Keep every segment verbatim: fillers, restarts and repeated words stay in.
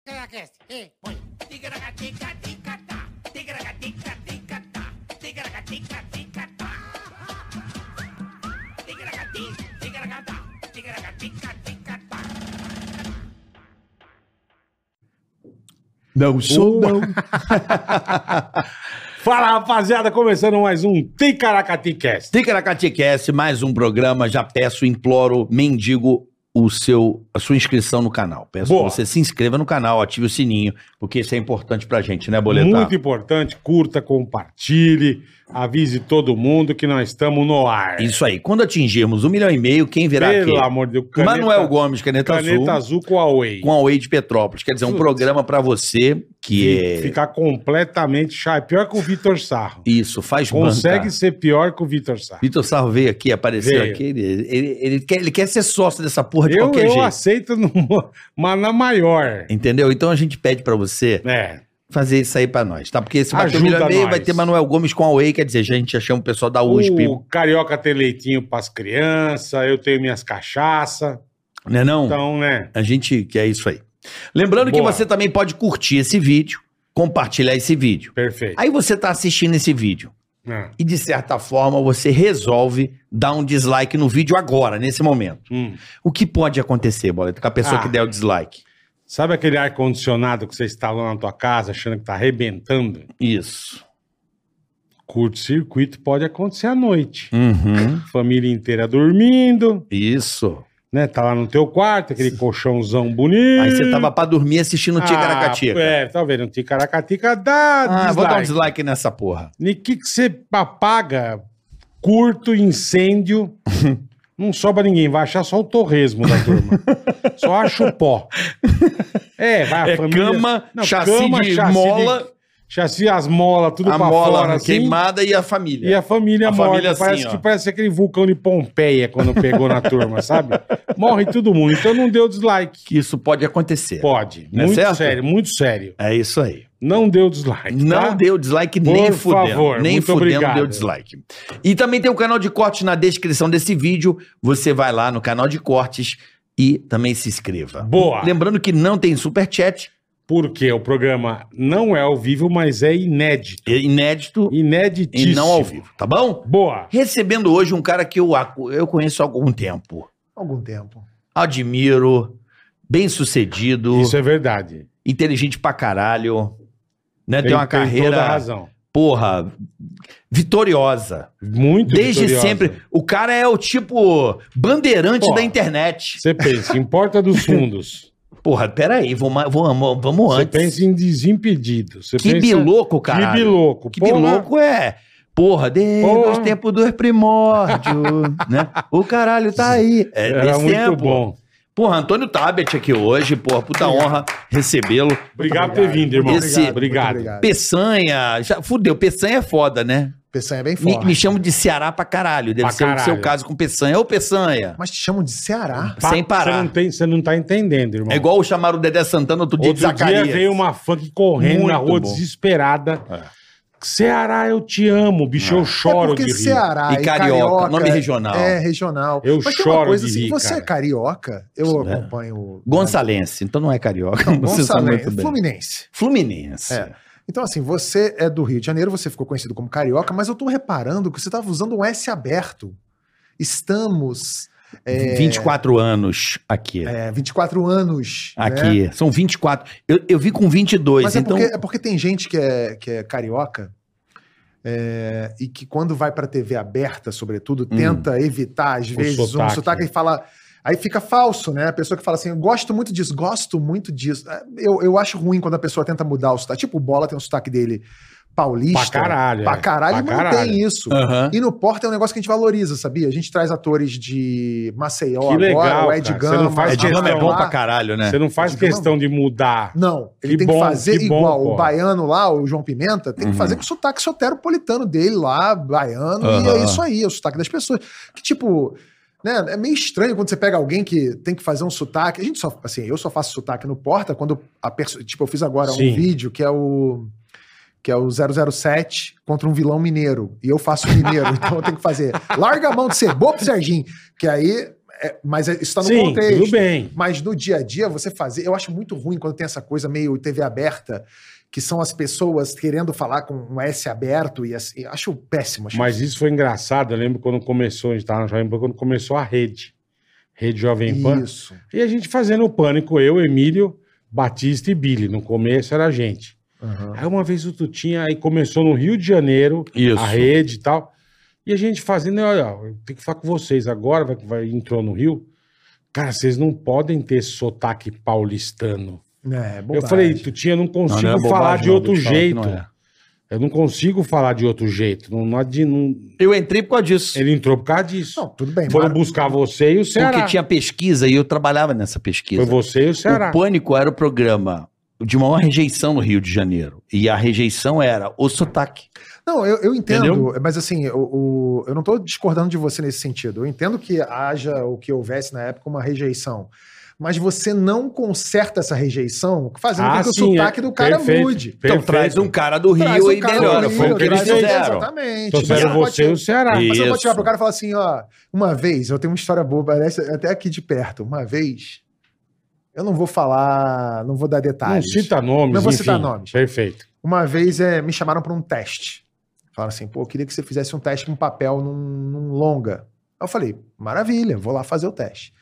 Ticaracast, ei, põe. Ticaracatica-ticatá, ticaracatica-ticatá, ticaracatica-ticatá. Ticaracati, ticaracatá, ticaracatica-ticatá. Não sou, não. Fala, rapaziada, começando mais um Ticaracaticast. Ticaracaticast, mais um programa. Já peço, imploro, mendigo o seu, a sua inscrição no canal. Peço Boa. que você se inscreva no canal, ative o sininho, porque isso é importante pra gente, né, Boletar? Muito importante, curta, compartilhe, avise todo mundo que nós estamos no ar. Isso aí. Quando atingirmos um milhão e meio, quem virá Pelo aqui? amor de Deus. Caneta, Manuel Gomes, Caneta, Caneta Azul, Azul com a Huawei. com a Huawei de Petrópolis. Quer dizer, um Putz. programa pra você que é... Ficar completamente chato. Pior que o Vitor Sarro. Isso, faz Consegue banca. ser pior que o Vitor Sarro. Vitor Sarro veio aqui, apareceu Veio. aqui, ele, ele, ele quer, ele quer ser sócio dessa porra de Eu, qualquer eu jeito. aceito, numa, mas na maior. Entendeu? Então a gente pede pra você É. fazer isso aí pra nós, tá? Porque se bater um Ajuda milhão e meio, nós. vai ter Manuel Gomes com a Huawei, quer dizer, já a gente já chama o pessoal da U S P, O Carioca tem leitinho pras crianças, eu tenho minhas cachaças. né não? Então, né? A gente quer isso aí. Lembrando que Boa. você também pode curtir esse vídeo, compartilhar esse vídeo. Perfeito. Aí você tá assistindo esse vídeo Ah, e, de certa forma, você resolve dar um dislike no vídeo agora, nesse momento. hum. O que pode acontecer, Boleto, com a pessoa Ah. que der o dislike? Sabe aquele ar-condicionado que você instalou na tua casa achando que tá arrebentando? Isso. Curto-circuito pode acontecer à noite. Uhum. Família inteira dormindo, Isso. né? Tá lá no teu quarto, aquele colchãozão bonito. Aí você tava pra dormir assistindo o Ticaracatica. Ah, é, tá vendo? Ticaracatica dá Ah, vou dar um dislike. dislike nessa porra. E que que você apaga? Curto, incêndio... Não sobra ninguém, vai achar só o torresmo da turma. Só acha o pó. É, vai a É família... cama, chassi de mola. de- chassi, as molas, tudo A pra mola fora, assim. queimada e a família. E a família A morta. família assim, parece ó. que parece aquele vulcão de Pompeia quando pegou na turma, sabe? Morre todo mundo. Então não deu dislike. Que isso pode acontecer. Pode. Não é Muito certo? sério, muito sério. É isso aí. Não deu dislike. Não tá? deu dislike Por nem fudendo. favor, nem muito fudendo obrigado. deu dislike. E também tem o canal de cortes na descrição desse vídeo. Você vai lá no canal de cortes e também se inscreva. Boa. Lembrando que não tem superchat. Porque o programa não é ao vivo, mas é inédito. É inédito Ineditíssimo. e não ao vivo, tá bom? Boa. Recebendo hoje um cara que eu, acu- eu conheço há algum tempo. Algum tempo. Admiro, bem sucedido, Isso é verdade. inteligente pra caralho, né? Tem, uma Tem carreira, toda a razão. porra, vitoriosa. Muito Desde vitoriosa. sempre. O cara é o tipo bandeirante Pô, da internet. Você pensa, importa dos fundos. Porra, peraí, vamos, vamos, vamos Você antes. pensa em Desimpedidos. Você Que pensa... biloco, cara. Que biloco. Que Porra, biloco é. Porra, desde Porra. os tempos dos primórdios, né? O caralho tá aí. É Era desse muito tempo. bom. Porra, Antônio Tabet aqui hoje, porra, puta honra recebê-lo. Obrigado por ter vindo, irmão. Esse- Obrigado. Muito obrigado. Peçanha, já, fudeu, Peçanha é foda, né? Peçanha é bem Me, forte. me chamam de Ceará pra caralho, deve Pra ser o caralho. seu caso com Peçanha. Ô, Peçanha, Mas te chamam de Ceará. Pa- sem parar. Você não, tem, você não tá entendendo, irmão. é igual o chamaram o Dedé Santana outro dia de Outro dia Zacarias. veio uma funk correndo na Muito rua, bom. desesperada. É. Ceará, eu te amo, bicho, eu É choro porque de rir. Ceará E carioca, nome regional. É, regional. Eu Mas tem uma choro coisa de assim, rir, você cara. é carioca, eu É. acompanho... o- Gonçalense, então não é carioca. Você sabe Gonçalves, muito bem. Fluminense. Fluminense. É. Então, assim, você é do Rio de Janeiro, você ficou conhecido como carioca, mas eu tô reparando que você estava usando um S aberto. Estamos... É, vinte e quatro anos aqui. é, vinte e quatro anos. né? Aqui. São vinte e quatro. Eu, eu vi com vinte e dois, Mas é, então. porque, é porque tem gente que é, que é carioca é, e que quando vai pra T V aberta, sobretudo, tenta evitar, às vezes, sotaque. um sotaque e fala. Aí fica falso, né? A pessoa que fala assim, eu gosto muito disso, gosto muito disso. É, Eu, eu acho ruim quando a pessoa tenta mudar o sotaque. Tipo, o Bola tem um sotaque dele paulista. Pra caralho, Pra é. caralho, Pra e mantém caralho. isso. Aham. E no Porta é um negócio que a gente valoriza, sabia? A gente traz atores de Maceió Que agora, legal, o Ed cara. Você não Gama. faz É, Digamos é questão bom lá. pra caralho, né? Você não faz Digamos- questão de mudar. Não, ele Que tem bom, que fazer que bom, igual. pô. O baiano lá, o João Pimenta, tem Uhum. que fazer com o sotaque soteropolitano dele lá, baiano, e Aham. é isso aí, é o sotaque das pessoas. Que tipo, né, é meio estranho quando você pega alguém que tem que fazer um sotaque. A gente só, assim, eu só faço sotaque no Porta quando a pessoa, tipo, eu fiz agora Sim. um vídeo que é o que é o zero zero sete contra um vilão mineiro, e eu faço mineiro, então eu tenho que fazer, larga a mão de ser bobo, Serginho, que aí é, mas é- isso tá no Sim, contexto. tudo bem. Mas no dia a dia, você fazer. Eu acho muito ruim quando tem essa coisa meio T V aberta, que são as pessoas querendo falar com um S aberto e assim. Acho péssimo. Acho Mas isso foi engraçado. Eu lembro quando começou, a gente tava na Jovem Pan, quando começou a rede. Rede Jovem Pan. Isso. E a gente fazendo o Pânico, eu, Emílio, Batista e Billy. No começo era a gente. Uhum. Aí uma vez o Tutinha, aí começou no Rio de Janeiro, Isso. a rede e tal. E a gente fazendo, olha, eu tenho que falar com vocês agora, vai, vai, entrou no Rio. Cara, vocês não podem ter sotaque paulistano. É, Eu bobagem. falei, Tutinha, eu não consigo Não, não é falar bobagem, de não, outro deixa eu falar que jeito. não é. Eu não consigo falar de outro jeito. Não, não, adi- não- Eu entrei por causa disso. Ele entrou por causa disso. Não, tudo bem. Foram Mar- buscar você e o Ceará. Porque tinha pesquisa e eu trabalhava nessa pesquisa. Foi você e o Ceará. O Pânico era o programa de maior rejeição no Rio de Janeiro. E a rejeição era o sotaque. Não, eu, eu entendo, Entendeu? mas assim, o, o- eu não tô discordando de você nesse sentido. Eu entendo que haja o que houvesse na época uma rejeição. Mas você não conserta essa rejeição fazendo Ah, com que o sim, sotaque é. do cara Perfeito. mude. Então Perfeito. traz um cara do Rio Traz um e cara do melhora. Rio, Foi o que eles traz- fizeram. Exatamente. Trouxeram Mas não você e pode- o Ceará. E- Mas você não pode Isso. tirar pro cara e falar assim, ó, uma vez, eu tenho uma história boa, parece até aqui de perto. Uma vez, eu não vou falar, não vou dar Não detalhes. cita nomes, Não vou enfim. citar nomes. Perfeito. Uma vez é, me chamaram para um teste. Falaram assim, pô, eu queria que você fizesse um teste com papel num, num longa. Aí eu falei, maravilha, vou lá fazer o teste.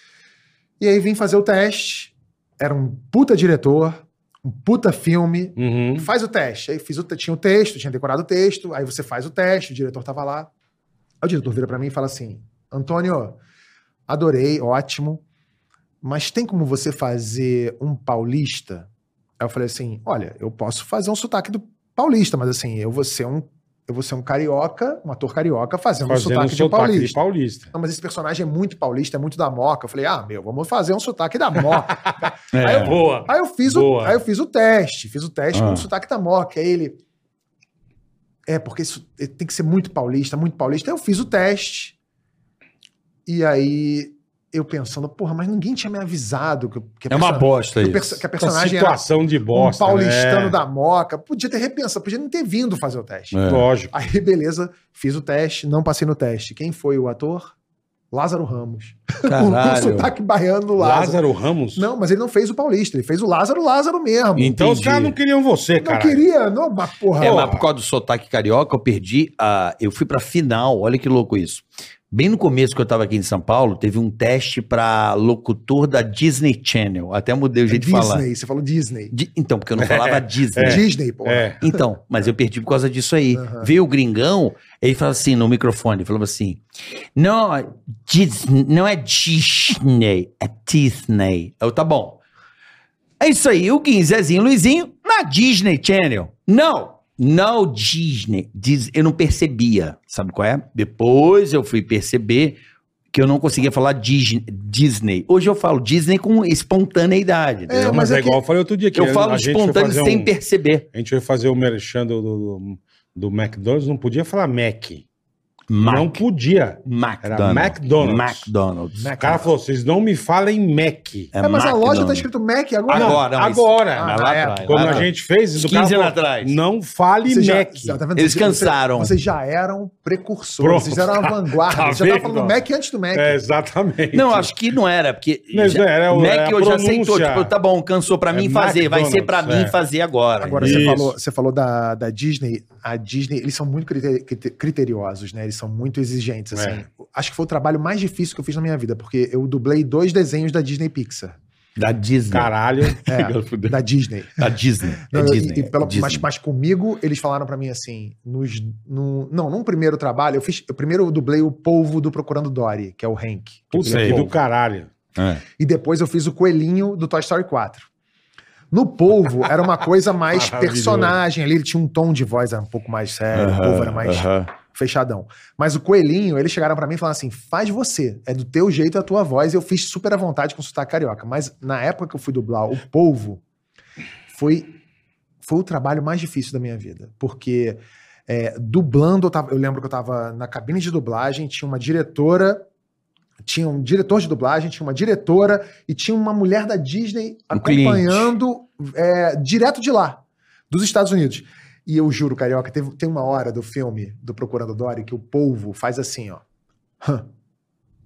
E aí vim fazer o teste, era um puta diretor, um puta filme, Uhum. faz o teste. Aí fiz o, te- tinha o texto, tinha decorado o texto, aí você faz o teste, o diretor tava lá. Aí o diretor vira para mim e fala assim, Antônio, adorei, ótimo, mas tem como você fazer um paulista? Aí eu falei assim, olha, eu posso fazer um sotaque do paulista, mas assim, eu vou ser um, eu vou ser um carioca, um ator carioca fazendo, Fazendo um sotaque, de um sotaque paulista. de paulista. Não, mas esse personagem é muito paulista, é muito da Moca. Eu falei, ah, meu, vamos fazer um sotaque da Moca. É. Aí, eu, Boa. aí, eu fiz o, Boa. aí eu fiz o teste, fiz o teste com Ah. o sotaque da Moca. Aí ele, é, porque isso tem que ser muito paulista, muito paulista. Aí eu fiz o teste, e aí eu pensando, porra, mas ninguém tinha me avisado que, que a É uma perso- bosta que, o isso. perso- que a Essa personagem era situação de bosta, um paulistano né? da Moca. Podia ter repensado, podia nem ter vindo fazer o teste. É. Lógico. Aí, beleza, fiz o teste, não passei no teste. Quem foi o ator? Lázaro Ramos. Com Caralho. sotaque baiano do Lázaro. Lázaro Ramos? Não, mas ele não fez o paulista, ele fez o Lázaro, Lázaro mesmo. Então os Entendi. caras não queriam você, não cara. queria, não, mas porra. É, ó, mas por causa do sotaque carioca, eu perdi a. Eu fui pra final, olha que louco isso. Bem no começo que eu tava aqui em São Paulo, teve um teste pra locutor da Disney Channel. Até mudei o jeito de falar. Disney, você falou Disney. Di- Então, porque eu não falava Disney. Disney, porra. É. Então, mas eu perdi por causa disso aí. Veio o gringão, ele falou assim no microfone, falou assim: Não, Disney, não é Disney, é Disney. Eu, tá bom. É isso aí, o Guim, Zezinho, Luizinho, na Disney Channel. Não, não Disney. Dis- eu não percebia, sabe qual é? Depois eu fui perceber que eu não conseguia falar Dis- Disney. Hoje eu falo Disney com espontaneidade. entendeu? Não, mas mas é é que- igual eu falei outro dia. Que eu falo a gente foi espontâneo fazer sem um- perceber. A gente foi fazer o merchan do, do, do, do McDonald's, não podia falar Mac. Mac. Não podia. McDonald's. McDonald's. McDonald's. O cara falou, vocês não me falem Mac. É, É, mas a loja tá McDonald's. escrito Mac agora. Não, Agora, mas- agora. mas lá Ah, é. atrás, Quando lá a atrás. gente fez, o quinze cara falou, anos atrás. não fale Vocês já- Mac. tá vendo? Eles Vocês- cansaram. Vocês já eram precursores, Pronto. vocês eram a vanguarda. Tá Vocês já estavam vendo? falando Mac antes do Mac. É, exatamente. Não, acho que não era, porque Não, já- era o- Mac é a eu já aceitou, pronúncia. tipo, tá bom, cansou pra É mim fazer, vai ser pra McDonald's, mim é. fazer agora. Agora, Isso. você falou, você falou da, da Disney. A Disney, eles são muito crite- crite- criteriosos, né? Eles são muito exigentes, assim. É. Acho que foi o trabalho mais difícil que eu fiz na minha vida, porque eu dublei dois desenhos da Disney Pixar. Da Disney. Caralho. É, da Disney. Da Disney. Não, é e- Disney. e pela- é Disney. Mas, mas comigo, eles falaram pra mim assim, nos, no, não, num primeiro trabalho, eu fiz, eu primeiro eu dublei o polvo do Procurando Dory, que é o Hank. Putz, Sei. que do caralho. É. E depois eu fiz o coelhinho do Toy Story quatro. No polvo, era uma coisa mais Maravilhoso. personagem ali, ele tinha um tom de voz um pouco mais sério, o polvo era mais aham. fechadão. Mas o coelhinho, eles chegaram pra mim e falaram assim, faz você, é do teu jeito, é a tua voz. Eu fiz super à vontade com sotaque carioca. Mas na época que eu fui dublar o polvo, foi, foi o trabalho mais difícil da minha vida. Porque é, dublando, eu, tava, eu lembro que eu tava na cabine de dublagem, tinha uma diretora, tinha um diretor de dublagem, tinha uma diretora e tinha uma mulher da Disney Um acompanhando é, direto de lá, dos Estados Unidos. E eu juro, Carioca, teve, tem uma hora do filme do Procurando Dory que o polvo faz assim, ó. Hã.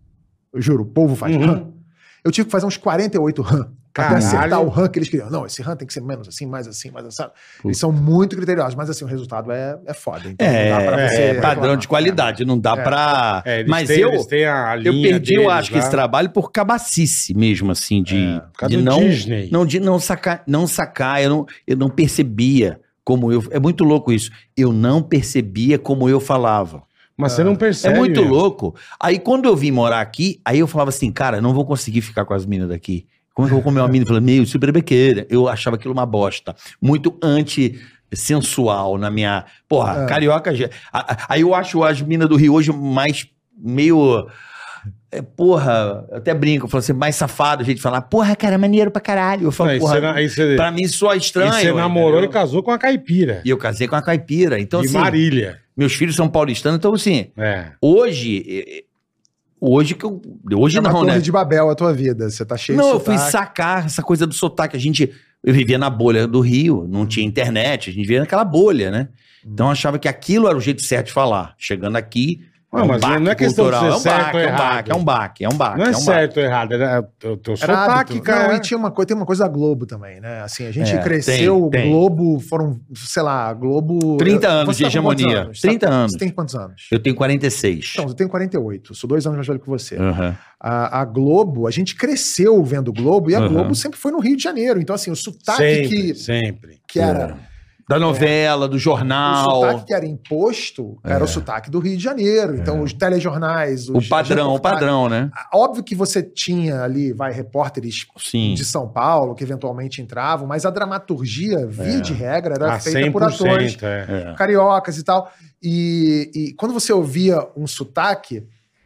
Eu juro, o povo faz Uhum. RAM. Eu tive que fazer uns quarenta e oito RAM. Até Caralho. acertar o RAM que eles queriam. Não, esse RAM tem que ser menos assim, mais assim, mais assim. Eles são muito criteriosos, mas assim, o resultado é, é foda. Então não dá pra É, você é padrão reclamar. de qualidade, não dá É. pra... É, eles Mas têm, eu, eles têm a eu linha perdi, eu deles acho que lá. esse trabalho por cabacice mesmo, assim, de, É, por causa de do não, Disney. não, de não sacar, não sacar, eu não, eu não percebia como eu... É muito louco isso. Eu não percebia como eu falava. Mas você não É percebe. muito meu. louco. Aí quando eu vim morar aqui, aí eu falava assim, cara, não vou conseguir ficar com as minas daqui. Como é que eu vou comer uma mina? Eu falei, meu, super bequeira. Eu achava aquilo uma bosta. Muito anti-sensual na minha... Porra, É. carioca... já- a- a- Aí eu acho as minas do Rio hoje mais meio... é, porra, eu até brinco, eu falo assim, mais safado, a gente fala, porra, cara, maneiro pra caralho. Eu falo, Aí porra, você, aí você, pra mim só é aí estranho. você namorou entendeu? e casou com a caipira. E eu casei com a caipira. Então, de assim, Marília. meus filhos são paulistanos, então assim... É. Hoje, eh, hoje que eu. Hoje É uma não, torre né? de Babel a tua vida. Você tá cheio Não, de eu fui sotaque. sacar essa coisa do sotaque. A gente. Eu vivia na bolha do Rio, não tinha internet, a gente vivia naquela bolha, né? Então eu achava que aquilo era o jeito certo de falar. Chegando aqui. Não, mas não é questão de ser é um certo baque, ou é um errado. baque, é um baque, é um baque. Não é, um baque. certo ou errado, é o teu Era sotaque, hábito. cara. Não, e tinha uma coisa, tem uma coisa da Globo também, né? Assim, a gente É, cresceu, tem, tem. Globo, foram, sei lá, Globo... trinta Eu- anos você de tá com quantos hegemonia. anos? trinta Tá- anos. Você tem quantos anos? Eu tenho quarenta e seis. Então, eu tenho quarenta e oito, sou dois anos mais velho que você. Aham. A, a Globo, a gente cresceu vendo Globo e a Uhum. Globo sempre foi no Rio de Janeiro. Então, assim, o sotaque Sempre, que, sempre. que era... Da novela, do O jornal. sotaque que era imposto era o sotaque do Rio de Janeiro. Então, os telejornais... O os- padrão, as o padrão, né? Óbvio que você tinha ali, vai, repórteres Sim. de São Paulo que eventualmente entravam, mas a dramaturgia, via de regra, era Ah, feita por atores é. É. cariocas e tal. E, e quando você ouvia um sotaque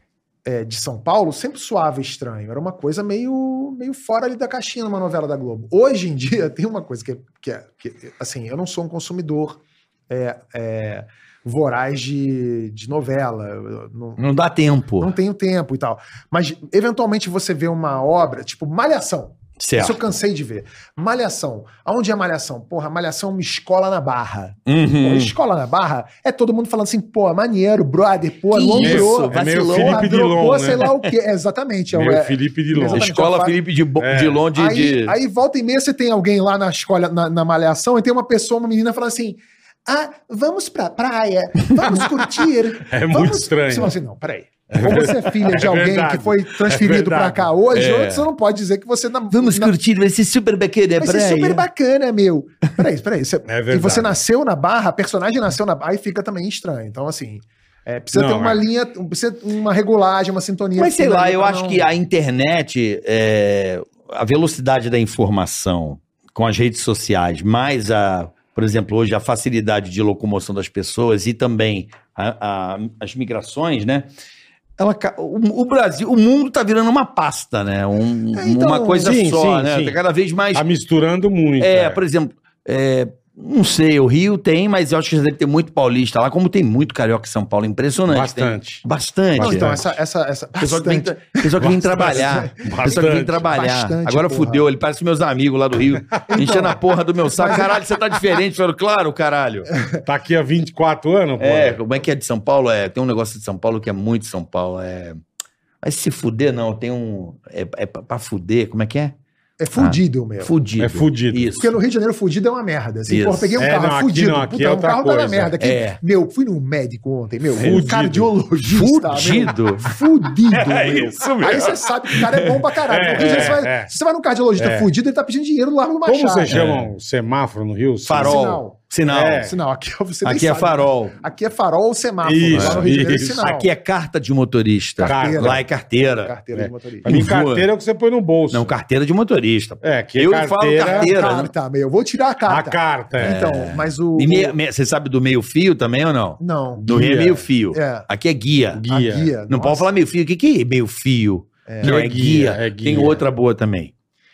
é, de São Paulo, sempre soava estranho. Era uma coisa meio, meio fora ali da caixinha numa novela da Globo. Hoje em dia, tem uma coisa que, é- que, é, que assim, eu não sou um consumidor é, é, voraz de, de novela. Eu não, Não dá tempo. não tenho tempo e tal. Mas, eventualmente, você vê uma obra, tipo Malhação. Isso eu Certo. cansei de ver. Malhação. Aonde é Malhação? Porra, Malhação é uma escola na Barra. Uhum. Porra, escola na Barra é todo mundo falando assim, pô, maneiro, brother, pô, Que longeou, isso, é meio vacilou, Felipe Dilon, dropou, né? sei lá o quê. É, exatamente. é o- Meu é- Felipe Dilon. Exatamente. Escola já Felipe de, Bo- É. de Londe Aí, de. aí, volta e meia, você tem alguém lá na escola, na, na Malhação, e tem uma pessoa, uma menina, falando assim, ah, vamos pra praia, vamos curtir. É vamos... muito estranho. Você fala assim, não, peraí. Ou você é filha de É alguém verdade. que foi transferido É pra verdade. cá hoje, É. ou você não pode dizer que você... Na, Vamos na, curtir, vai ser super bacana. Vai ser super bacana, meu. Peraí, peraí. Você, É e verdade. você nasceu na Barra, a personagem nasceu na Barra, aí fica também estranho. Então, assim, é, precisa Não, ter uma é. linha, precisa uma regulagem, uma sintonia. Mas sei fina lá, ali eu pra acho não- que a internet, é, a velocidade da informação com as redes sociais, mais a, por exemplo, hoje a facilidade de locomoção das pessoas e também a- a- as migrações, né? Ela, ca- o, o Brasil, o mundo tá virando uma pasta, né? Um- É, então, uma coisa sim, só, sim, né? sim. Tá cada vez mais. Tá misturando muito. É, por exemplo, é, não sei, o Rio tem, mas eu acho que já deve ter muito paulista lá, como tem muito carioca em São Paulo, impressionante. Bastante. Tem bastante. Não, então, é. essa, essa, essa Pessoal que vem, bastante. pessoal que vem Bastante. trabalhar. Pessoal que vem Bastante. trabalhar. Bastante, Agora porra. fudeu, ele parece meus amigos lá do Rio. Enchendo a porra do meu saco. Caralho, você tá diferente. Eu falo, claro, caralho. Tá aqui há vinte e quatro anos, pô. É, como é que é de São Paulo? É, tem um negócio de São Paulo que é muito São Paulo. É. Mas se fuder, não, tem um. É, é pra pra fuder, como é que é? É fudido, meu. Fudido. É fudido. Isso. Porque no Rio de Janeiro, fudido é uma merda. Assim, Isso. porra, peguei um É, carro não, aqui fudido. não, aqui puta, é um outra carro tá na coisa. merda. Aqui, É. Meu, fui no médico ontem, meu. Fudido. Um cardiologista. Fudido? Meu, fudido, É meu. isso mesmo. Aí você sabe que o cara é bom pra caralho. É, No Rio de Janeiro, é, você vai- é. Se você vai num cardiologista É. fudido, ele tá pedindo dinheiro do Largo do Machado. Como você chama o semáforo no Rio? Farol. Sinal. Sinal. É. Sinal. Aqui você nem Aqui é sabe. farol. Aqui é farol ou semáforo. Isso, lá no Rio de Janeiro é isso. sinal. Aqui é carta de motorista. Carteira. Lá é carteira. Carteira É. de motorista. Pra mim, Voa. carteira é o que você põe no bolso. Não, carteira de motorista. É, que Eu carteira... falo carteira. Carta, meu. Eu vou tirar a A carta. carta, é. Então, mas o... E meia- meia- você sabe do meio fio também ou não? Não. Do Rio é Guia. meio fio. É. Aqui é guia. Guia. A guia. Não nossa. pode falar meio fio. O que, que é meio fio? Não, É é, guia, guia. é Tem guia. outra boa também.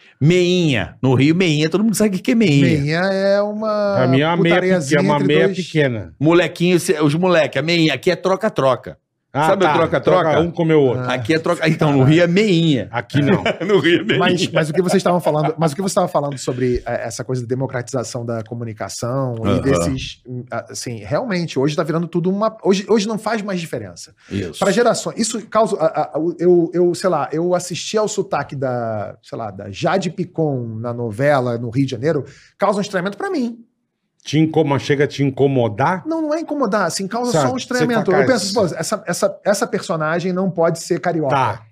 Meinha. No Rio, meinha. Todo mundo sabe o que que é meinha. Meinha é uma. Pra mim é uma meia, putariazinha pequena, uma entre meia dois- pequena. Molequinho, cê- os moleques. A meinha aqui é troca-troca. Ah, Sabe o tá. troca-troca? Um comeu o outro. Aqui é troca. Então, no Rio é meinha. Aqui não. No Rio é meinha. Mas, mas o que vocês estavam falando, mas o que você estava falando sobre eh, essa coisa de democratização da comunicação Aham. e desses, hum, assim, realmente hoje está virando tudo uma, hoje, hoje não faz mais diferença. Isso. Para gerações, isso causa, a- a- a- eu, eu, sei lá, eu assisti ao sotaque da, sei lá, da Jade Picon na novela no Rio de Janeiro, causa um estranhamento para mim. Te incoma, chega a te incomodar? Não, não é incomodar, assim, causa Sabe, só um estranhamento. você fala, Eu penso, pô, essa, essa, essa personagem não pode ser carioca. Tá.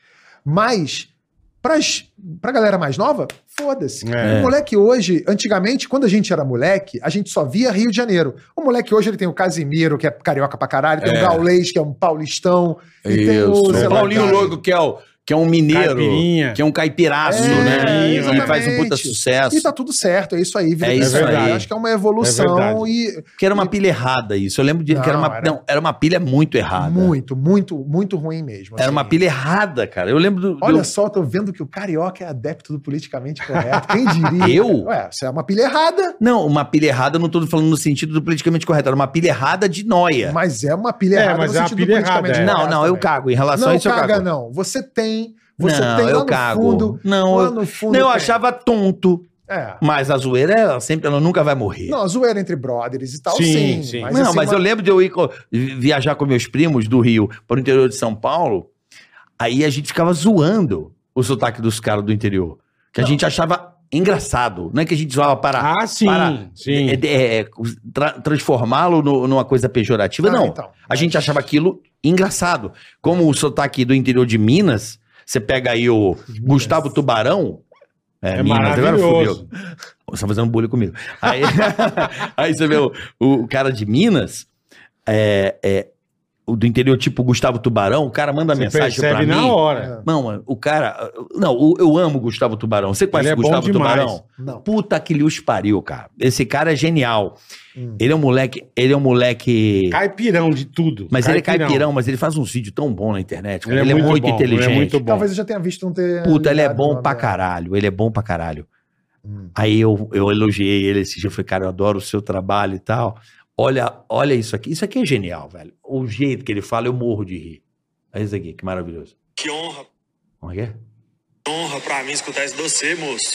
Mas, pras, pra galera mais nova, foda-se. É. O moleque hoje, antigamente, quando a gente era moleque, a gente só via Rio de Janeiro. O moleque hoje, ele tem o Casimiro, que é carioca pra caralho, tem É. o Gaulês, que é um paulistão, e tem o, Isso. sei O lá, Paulinho cara. Louco, que é, o, que é um mineiro. Caipirinha. Que é um caipiraço, É, né? E exatamente. faz um puta sucesso. E tá tudo certo, é isso aí. vida É que isso segue. aí. Acho que é uma evolução verdade. e Que era uma pilha errada isso. Eu lembro de que era Não, uma, era- não, era uma pilha muito errada. muito, muito, muito ruim mesmo. Era assim. uma pilha errada, cara. Eu lembro do. Olha do- só, tô vendo que o carioca é adepto do politicamente correto. Quem diria? Eu? Ué, isso é uma pilha errada, Não, uma pilha errada, não tô falando no sentido do politicamente correto. Era uma pilha errada de noia. mas é uma pilha É, errada mas no é uma sentido do pilha politicamente errada, é. Não, correto não, eu também. cago. Em relação a Não isso, eu caga, cago. não. Você tem. Você não, tem lá eu no cago. fundo. não, lá eu, no fundo não, eu tem. achava tonto. É. Mas a zoeira, ela sempre, ela nunca vai morrer. Não, zoeira entre brothers e tal, Sim, sim. sim. não, assim, mas uma- eu lembro de eu ir co- viajar com meus primos do Rio para o interior de São Paulo, aí a gente ficava zoando o sotaque dos caras do interior. Que a Não. gente achava engraçado. Não é que a gente zoava para, Ah, sim, para sim. é, é, é, tra- transformá-lo no- numa coisa pejorativa. Ah, não. então. A gente achava aquilo engraçado. Como o sotaque do interior de Minas, você pega aí o Gustavo Tubarão. É, É Minas, agora maravilhoso. fudeu. Você tá fazendo bullying comigo. Aí, aí você vê o, o cara de Minas, é, é, o do interior, tipo Gustavo Tubarão, o cara manda Você mensagem pra percebe mim. na hora. Não, mano, o cara. Não, o- eu amo o Gustavo Tubarão. Você conhece Ele é o bom Gustavo demais. Tubarão? Não. Puta que lhe os pariu, cara. Esse cara é genial. Hum. Ele é um moleque. Ele é um moleque. Caipirão de tudo. Mas ele é caipirão, mas ele faz uns vídeos tão bons na internet. Cara. Ele, é muito, bom, inteligente. Ele é muito bom. Talvez eu já tenha visto não ter. Puta, ele é ligado bom no pra nome. caralho. Ele é bom pra caralho. Hum. Aí eu, eu elogiei ele esse dia. Eu falei, cara, eu adoro o seu trabalho e tal. Olha, olha isso aqui. Isso aqui é genial, velho. O jeito que ele fala, eu morro de rir. Olha isso aqui, que maravilhoso. Que honra, Como é que é? honra pra mim escutar isso de você, moço.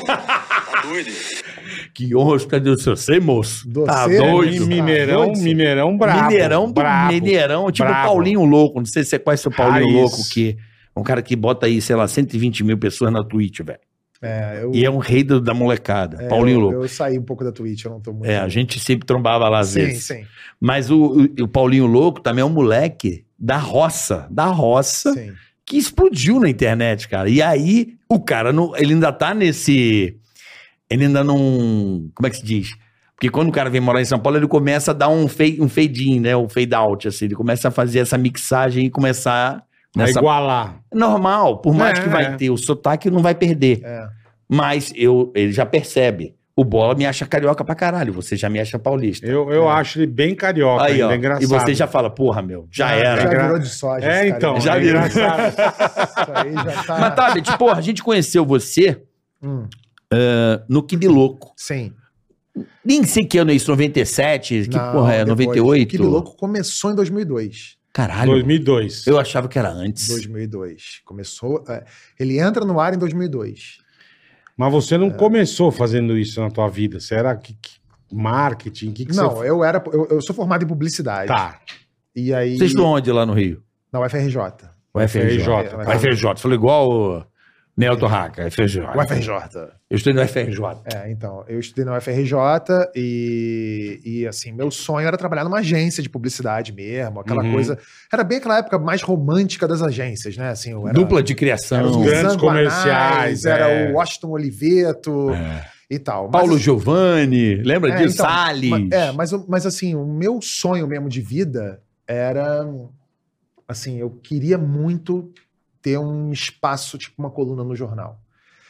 Tá doido? Que honra escutar de você, moço. Doce, Tá né? doido. E Mineirão, Doido. Mineirão brabo. Mineirão do brabo, Mineirão, tipo brabo. Paulinho Louco. Não sei se você conhece o Paulinho Raiz. Louco, que é um cara que bota aí, sei lá, cento e vinte mil pessoas na Twitch, velho. É, eu, E é um rei do- da molecada. é, Paulinho eu, Louco. eu saí um pouco da Twitch, eu não tô muito. É, a gente sempre trombava lá às Sim, vezes. sim, Mas o, o, o Paulinho Louco também é um moleque da roça, da roça, sim. que explodiu na internet, cara. E aí, o cara, não, ele ainda tá nesse... Ele ainda não... Como é que se diz? Porque quando o cara vem morar em São Paulo, ele começa a dar um fade, um fade in, né? Um fade out, assim. Ele começa a fazer essa mixagem e começar... A Nessa... igualar. Normal, por mais É, que vai é. ter o sotaque, não vai perder. É. Mas eu, ele já percebe. O Bola me acha carioca pra caralho, você já me acha paulista. Eu, eu É. acho ele bem carioca, Aí, ainda, ó, é engraçado. e você já fala, porra, meu, já Ah, era. Já gra- virou de soja. É, esse então, cara. já é virou. engraçado. Isso aí já tá. Mas, Tabet, porra, a gente conheceu você Hum, uh, no Kibi Louco. sim. Nem sei que ano é isso, noventa e sete? Que Não, porra é? depois. noventa e oito? O Kibi Louco começou em dois mil e dois. Caralho. dois mil e dois. Eu achava que era antes. dois mil e dois. Começou. é, ele entra no ar em dois mil e dois. Mas você É. não começou fazendo isso na tua vida. Você era que, que- marketing? Que que Não, você... eu era. Eu, eu sou formado em publicidade. Tá. E aí. Vocês estão onde lá no Rio? Na U F R J. O F R J. F R J, O F R J. Falei igual o Nelton Hacker, F R J. U F R J. Eu estudei no F R J. É, então, eu estudei na U F R J e, e, assim, meu sonho era trabalhar numa agência de publicidade mesmo, aquela Uhum. coisa. Era bem aquela época mais romântica das agências, né? Assim, eu era, Dupla de era criação. os grandes Zanguanais, comerciais, era é. o Washington Oliveto É. e tal. Mas, Paulo assim, Giovanni, lembra é, disso? então, Salles. ma- É, mas, eu- mas assim, o meu sonho mesmo de vida era, assim, eu queria muito ter um espaço, tipo uma coluna no jornal.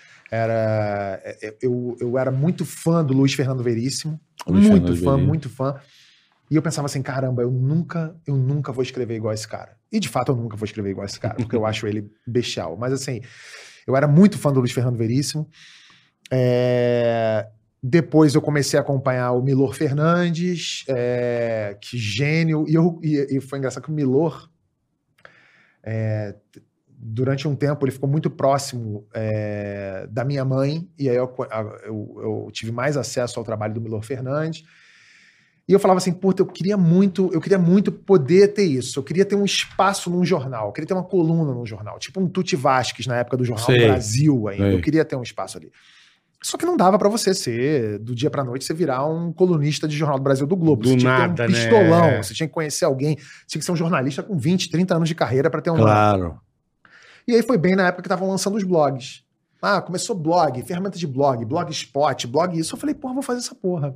Era, é, é, eu, eu era muito fã do Luiz Fernando Veríssimo, Luiz muito Fernando fã, Veríssimo. muito fã. E eu pensava assim, caramba, eu nunca, eu nunca vou escrever igual esse cara. E de fato eu nunca vou escrever igual esse cara, porque eu acho ele bestial. Mas assim, eu era muito fã do Luiz Fernando Veríssimo. É, Depois eu comecei a acompanhar o Milor Fernandes, é, que gênio. E, eu, e, e foi engraçado que o Milor, É, durante um tempo ele ficou muito próximo é, da minha mãe, e aí eu, eu, eu tive mais acesso ao trabalho do Milor Fernandes. E eu falava assim, puta, eu queria muito, eu queria muito poder ter isso. Eu queria ter um espaço num jornal, eu queria ter uma coluna num jornal, tipo um Tuti Vasquez na época do Jornal Sei. Brasil ainda. Sei. Eu queria ter um espaço ali. Só que não dava pra você ser, do dia pra noite, você virar um colunista de Jornal do Brasil do Globo. Do você tinha nada, que ter um né? pistolão, você tinha que conhecer alguém, tinha que ser um jornalista com vinte, trinta anos de carreira pra ter um... Claro. E aí foi bem na época que estavam lançando os blogs. Ah, começou blog, ferramenta de blog, blogspot, blog isso. Eu falei, porra, vou fazer essa porra.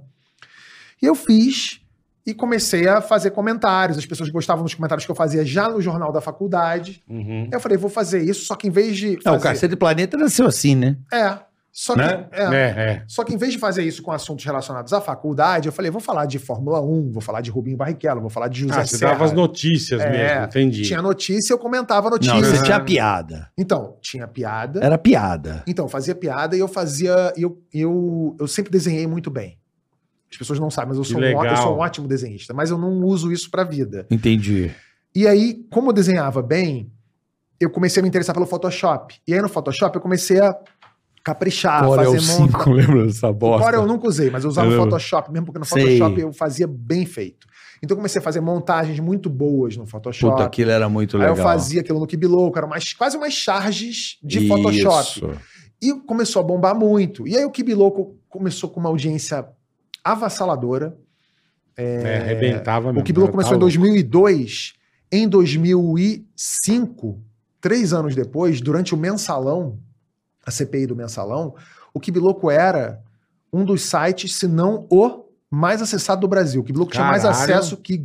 E eu fiz e comecei a fazer comentários. As pessoas gostavam dos comentários que eu fazia já no jornal da faculdade. Uhum. Eu falei, vou fazer isso, só que em vez de É, o fazer... Cacete Planeta nasceu assim, né? É, só que... Né? é. É, é. Só que em vez de fazer isso com assuntos relacionados à faculdade, eu falei, vou falar de Fórmula um, vou falar de Rubinho Barrichello, vou falar de José Ah, você Serra. dava as notícias É, mesmo, entendi. Tinha notícia, eu comentava a notícia. Não, você tinha piada. Então, tinha piada. Era piada. Então, eu fazia piada e eu fazia... e Eu, eu, eu sempre desenhei muito bem. As pessoas não sabem, mas eu Que sou, um, ó- eu legal. sou um ótimo desenhista. Mas eu não uso isso pra vida. Entendi. E aí, como eu desenhava bem, eu comecei a me interessar pelo Photoshop. E aí no Photoshop eu comecei a caprichar, Corel fazer monta. cinco, lembra dessa O bosta? Corel eu nunca usei, mas eu usava Eu o lembro. Photoshop, mesmo porque no Sei. Photoshop eu fazia bem feito. Então eu comecei a fazer montagens muito boas no Photoshop. Puta, aquilo era muito Aí legal. eu fazia aquilo no Kibilouco, eram mais, quase umas charges de Photoshop. Isso. E começou a bombar muito. E aí o Kibilouco começou com uma audiência avassaladora. É, arrebentava mesmo. O Kibilouco começou Tá em dois mil e dois. Em dois mil e cinco, três anos depois, durante o Mensalão, a C P I do Mensalão, o Kibilouco era um dos sites, se não o mais acessado do Brasil. O Kibilouco tinha mais Caralho. acesso que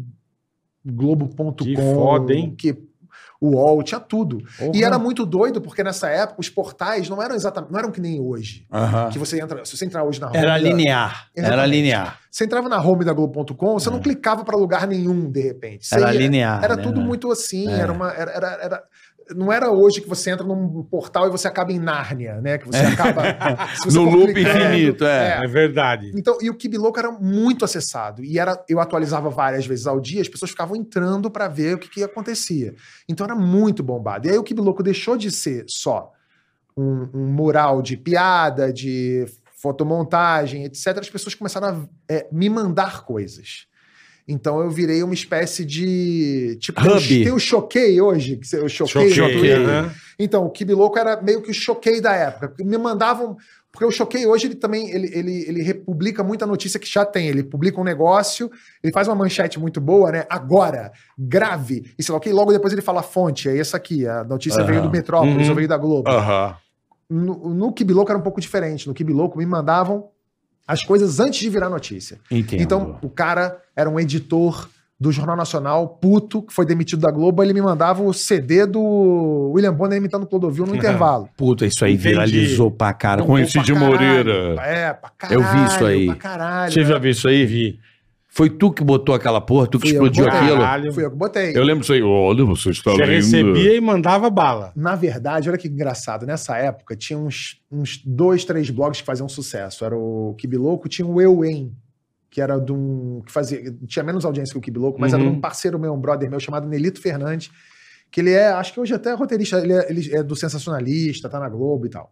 Globo ponto com, Que foda, hein? que o U O L, tinha tudo. Porra. E era muito doido, porque nessa época os portais não eram exatamente, não eram que nem hoje. Aham. Que você entra, se você entrar hoje na home Era da- linear. Era Exatamente. linear. Você entrava na home da Globo ponto com, você não clicava pra lugar nenhum, de repente. Você Era ia- linear. Era né? tudo muito assim, É. era uma. Era, era, era- não era hoje que você entra num portal e você acaba em Nárnia, né? Que você acaba. se você No for loop clicando, infinito, é. É verdade. Então, e o Kibilouco era muito acessado. E era, eu atualizava várias vezes ao dia, as pessoas ficavam entrando pra ver o que, que acontecia. Então era muito bombado. E aí o Kibilouco deixou de ser só um, um mural de piada, de fotomontagem, etcétera. As pessoas começaram a é, me mandar coisas. Então eu virei uma espécie de... Tipo, tem o- Hub. tem o Choquei hoje, que você- o Choquei. Choquei, no Twitter. né? Então, o Kibilouco era meio que o Choquei da época. Me mandavam... Porque o Choquei hoje, ele também, ele, ele, ele republica muita notícia que já tem. Ele publica um negócio, ele faz uma manchete muito boa, né? Agora, grave. E sei lá o que, logo depois ele fala a fonte. É essa aqui, a notícia Aham. veio do Metrópolis, Uhum. ou veio da Globo. Aham. No, no Kibilouco era um pouco diferente. No Kibilouco me mandavam as coisas antes de virar notícia. Entendo. Então, o cara era um editor do Jornal Nacional, puto, que foi demitido da Globo, ele me mandava o C D do William Bonner imitando o Clodovil no intervalo. Puta, isso aí Entendi. viralizou pra cara. Então, Com pô, esse pra de caralho. Moreira. É, pra caralho. Eu vi isso aí. Pra caralho. Você né? já viu isso aí? Vi. Foi tu que botou aquela porra? Tu que Fui eu que explodiu botei. aquilo? Caralho. Fui eu que botei. Eu lembro disso aí. Olha, você está Você vendo. recebia e mandava bala. Na verdade, olha que engraçado, nessa época tinha uns, uns dois, três blogs que faziam sucesso. Era o Kibilouco, tinha o Euem, que era de um. Que fazia, tinha menos audiência que o Kibilouco, mas Uhum. era de um parceiro meu, um brother meu, chamado Nelito Fernandes, que ele é, acho que hoje até é roteirista, ele é, ele é do Sensacionalista, tá na Globo e tal.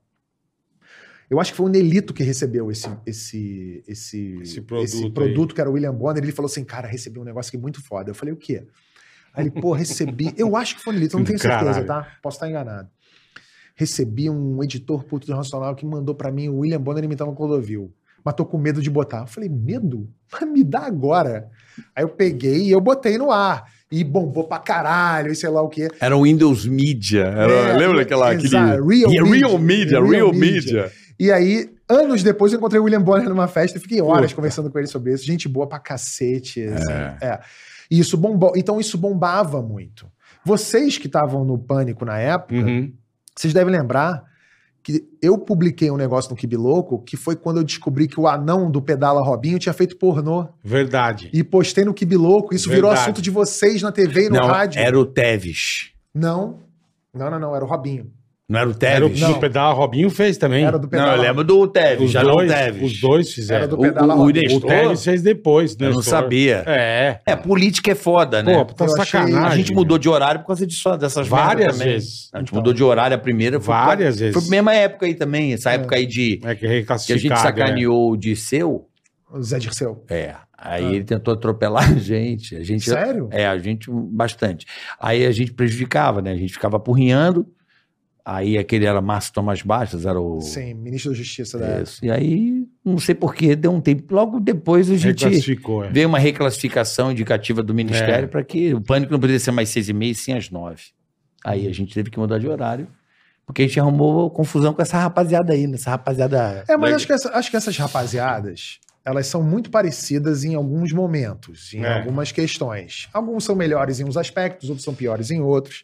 Eu acho que foi o Nelito que recebeu esse, esse, esse, Esse produto esse aí. produto que era o William Bonner. Ele falou assim: cara, recebi um negócio aqui muito foda. Eu falei: o quê? Aí ele, pô, recebi. Eu acho que foi o Nelito, eu não tenho certeza, Caralho. tá? Posso estar enganado. Recebi um editor puto do Nacional que mandou pra mim o William Bonner imitando o Clodovil. Mas tô com medo de botar. Eu falei: medo? Mas me dá agora. Aí eu peguei e eu botei no ar. E bombou pra caralho, e sei lá o quê. Era o Windows Media. Era, É, lembra aquela... exato, Aquele... Real Yeah, Real Media, Media, Real Real Media. Media. E aí, anos depois, eu encontrei o William Bonner numa festa e fiquei horas Puta. conversando com ele sobre isso. Gente boa pra cacete. Assim, é. E isso bombou. Então, isso bombava muito. Vocês que estavam no Pânico na época, Uhum. vocês devem lembrar que eu publiquei um negócio no Kibilouco que foi quando eu descobri que o anão do Pedala Robinho tinha feito pornô. Verdade. E postei no Kibilouco. Isso virou Verdade. assunto de vocês na T V e no Não, rádio. era o Teves. Não, não, não, não. Era o Robinho. Não era o Era o Tevez? do Pedala, Robinho fez também. Era do Não, Pedala. eu lembro do Tevez, Os já dois, não Tevez. os dois fizeram. Era do O, Pedala o, o Robinho. O Nestor, Tevez fez depois, né? eu não sabia. É. É, política é foda, né? Pô, tá Eu achei- sacanagem. A gente mudou de horário por causa disso, dessas Várias merdas também. vezes. A gente Então. mudou de horário a primeira. Foi Várias foi vezes. Foi a mesma época aí também, essa época aí de... É que Que a reclassificado. gente sacaneou o Dirceu. O Zé Dirceu. É. Aí Ah. ele tentou atropelar a gente. A gente Sério? É, a gente bastante. Aí a gente prejudicava, né? A gente ficava apurrinhando. Aí aquele era Márcio Tomás Bastos, era o... Sim, ministro da Justiça da época. Isso. E aí, não sei porquê, deu um tempo. Logo depois a gente Reclassificou, é. veio uma reclassificação indicativa do Ministério É. para que o pânico não poderia ser mais seis e meia, sim às nove. Aí a gente teve que mudar de horário, porque a gente arrumou confusão com essa rapaziada aí, né? Essa rapaziada... É, mas da- acho que, essa- acho que essas rapaziadas, elas são muito parecidas em alguns momentos, em É. algumas questões. Alguns são melhores em uns aspectos, outros são piores em outros.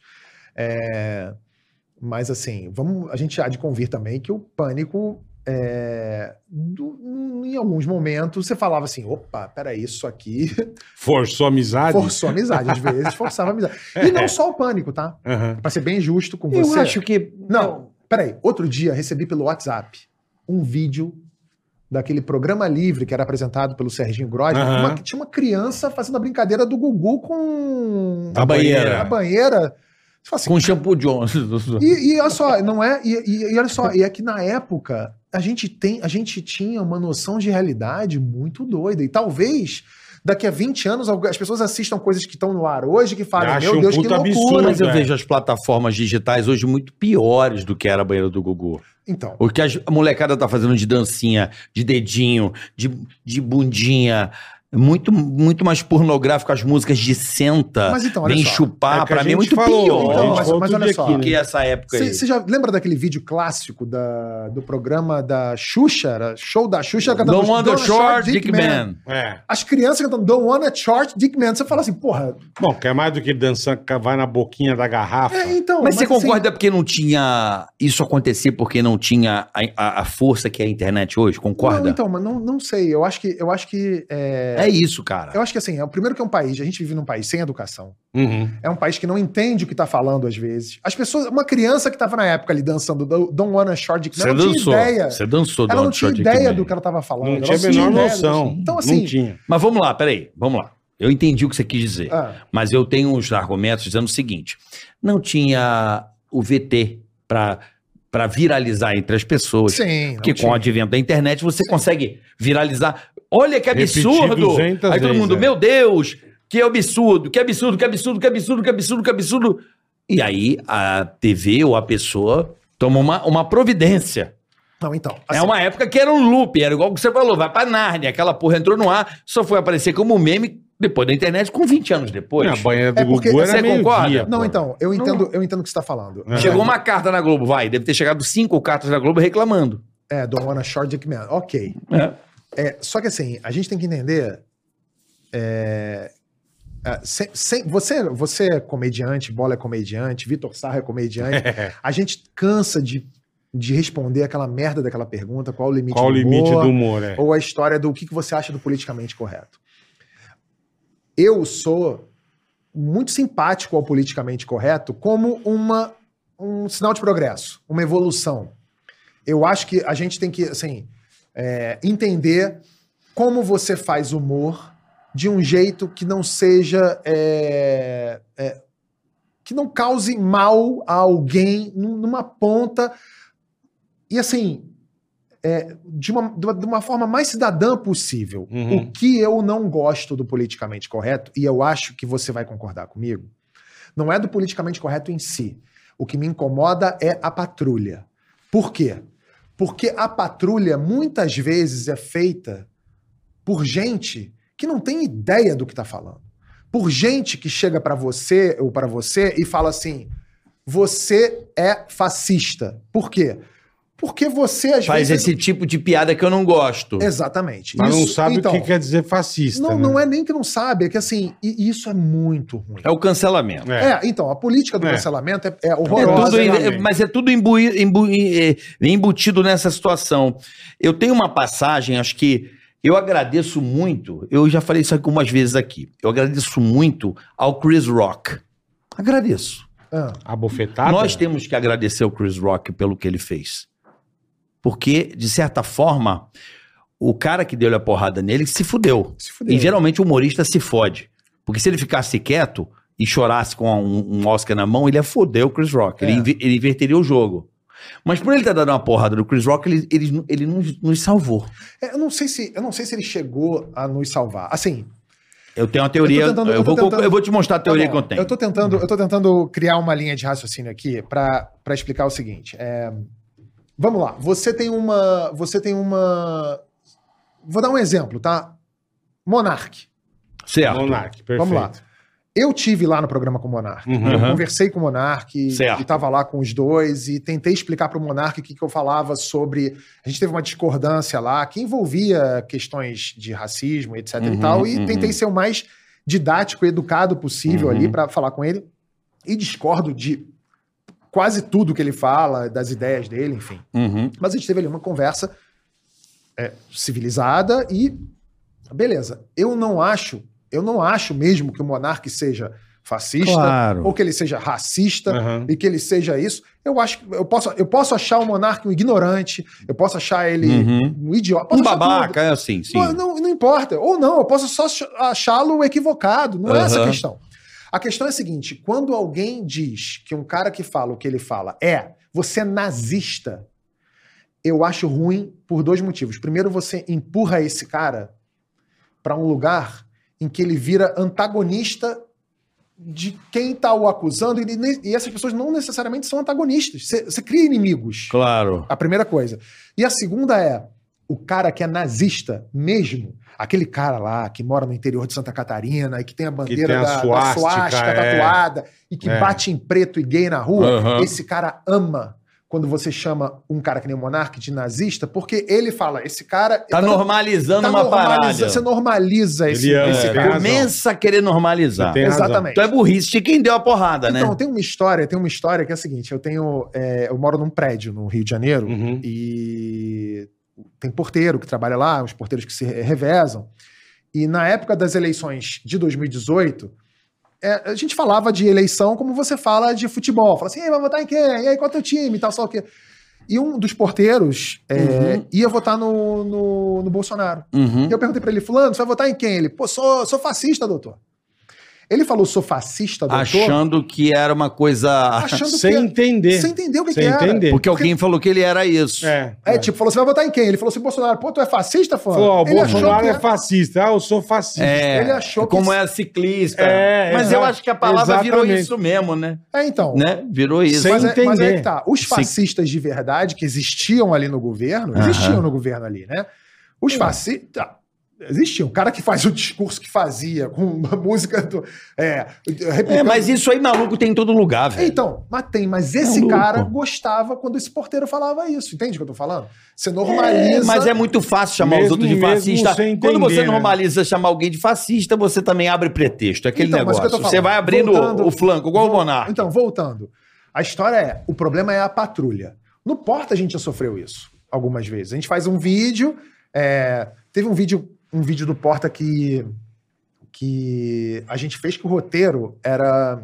É, mas assim, vamos, a gente há de convir também que o Pânico, é, do- em alguns momentos, você falava assim, opa, peraí, isso aqui Forçou a amizade? forçou a amizade, às vezes forçava a amizade. E não só o Pânico, tá? Aham. Pra ser bem justo com Eu você. acho que... Não, peraí. Outro dia recebi pelo WhatsApp um vídeo daquele programa livre que era apresentado pelo Serginho Grosman. Aham. Uma- tinha uma criança fazendo a brincadeira do Gugu com A banheira. A banheira. Você fala assim, Com shampoo Jones. e, e olha só, não é? E, e- e olha só, e é que na época a gente, tem, a gente tinha uma noção de realidade muito doida. E talvez daqui a vinte anos as pessoas assistam coisas que estão no ar hoje que falem, Acho meu um Deus, que puta loucura. absurdo. Mas eu É. vejo as plataformas digitais hoje muito piores do que era a banheira do Gugu. Então, O que a molecada tá fazendo de dancinha, de dedinho, de, de bundinha, muito, muito mais pornográfico, as músicas de senta, Mas então, olha vem só. chupar, É o que a pra mim é gente muito falou, pior a Então, gente mas- falou mas outro olha dia só, aqui, né? que essa época aí. Você já lembra daquele vídeo clássico da, do programa da Xuxa? Era show da Xuxa cantando Don't want a short dick man. É. As crianças cantando Don't want a short dick man. Você fala assim, porra. Bom, quer mais do que dançar, vai na boquinha da garrafa. É, então. Mas você assim, concorda porque não tinha... Isso acontecer porque não tinha a, a- a força que é a internet hoje? Concorda? Não, então, mas não, não sei. Eu acho que. Eu acho que. É, É isso, cara. eu acho que assim, é o primeiro que é um país. A gente vive num país sem educação. Uhum. É um país que não entende o que tá falando às vezes. As pessoas. Uma criança que tava na época ali dançando do- Don't want a short dick man, Você ela não dançou. tinha ideia. Você dançou Ela não Don't tinha Short Dick ideia Man. do que ela tava falando. Não Ela tinha a menor ideia do- noção. Então, assim. Não tinha. Mas vamos lá, peraí, vamos lá. Eu entendi o que você quis dizer. Ah, Mas eu tenho uns argumentos dizendo o seguinte: não tinha o V T para para viralizar entre as pessoas. sim. não Porque com tinha. o advento da internet você consegue viralizar. Olha que Repetir absurdo! duzentas Aí todo vezes, mundo, é. meu Deus, que absurdo, que absurdo, que absurdo, que absurdo, que absurdo, que absurdo. E aí a T V ou a pessoa toma uma, uma providência. Não, então. É assim, uma época que era um loop, era igual que você falou, vai pra Nárnia, aquela porra entrou no ar, só foi aparecer como meme depois da internet, com vinte anos depois. A banheira do É porque- Gugu você era meio concorda? dia. Não, pô. então, eu entendo, eu entendo o que você está falando. É. Chegou uma carta na Globo, vai, deve ter chegado cinco cartas na Globo reclamando. É, Don't Wanna Short Dick Man. Ok. É. É, só que assim, a gente tem que entender. é, é, sem- sem- você, você é comediante, Bola é comediante, Vitor Sarra é comediante. A gente cansa de, de responder aquela merda daquela pergunta: qual o limite Qual o do limite humor, do humor? É. ou a história do que, que você acha do politicamente correto. Eu sou muito simpático ao politicamente correto como uma, um sinal de progresso, uma evolução. Eu acho que a gente tem que, assim, é, entender como você faz humor de um jeito que não seja... é, é, que não cause mal a alguém num- numa ponta. E, assim, é, de, uma, de uma- de uma forma mais cidadã possível. Uhum. O que eu não gosto do politicamente correto, e eu acho que você vai concordar comigo, não é do politicamente correto em si. O que me incomoda é a patrulha. Por quê? Porque a patrulha muitas vezes é feita por gente que não tem ideia do que está falando. Por gente que chega para você ou para você e fala assim: você é fascista. Por quê? Porque você às Faz vezes. esse tipo de piada que eu não gosto. Exatamente. Mas não Isso- sabe então, o que quer dizer fascista. Não, né? não é nem que não sabe, é que assim, e isso é muito ruim. É o cancelamento. É. É, então, a política do É. cancelamento é, é É horrorosa. tudo, exatamente. em- mas é tudo imbuí- imbuí- é, embutido nessa situação. Eu tenho uma passagem, acho que eu agradeço muito, eu já falei isso algumas vezes aqui, eu agradeço muito ao Chris Rock. Agradeço. Ah, A bofetada? Nós temos que agradecer o Chris Rock pelo que ele fez. Porque, de certa forma, o cara que deu a porrada nele se fudeu. se fudeu. E geralmente o humorista se fode. Porque se ele ficasse quieto e chorasse com um, um Oscar na mão, ele ia foder o Chris Rock. Ele, É. invi- ele inverteria o jogo. Mas por ele ter dado uma porrada no Chris Rock, ele, ele, ele nos, nos salvou. É, eu, não sei se, eu não sei se ele chegou a nos salvar. Assim, Eu tenho uma teoria. Eu, Eu tô tentando- eu tô vou, tentando- eu vou te mostrar a teoria tá que bom. eu tenho. Eu tô tentando, eu tô tentando criar uma linha de raciocínio aqui pra pra explicar o seguinte. É, vamos lá. Você tem uma, você tem uma. Vou dar um exemplo, tá? Monark. Certo. Monark, perfeito. Vamos lá. Eu tive lá no programa com o Monark. Uhum. Eu conversei com o Monark e, Certo. e tava lá com os dois e tentei explicar para o Monark o que, que eu falava sobre. A gente teve uma discordância lá que envolvia questões de racismo, etc Uhum, e tal, e uhum. tentei ser o mais didático e educado possível Uhum. ali para falar com ele. E discordo de quase tudo que ele fala, das ideias dele, enfim. Uhum. Mas a gente teve ali uma conversa é, civilizada e beleza. Eu não acho, eu não acho mesmo que o Monark seja fascista Claro. ou que ele seja racista Aham. e que ele seja isso. Eu acho que eu posso, eu posso achar o Monark um ignorante, eu posso achar ele Uhum. um idiota, posso Um achar tudo. babaca, é assim, sim. Não, não, não importa. Ou não, eu posso só ach- achá-lo equivocado. Não é essa a Aham. questão. A questão é a seguinte: quando alguém diz que um cara que fala o que ele fala é você é nazista, eu acho ruim por dois motivos. Primeiro, você empurra esse cara para um lugar em que ele vira antagonista de quem está o acusando, e, ne- e essas pessoas não necessariamente são antagonistas. Você você cria inimigos. Claro. A primeira coisa. E a segunda é, o cara que é nazista mesmo, aquele cara lá que mora no interior de Santa Catarina e que tem a bandeira tem a da, da suástica, suástica é. tatuada e que É. bate em preto e gay na rua, Aham. esse cara ama quando você chama um cara que nem o Monark de nazista, porque ele fala, esse cara... Tá normalizando tá uma normaliza- parada. Você normaliza esse, Ele ama, esse tem cara. razão. Começa a querer normalizar. Você tem razão. Exatamente. Então é burrice de quem deu a porrada, Então, né? tem uma história, tem uma história que é a seguinte, eu tenho, é, eu moro num prédio no Rio de Janeiro Uhum. e tem porteiro que trabalha lá, os porteiros que se re- revezam, e na época das eleições de dois mil e dezoito, é, a gente falava de eleição como você fala de futebol, fala assim, "Ei, vai votar em quem? E aí, qual é o teu time? E tal, só o quê?" E um dos porteiros é, Uhum. ia votar no, no, no Bolsonaro. Uhum. E eu perguntei pra ele, fulano, você vai votar em quem? Ele, pô, sou, sou fascista, doutor. Ele falou, sou fascista, doutor, Achando que era uma coisa. achando Sem que... entender. Sem entender o que, Sem que era. entender. Porque alguém falou que ele era isso. É. É, tipo, falou, você vai votar em quem? Ele falou assim, Bolsonaro, pô, tu é fascista, fã? Falou, ó, o Ele achou Bolsonaro que é fascista. Ah, eu sou fascista. É, Ele achou que- como é ciclista. É, Mas exa- eu acho que a palavra virou exatamente. isso mesmo, né? É, então. né? Virou isso. Sem Mas é, mas é entender. que tá. Os Sim. fascistas de verdade que existiam ali no governo, Aham. existiam no governo ali, né? Os fascistas. Existiam. O cara que faz o discurso que fazia, com uma música do. É, É, replicando- mas isso aí, maluco, tem em todo lugar, velho. Então, mas tem, mas esse Maluco. cara gostava quando esse porteiro falava isso. Entende o que eu tô falando? Você normaliza. É, mas é muito fácil chamar os Mesmo- outros de mesmo fascista. sem Quando entender, você né? normaliza chamar alguém de fascista, você também abre pretexto. É aquele Então, mas o que eu negócio. tô Você falando, vai abrindo voltando- o flanco, igual Vol- o Monark. Então, voltando. A história é: o problema é a patrulha. No Porta a gente já sofreu isso algumas vezes. A gente faz um vídeo. é, teve um vídeo, um vídeo do Porta que, que a gente fez que o roteiro era,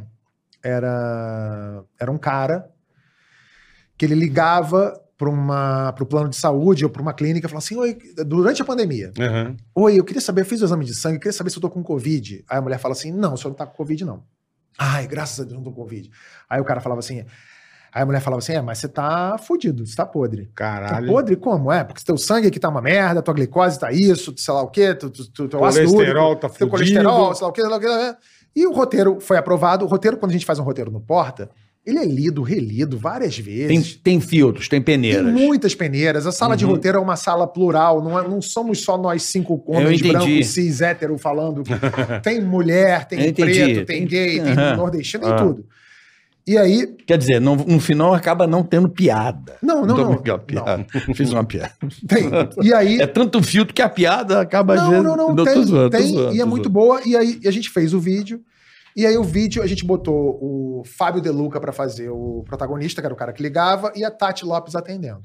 era, era um cara que ele ligava para o plano de saúde ou para uma clínica e falava assim: Oi, durante a pandemia. Aham. Oi, eu queria saber, eu fiz o exame de sangue, eu queria saber se eu tô com Covid. Aí a mulher fala assim, não, o senhor não tá com Covid, não. Ai, graças a Deus, não tô com Covid. Aí o cara falava assim, aí a mulher falava assim, é, mas você tá fudido, você tá podre. Tá Caralho. podre como? É, porque teu sangue aqui tá uma merda, tua glicose tá isso, sei lá o quê, tu, tu, tu, teu ácido Colesterol úrico, tá teu fudido. colesterol, sei lá o quê, sei lá o quê, sei lá o quê. E o roteiro foi aprovado. O roteiro, quando a gente faz um roteiro no Porta, ele é lido, relido várias Tem, vezes. tem filtros, tem Tem peneiras. muitas peneiras. A sala de Uhum. roteiro é uma sala plural. Não, é- não somos só nós cinco Eu homens entendi. brancos, cis, hétero falando. Tem mulher, tem Eu entendi. preto, tem gay, tem Aham. nordestino, tem Ah. tudo. E aí... Quer dizer, no, no final acaba não tendo piada. Não, não, Tô não. brincando, piada. Fiz uma piada. Tem. E aí... É tanto filtro que a piada acaba às Não, vezes. não, não, tô tem, zoando, tô tem, zoando, e é tô muito zoando. boa. E aí a gente fez o vídeo, e aí o vídeo a gente botou o Fábio De Luca pra fazer o protagonista, que era o cara que ligava, e a Tati Lopes atendendo.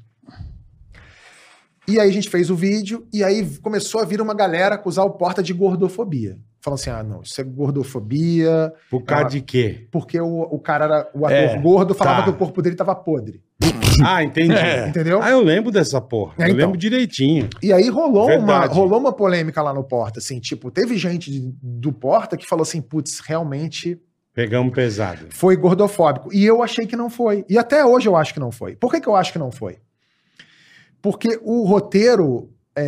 E aí a gente fez o vídeo, e aí começou a vir uma galera acusar o Porta de gordofobia. Falando assim, ah, não, isso é gordofobia. Por causa ela- de quê? Porque o, o cara era, o ator É, gordo falava tá. que o corpo dele tava podre. Ah, entendi. É. Entendeu? Ah, eu lembro dessa porra. É, eu então. lembro direitinho. E aí rolou uma, Verdade. rolou uma polêmica lá no Porta, assim, tipo, teve gente de- do Porta que falou assim, putz, realmente Pegamos pesado. foi gordofóbico. E eu achei que não foi. E até hoje eu acho que não foi. Por que, que eu acho que não foi? Porque o roteiro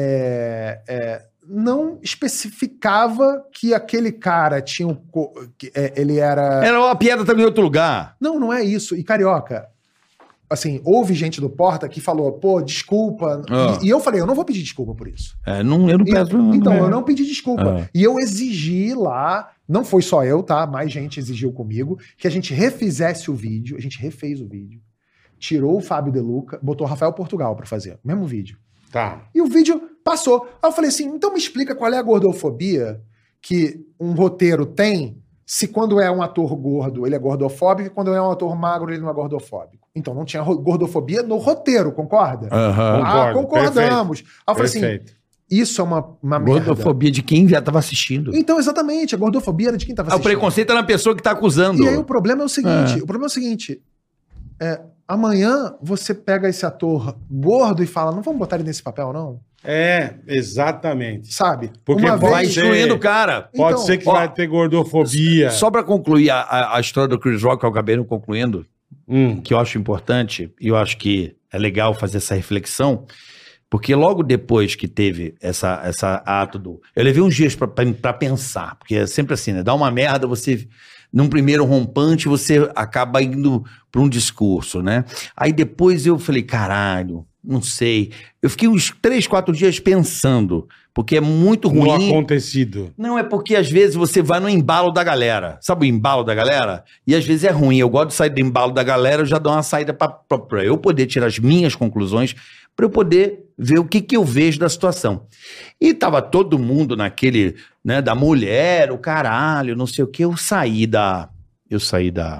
é, é, não especificava que aquele cara tinha um. co- que, é, ele era. Era uma piada também em outro lugar. Não, não é isso. E carioca. Assim, houve gente do Porta que falou, pô, desculpa. Ah. E, e eu falei, eu não vou pedir desculpa por isso. É, não, eu não E- peço. então, é. eu não pedi desculpa. Ah. E eu exigi lá, não foi só eu, tá? Mais gente exigiu comigo, que a gente refizesse o vídeo. A gente refez o vídeo. Tirou o Fábio De Luca, botou o Rafael Portugal pra fazer o mesmo vídeo. Tá. E o vídeo passou. Aí eu falei assim, então me explica qual é a gordofobia que um roteiro tem, se quando é um ator gordo ele é gordofóbico e quando é um ator magro ele não é gordofóbico. Então não tinha ro- gordofobia no roteiro, concorda? Aham. Ah, Concordo, concordamos. Aí eu falei assim, Perfeito. isso é uma, uma merda. Gordofobia de quem já estava assistindo. Então, exatamente, a gordofobia era de quem tava Ah, o assistindo. preconceito é na pessoa que tá acusando. E aí o problema é o seguinte, o problema é o seguinte, é, amanhã você pega esse ator gordo e fala, não vamos botar ele nesse papel, não? É, exatamente. Sabe? Porque Uma vai Vai vez... ser- excluindo o cara. Pode Então, ser que ó, vai ter gordofobia. Só pra concluir a, a- a história do Chris Rock, que eu acabei não concluindo, Hum, que eu acho importante, e eu acho que é legal fazer essa reflexão, porque logo depois que teve essa, essa ato do... Eu levei uns dias pra, pra, pra pensar, porque é sempre assim, né? Dá uma merda, você... Num primeiro rompante, você acaba indo pra um discurso, né? Aí depois eu falei, caralho, não sei. Eu fiquei uns três, quatro dias pensando, porque é muito no ruim... acontecido. Não, é porque às vezes você vai no embalo da galera. Sabe o embalo da galera? E às vezes é ruim. Eu gosto de sair do embalo da galera, eu já dou uma saída pra, pra, pra eu poder tirar as minhas conclusões, pra eu poder ver o que, que eu vejo da situação. E tava todo mundo naquele, né, da mulher, o caralho, não sei o que. Eu saí da. Eu saí da.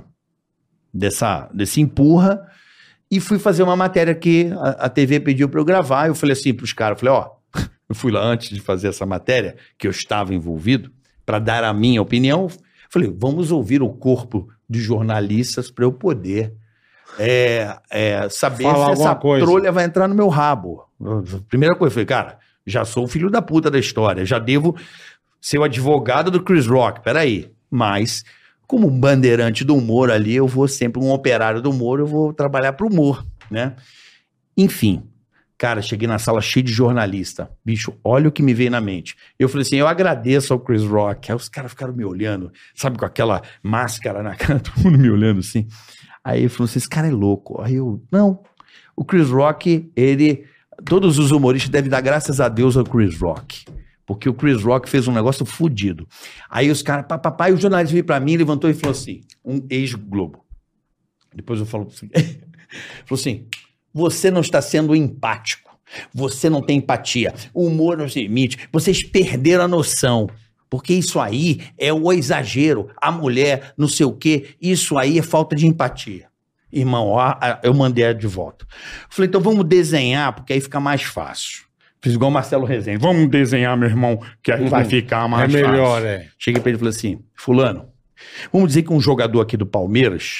Dessa, desse empurra e fui fazer uma matéria que a, a T V pediu pra eu gravar. Eu falei assim pros caras, eu falei, ó. Eu fui lá antes de fazer essa matéria, que eu estava envolvido, para dar a minha opinião. Falei, vamos ouvir o corpo de jornalistas para eu poder é, é, saber Falar se essa alguma coisa. trolha vai entrar no meu rabo. Primeira coisa, eu falei, cara, já sou o filho da puta da história, já devo ser o advogado do Chris Rock, peraí. Mas, como bandeirante do humor ali, eu vou sempre um operário do humor, eu vou trabalhar pro humor, né? Enfim. Cara, cheguei na sala cheia de jornalista. Bicho, olha o que me veio na mente. Eu falei assim, eu agradeço ao Chris Rock. Aí os caras ficaram me olhando, sabe, com aquela máscara na cara, todo mundo me olhando assim. Aí ele falou assim, esse cara é louco. Aí eu, não. O Chris Rock, ele... Todos os humoristas devem dar graças a Deus ao Chris Rock. Porque o Chris Rock fez um negócio fodido. Aí os caras, papai, o jornalista veio pra mim, levantou e falou assim, um ex-Globo. Depois eu falo assim, falou assim, você não está sendo empático. Você não tem empatia. O humor não se limite. Vocês perderam a noção. Porque isso aí é o exagero. A mulher, não sei o quê. Isso aí é falta de empatia. Irmão, ó, eu mandei de volta. Falei, então vamos desenhar, porque aí fica mais fácil. Fiz igual o Marcelo Rezende. Vamos desenhar, meu irmão, que aí vai ficar mais É fácil. melhor, é. Cheguei pra ele e falei assim, fulano, vamos dizer que um jogador aqui do Palmeiras...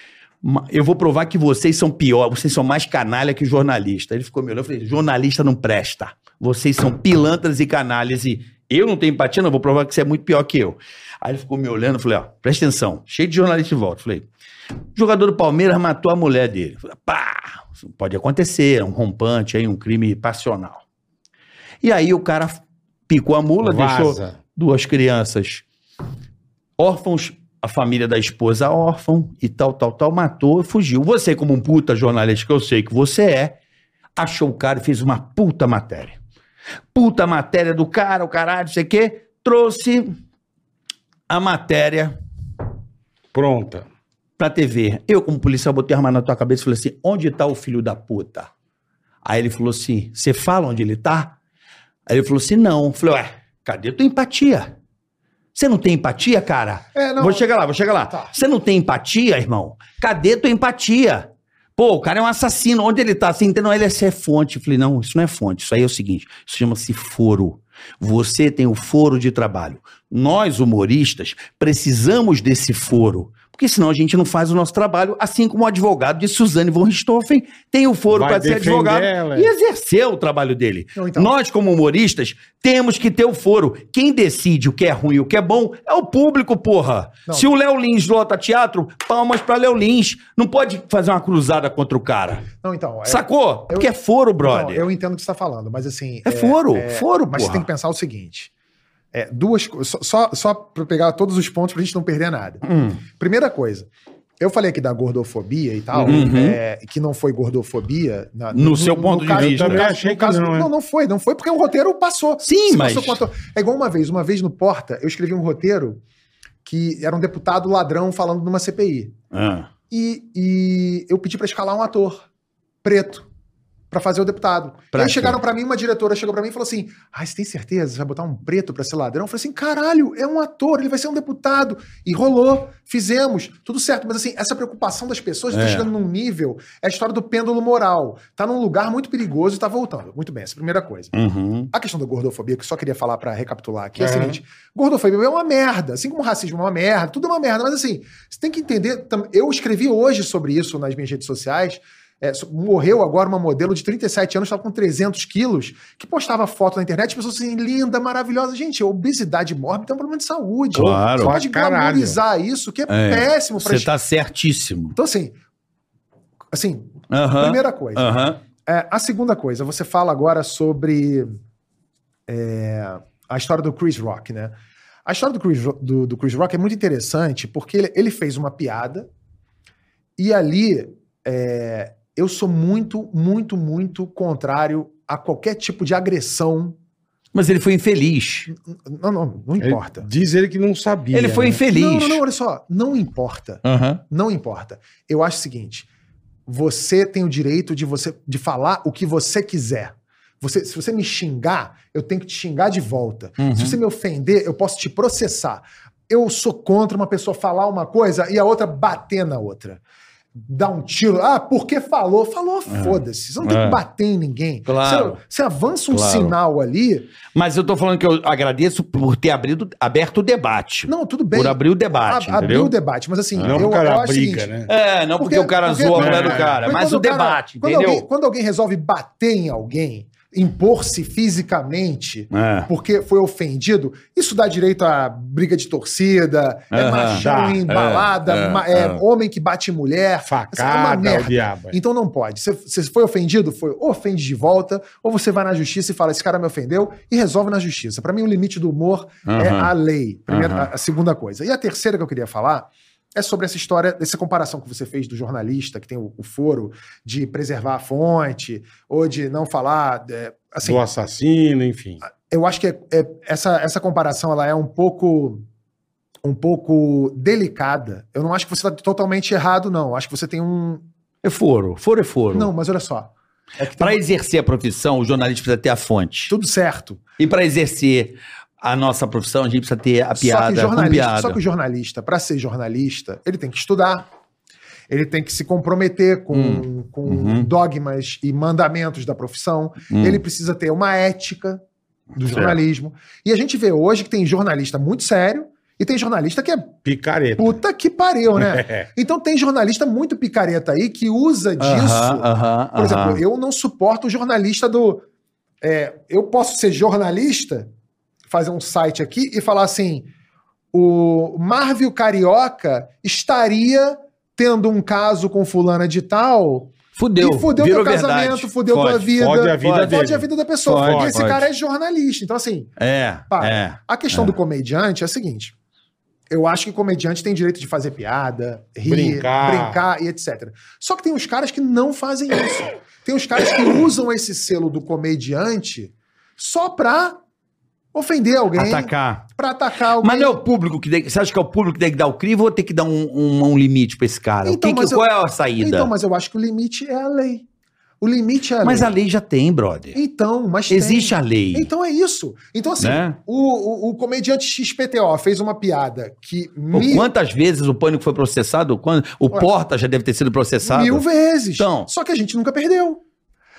Eu vou provar que vocês são pior, vocês são mais canalha que jornalista. Ele ficou me olhando, eu falei, jornalista não presta. Vocês são pilantras e canalhas e eu não tenho empatia, não, vou provar que você é muito pior que eu. Aí ele ficou me olhando, eu falei, ó, presta atenção, cheio de jornalista de volta. Eu falei, o jogador do Palmeiras matou a mulher dele. Eu falei, pá, pode acontecer, é um rompante, aí, um crime passional. E aí o cara picou a mula, Vaza. deixou duas crianças órfãos, a família da esposa órfã e tal, tal, tal, matou e fugiu. Você, como um puta jornalista que eu sei que você é, achou o cara e fez uma puta matéria. Puta matéria do cara, o caralho, não sei o quê, trouxe a matéria Pronta. pra T V. Eu, como policial, botei a arma na tua cabeça e falei assim, onde tá o filho da puta? Aí ele falou assim, você fala onde ele tá? Aí ele falou assim, não. Eu falei, ué, cadê tua empatia? Você não tem empatia, cara? É, não. Vou chegar lá, vou chegar lá. Tá. Você não tem empatia, irmão? Cadê tua empatia? Pô, o cara é um assassino. Onde ele tá? Assim, não, ele é, é fonte. Eu falei, não, isso não é fonte. Isso aí é o seguinte, isso chama-se foro. Você tem o foro de trabalho. Nós, humoristas, precisamos desse foro. Porque senão a gente não faz o nosso trabalho, assim como o advogado de Suzane von Richthofen tem o foro Vai para ser defender advogado ela, e é. exercer o trabalho dele. Não, então. Nós, como humoristas, temos que ter o foro. Quem decide o que é ruim e o que é bom é o público, porra. Não. Se o Léo Lins lota teatro, palmas para Léo Lins. Não pode fazer uma cruzada contra o cara. Não, então. é- Sacou? Porque é foro, Não, brother. eu entendo o que você tá falando, mas assim. É foro, é- foro, Mas porra. você tem que pensar o seguinte. É, duas co- só, só, só pra pegar todos os pontos pra gente não perder nada. Hum. Primeira coisa. Eu falei aqui da gordofobia e tal, Uhum. é, que não foi gordofobia. na- No seu ponto de caso- vista. no Eu também caso- achei no que caso- não, é. não, não foi, não foi porque o roteiro passou. Sim, Se mas- passou com ator- É igual uma vez, uma vez no Porta, eu escrevi um roteiro que era um deputado ladrão falando numa C P I. Ah. E, e eu pedi pra escalar um ator preto pra fazer o deputado. Pra Aí quê? chegaram pra mim, uma diretora chegou pra mim e falou assim: "Ah, você tem certeza? Você vai botar um preto pra ser ladrão?" Eu falei assim: "Caralho, é um ator, ele vai ser um deputado." E rolou, fizemos, tudo certo. Mas assim, essa preocupação das pessoas tá É. chegando num nível, é a história do pêndulo moral. Tá num lugar muito perigoso e tá voltando. Muito bem, essa é a primeira coisa. Uhum. A questão da gordofobia, que eu só queria falar pra recapitular aqui, é, Uhum. o seguinte: gordofobia é uma merda, assim como racismo é uma merda, tudo é uma merda, mas assim, você tem que entender. tam- Eu escrevi hoje sobre isso nas minhas redes sociais. É, so- morreu agora uma modelo de trinta e sete anos, estava com trezentos quilos, que postava foto na internet, pessoas assim, linda, maravilhosa. Gente, a obesidade mórbida é um problema de saúde. Claro. Você pode Pra caralho. glamorizar isso, que é, É, péssimo pra Você tá certíssimo. Então, assim, assim, Aham. primeira coisa. Aham. É, a segunda coisa, você fala agora sobre é, a história do Chris Rock, né? A história do Chris, Ro- do, do Chris Rock é muito interessante porque ele, ele fez uma piada e ali é, eu sou muito, muito, muito contrário a qualquer tipo de agressão. Mas ele foi infeliz. Não, não, não Ele- importa. Diz ele que não sabia. Ele foi né? infeliz. Não, não, não, olha só, não importa. Aham. Não importa. Eu acho o seguinte: você tem o direito de você de falar o que você quiser. Você, se você me xingar, eu tenho que te xingar de volta. Uhum. Se você me ofender, eu posso te processar. Eu sou contra uma pessoa falar uma coisa e a outra bater na outra. Dar um tiro. Ah, porque falou? Falou, foda-se. Você não tem É. que bater em ninguém. Claro. Você, você avança um Claro. sinal ali. Mas eu tô falando que eu agradeço por ter abrido, aberto o debate. Não, tudo bem. Por abrir o debate, A- Abriu entendeu? o debate, mas assim, Não eu, pro eu cara acho o briga, seguinte, né? É, não porque, o cara porque- zoa a mulher do é, cara, Mas mas quando o o cara- debate, quando entendeu? Alguém, quando alguém resolve bater em alguém, impor-se fisicamente, É. porque foi ofendido, isso dá direito a briga de torcida, é Aham. machão Dá, em balada, é, ma- é, é. homem que bate em mulher. Assim, é uma Facada, o merda. diabo. é. Então não pode. Você, você foi ofendido, foi ofende de volta, ou você vai na justiça e fala, esse cara me ofendeu, e resolve na justiça. Pra mim, o limite do humor é Aham. a lei. Primeira, Aham. a, a segunda coisa. E a terceira que eu queria falar é sobre essa história, essa comparação que você fez do jornalista, que tem o, o foro de preservar a fonte, ou de não falar. é, assim, Do assassino, enfim. eu acho que é- é- essa, essa comparação ela é um pouco um pouco delicada. Eu não acho que você está totalmente errado, não. Eu acho que você tem um. É foro, foro é foro. Não, mas olha só. É que tem Para uma- exercer a profissão, o jornalista precisa ter a fonte. tudo certo. E para exercer a nossa profissão, a gente precisa ter a Só que, piada com jornalista, piada. só que o jornalista, para ser jornalista, ele tem que estudar, ele tem que se comprometer com, Hum. com Uhum. dogmas e mandamentos da profissão, Hum. ele precisa ter uma ética do Certo. jornalismo. E a gente vê hoje que tem jornalista muito sério e tem jornalista que é Picareta. puta que pariu, né? É. Então tem jornalista muito picareta aí que usa disso. Aham, aham, Por exemplo, aham. eu não suporto o jornalista do. é, eu posso ser jornalista, fazer um site aqui e falar assim: o Marvel Carioca estaria tendo um caso com fulana de tal Fudeu, e fudeu virou teu casamento, verdade. fudeu tua Fode, vida. fode a vida fode dele. a vida da pessoa. Fode, porque esse fode. cara é jornalista. Então, assim, É, pá, é. a questão é. do comediante é a seguinte. Eu acho que comediante tem direito de fazer piada, rir, Brincar. brincar e etcétera. Só que tem uns caras que não fazem isso. Tem uns caras que usam esse selo do comediante só pra ofender alguém, Atacar. pra atacar alguém. Mas não é o público que tem, você acha que é o público que tem que dar o crivo ou tem que dar um, um, um limite pra esse cara? O Então, que, que, mas eu- qual é a saída? Então, mas eu acho que o limite é a lei. O limite é a Mas lei. a lei já tem, brother. Então, mas tem. Existe a lei. Então é isso. Então, assim, Né? o, o, o comediante X P T O fez uma piada que Pô, me... Quantas vezes o Pânico foi processado? Quando, o Ué. Porta já deve ter sido processado. Mil vezes. Então. Só que a gente nunca perdeu.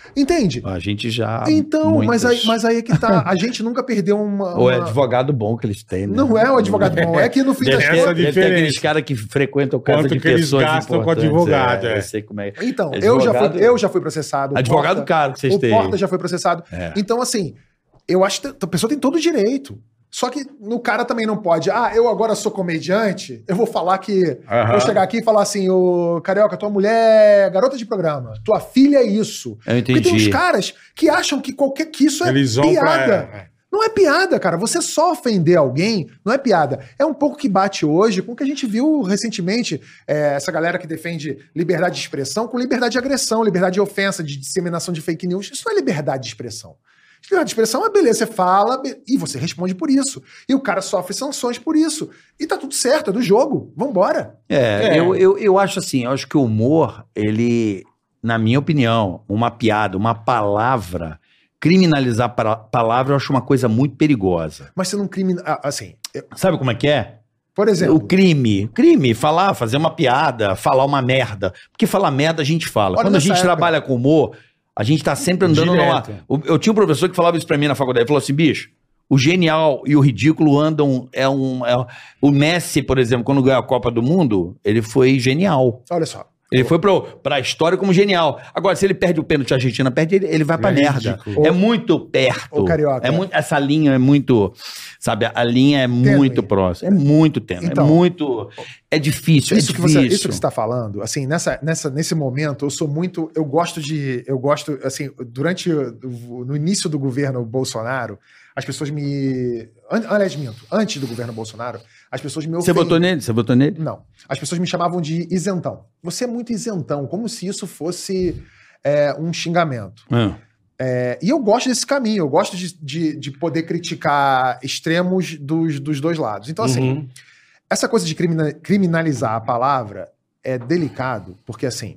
Entende? A gente já... Então, mas aí, muitas- mas aí é que tá. A gente nunca perdeu uma. Ou é uma- advogado bom que eles têm, né? Não é o advogado bom, é que no fim Deve das Essa ter, contas. deve ter diferença. aqueles caras que frequentam casa Quanto de que eles pessoas gastam com importantes, advogado, é. Eu sei como é. Então, eu já, Advogado- fui, eu já fui processado. o Advogado Porta- caro que vocês O têm. Porta já foi processado. É. Então, assim, eu acho que a pessoa tem todo o direito. Só que no cara também não pode. Ah, eu agora sou comediante, eu vou falar que. Aham. Vou chegar aqui e falar assim: ô Carioca, tua mulher é garota de programa. Tua filha é isso. Eu Porque tem uns entendi. caras que acham que qualquer que isso é Eles vão piada. pra... Não é piada, cara. Você só ofender alguém não é piada. É um pouco que bate hoje com o que a gente viu recentemente. É, essa galera que defende liberdade de expressão com liberdade de agressão, liberdade de ofensa, de disseminação de fake news. Isso não é liberdade de expressão. Liberdade de expressão é beleza, você fala be- e você responde por isso. E o cara sofre sanções por isso. E tá tudo certo, é do jogo. Vambora. É, É. Eu, eu, eu acho assim, eu acho que o humor, ele, na minha opinião, uma piada, uma palavra, criminalizar a palavra, eu acho uma coisa muito perigosa. Mas você não crimina. ah, Assim, eu- Sabe como é que é? por exemplo. O crime, crime, falar, fazer uma piada, falar uma merda. Porque falar merda a gente fala. Olha Quando a nessa gente época. trabalha com humor, a gente tá sempre andando numa... Direto. O- Eu tinha um professor que falava isso pra mim na faculdade, ele falou assim, bicho, o genial e o ridículo andam, é um... é- o Messi, por exemplo, quando ganhou a Copa do Mundo, ele foi genial. Olha só. Ele foi pro, pra história como genial. Agora, se ele perde o pênalti, a Argentina perde, ele, ele vai pra É merda. ridículo. É muito perto. Ô, Carioca. É muito, essa linha é muito... Sabe, a linha é muito próxima. É muito tênue. Então, é muito... É difícil, Isso é que, difícil. você, isso que você tá falando, assim, nessa, nessa, nesse momento, eu sou muito. Eu gosto de. Eu gosto, assim, durante. o- No início do governo Bolsonaro, as pessoas me. an- Aliás, minto. Antes do governo Bolsonaro, as pessoas me Você ofendiam. votou nele? Você votou nele? Não. As pessoas me chamavam de isentão. Você é muito isentão, como se isso fosse é, um xingamento. Ah. É, e eu gosto desse caminho, eu gosto de, de, de poder criticar extremos dos, dos dois lados. Então, assim, Uhum. essa coisa de crimina- criminalizar a palavra é delicado, porque assim,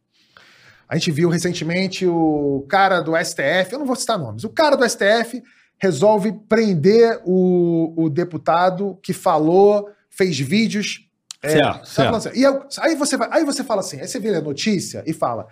a gente viu recentemente o cara do S T F, eu não vou citar nomes, o cara do S T F resolve prender o, o deputado que falou, fez vídeos. é, Certo, tá certo. falando assim, e eu- aí, você vai, aí você fala assim, aí você vê a notícia e fala: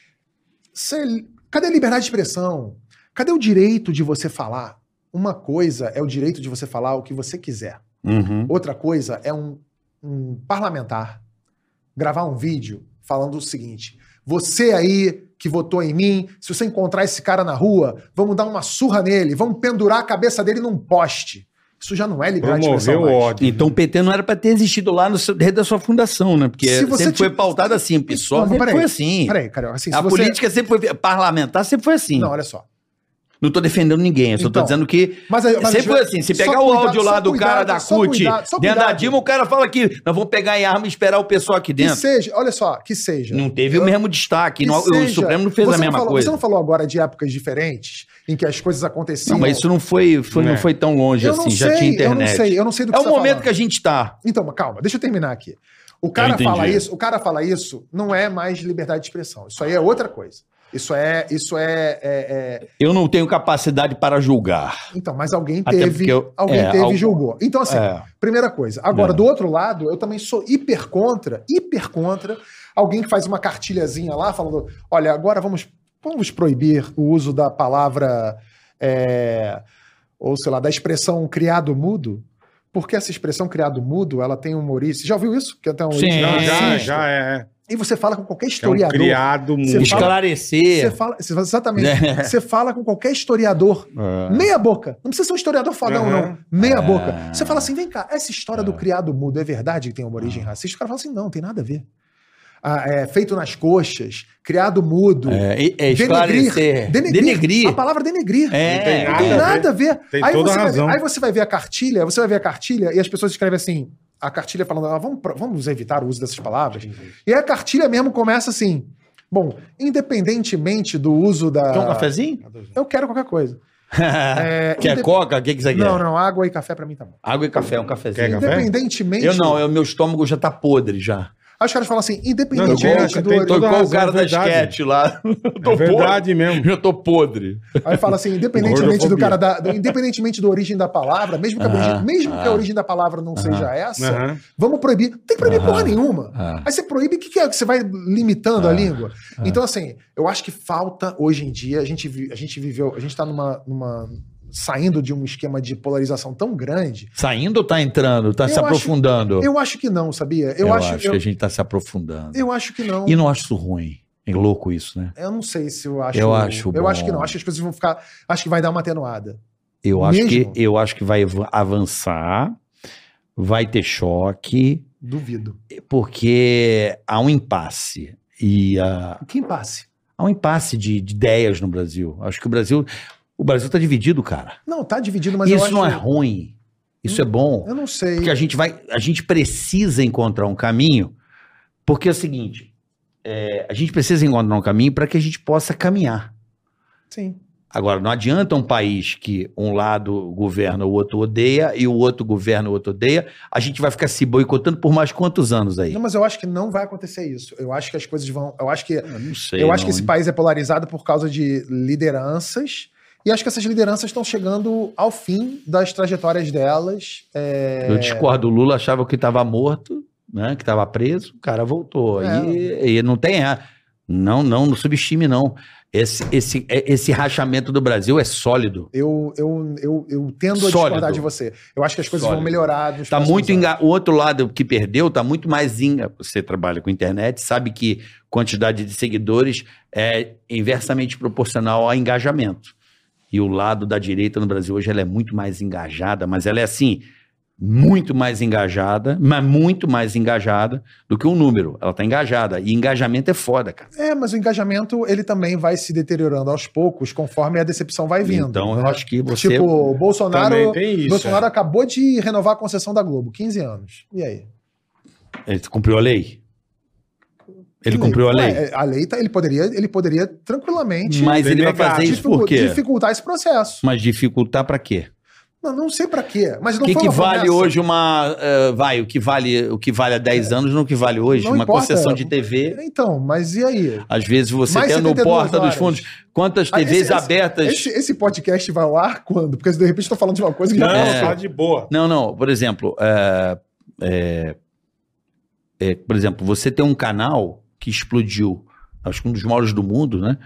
"Cê- cadê a liberdade de expressão? Cadê o direito de você falar? Uma coisa é o direito de você falar o que você quiser. Uhum. Outra coisa é um, um parlamentar gravar um vídeo falando o seguinte: você aí que votou em mim, se você encontrar esse cara na rua, vamos dar uma surra nele, vamos pendurar a cabeça dele num poste. Isso já não é liberdade de Promover expressão o mais. ódio. Então o P T não era pra ter existido lá no seu, desde a sua fundação, né? Porque Se você sempre foi te- pautado assim, o Não, PSOL mas sempre peraí, foi assim. Peraí, Carioca, assim, se A você... política sempre foi... Parlamentar sempre foi assim. Não, Não, olha só. tô defendendo ninguém, eu só tô Então, dizendo que... Mas, mas sempre foi assim, se só pegar o cuidado, áudio só lá do cuidado, cara da só C U T, cuidado, só dentro da cuidado. Dilma, o cara fala que nós vamos pegar em arma e esperar o pessoal aqui Que dentro. seja, olha só, que seja. Não teve Eu- o mesmo destaque, que não- o seja. Supremo não fez Você a mesma falou- coisa. Você não falou agora de épocas diferentes em que as coisas aconteciam. Não, mas isso não foi, foi, É. não foi tão longe eu assim, não já sei, tinha eu internet. não sei, eu não sei do que É o você tá momento falando. que a gente tá. Então, calma, deixa eu terminar aqui. O cara entendi. fala isso, o cara fala isso, não é mais liberdade de expressão. Isso aí é outra coisa. Isso é, isso é, é- é- Eu não tenho capacidade para julgar. então, mas alguém Até teve, porque eu- alguém é, teve algo- e julgou. Então, assim, É. primeira coisa. Agora, É. do outro lado, eu também sou hiper contra, hiper contra alguém que faz uma cartilhazinha lá falando: olha, agora vamos, vamos proibir o uso da palavra, é, ou sei lá, da expressão criado mudo, porque essa expressão criado mudo, ela tem uma origem. Você já ouviu isso? Que até uma Sim, origem Já, já, racista. já é. E você fala com qualquer Que é um historiador. criado Você muito. fala- Esclarecer. Você fala, você- exatamente. É. Você fala com qualquer historiador. Meia boca. Não precisa ser um historiador fodão, Aham. não. Meia É. boca. Você fala assim: vem cá, essa história do criado mudo é verdade que tem uma origem racista? O cara fala assim: não, tem nada a ver. Ah, é, feito nas coxas, criado mudo. É, e- é esclarecer. Denegrir. Denegrir. A palavra denegrir. É, Não tem Não nada tem a nada a ver. Tem aí, toda você a vai ver, razão. aí você vai ver a cartilha, você vai ver a cartilha e as pessoas escrevem assim, a cartilha falando, ah, vamos, pro- vamos evitar o uso dessas palavras. E aí a cartilha mesmo começa assim, bom, independentemente do uso da... Quer um cafezinho? Eu quero qualquer coisa. É, Quer inde- coca? O que, que você quer? Não, não, água e café pra mim tá bom. Água e café, um cafezinho. Quer café? Independentemente... Eu não, eu, meu estômago já tá podre já. Aí os caras falam assim, Não, independentemente tinha- você do... tem toda Tocou o razão, cara é da verdade. sketch lá. É verdade mesmo. Eu tô podre. Aí fala assim, independentemente do Gordofobia. cara da, do- independentemente da origem da palavra, mesmo que a, origem, Aham, mesmo que a aham. origem da palavra não seja essa, Aham. vamos proibir. Não tem que proibir Aham, porra nenhuma. aham. Aí você proíbe, o que, que é? Que você vai limitando a Ah, língua? Então, assim, eu acho que falta hoje em dia, a gente, vi- a gente viveu, a gente tá numa, numa. saindo de um esquema de polarização tão grande. Saindo ou tá entrando? Tá Eu se acho- aprofundando? Eu acho que não, sabia? Eu, Eu acho, acho eu, que a gente tá se aprofundando. eu acho que não. E não acho isso ruim. É louco isso, né? Eu não sei se eu acho. Eu acho Eu bom. acho que não. Acho que as coisas vão ficar. Acho que vai dar uma atenuada. Eu acho, que, Mesmo? eu acho que vai av- avançar, vai ter choque, Duvido. porque há um impasse. E ah, Quem passe? há um impasse de, de ideias no Brasil. Acho que o Brasil. O Brasil tá dividido, cara. Não, tá dividido, mas eu Isso acho. não é ruim. Isso é bom. Eu não sei. Porque a gente vai. A gente precisa encontrar um caminho. Porque é o seguinte: é, a gente precisa encontrar um caminho para que a gente possa caminhar. Sim. Agora, não adianta um país que um lado governa, o outro odeia, e o outro governa, o outro odeia. A gente vai ficar se boicotando por mais quantos anos aí? Não, mas eu acho que não vai acontecer isso. Eu acho que as coisas vão. Eu acho que. Eu não sei. eu acho não, que esse hein? país é polarizado por causa de lideranças. E acho que essas lideranças estão chegando ao fim das trajetórias delas. É... Eu discordo. O Lula achava que estava morto, né? Que estava preso, o cara voltou. É. E, e não tem. a- Não, não, não subestime, não. Esse, esse, é- esse rachamento do Brasil é sólido. Eu, eu, eu, eu tendo a Sólido. discordar de você. Eu acho que as coisas Sólido. vão melhorar. nos Tá próximos muito anos. enga... O outro lado que perdeu tá muito mais enga... Você trabalha com internet, sabe que quantidade de seguidores é inversamente proporcional ao engajamento. E o lado da direita no Brasil hoje ela é muito mais engajada, mas ela é assim, muito mais engajada, mas muito mais engajada do que um número. Ela tá engajada. E engajamento é foda, cara. É, mas o engajamento ele também vai se deteriorando aos poucos conforme a decepção vai vindo. Então, eu né? acho que você. Tipo, o Bolsonaro, Também tem isso, Bolsonaro é. acabou de renovar a concessão da Globo, quinze anos. E aí? Ele cumpriu a lei? Ele Que cumpriu a lei? Ué, a lei tá, ele poderia, ele poderia tranquilamente Mas ele vai negar, fazer isso dificu- por quê? dificultar esse processo. Mas dificultar pra quê? Não, não sei pra quê, mas O não que, foi que uma vale promessa. hoje uma. eh, vai, o que vale, o que vale há dez anos não que vale hoje. Não Uma importa. concessão de T V. Então, mas e aí? Às vezes você Mais tem no setenta e duas porta dos horas. fundos. Quantas Ah, T Vs esse- esse- abertas. Esse, esse podcast vai ao ar quando? Porque de repente eu tô falando de uma coisa que já Não, É. tá de boa. Não, não. Por exemplo, é, é, é, por exemplo, você tem um canal que explodiu, acho que um dos maiores do mundo, né?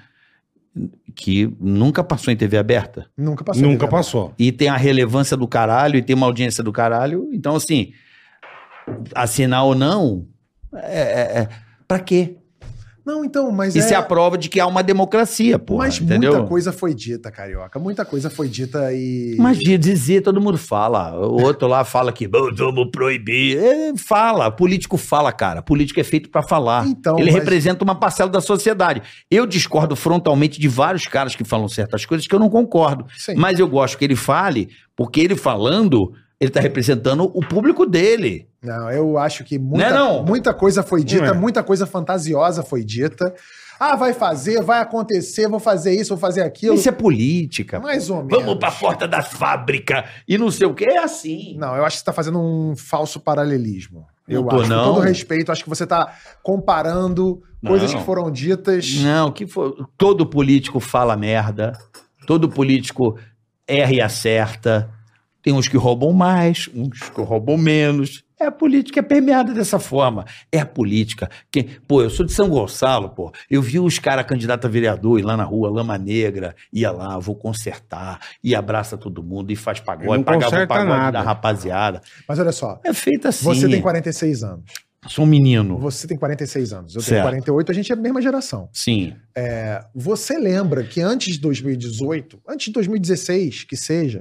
Que nunca passou em T V aberta. nunca passou. Nunca né? passou. E tem a relevância do caralho, e tem uma audiência do caralho. Então, assim, assinar ou não, é, é, é, pra quê? Não, então, mas Isso é... é... a prova de que há uma democracia, pô. Mas Entendeu? muita coisa foi dita, Carioca. Muita coisa foi dita e... Mas de dizer, todo mundo fala. O outro lá fala que "Bom, vamos proibir. É, fala, político fala, cara. Político é feito pra falar. Então, Ele mas- representa uma parcela da sociedade. Eu discordo frontalmente de vários caras que falam certas coisas que eu não concordo. Sim. Mas eu gosto que ele fale, porque ele falando, ele tá representando o público dele. Não, eu acho que muita, Não é não? muita coisa foi dita, Não é. muita coisa fantasiosa foi dita. Ah, vai fazer, vai acontecer, vou fazer isso, vou fazer aquilo. Isso é política. Mais ou menos. Vamos pra porta da fábrica e não sei o que. É assim. Não, eu acho que você tá fazendo um falso paralelismo. Eu Não tô, acho, não. com todo respeito, acho que você tá comparando coisas Não. que foram ditas. Não, que for, todo político fala merda, todo político erra e acerta. Tem uns que roubam mais, uns que roubam menos. É a política é permeada dessa forma. É a política. Quem, pô, eu sou de São Gonçalo, pô. Eu vi os caras candidatos a vereador ir lá na rua, Lama Negra, ia lá, vou consertar, e abraça todo mundo, e faz Ele pagode, não pagava o conserta pagode nada. da rapaziada. Mas olha só, É feito assim. você tem quarenta e seis anos. Sou um menino. Você tem quarenta e seis anos. Eu Certo. tenho quarenta e oito, a gente é a mesma geração. Sim. Você lembra que antes de dois mil e dezoito, antes de dois mil e dezesseis, que seja,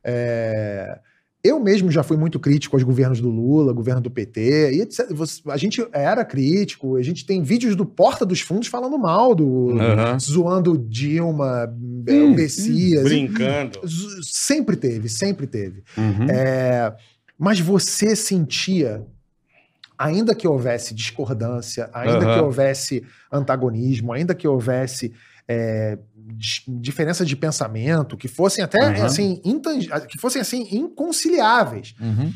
é, eu mesmo já fui muito crítico aos governos do Lula, governo do P T, e etcétera. Você- A gente era crítico, a gente tem vídeos do Porta dos Fundos falando mal, do, Uhum. zoando Dilma, Hum, o Messias. Brincando. Z- Sempre teve, sempre teve. Uhum. É, mas você sentia, ainda que houvesse discordância, ainda Aham. que houvesse antagonismo, ainda que houvesse é, di- diferença de pensamento, que fossem até Aham. assim, intang- que fossem assim inconciliáveis. Uhum.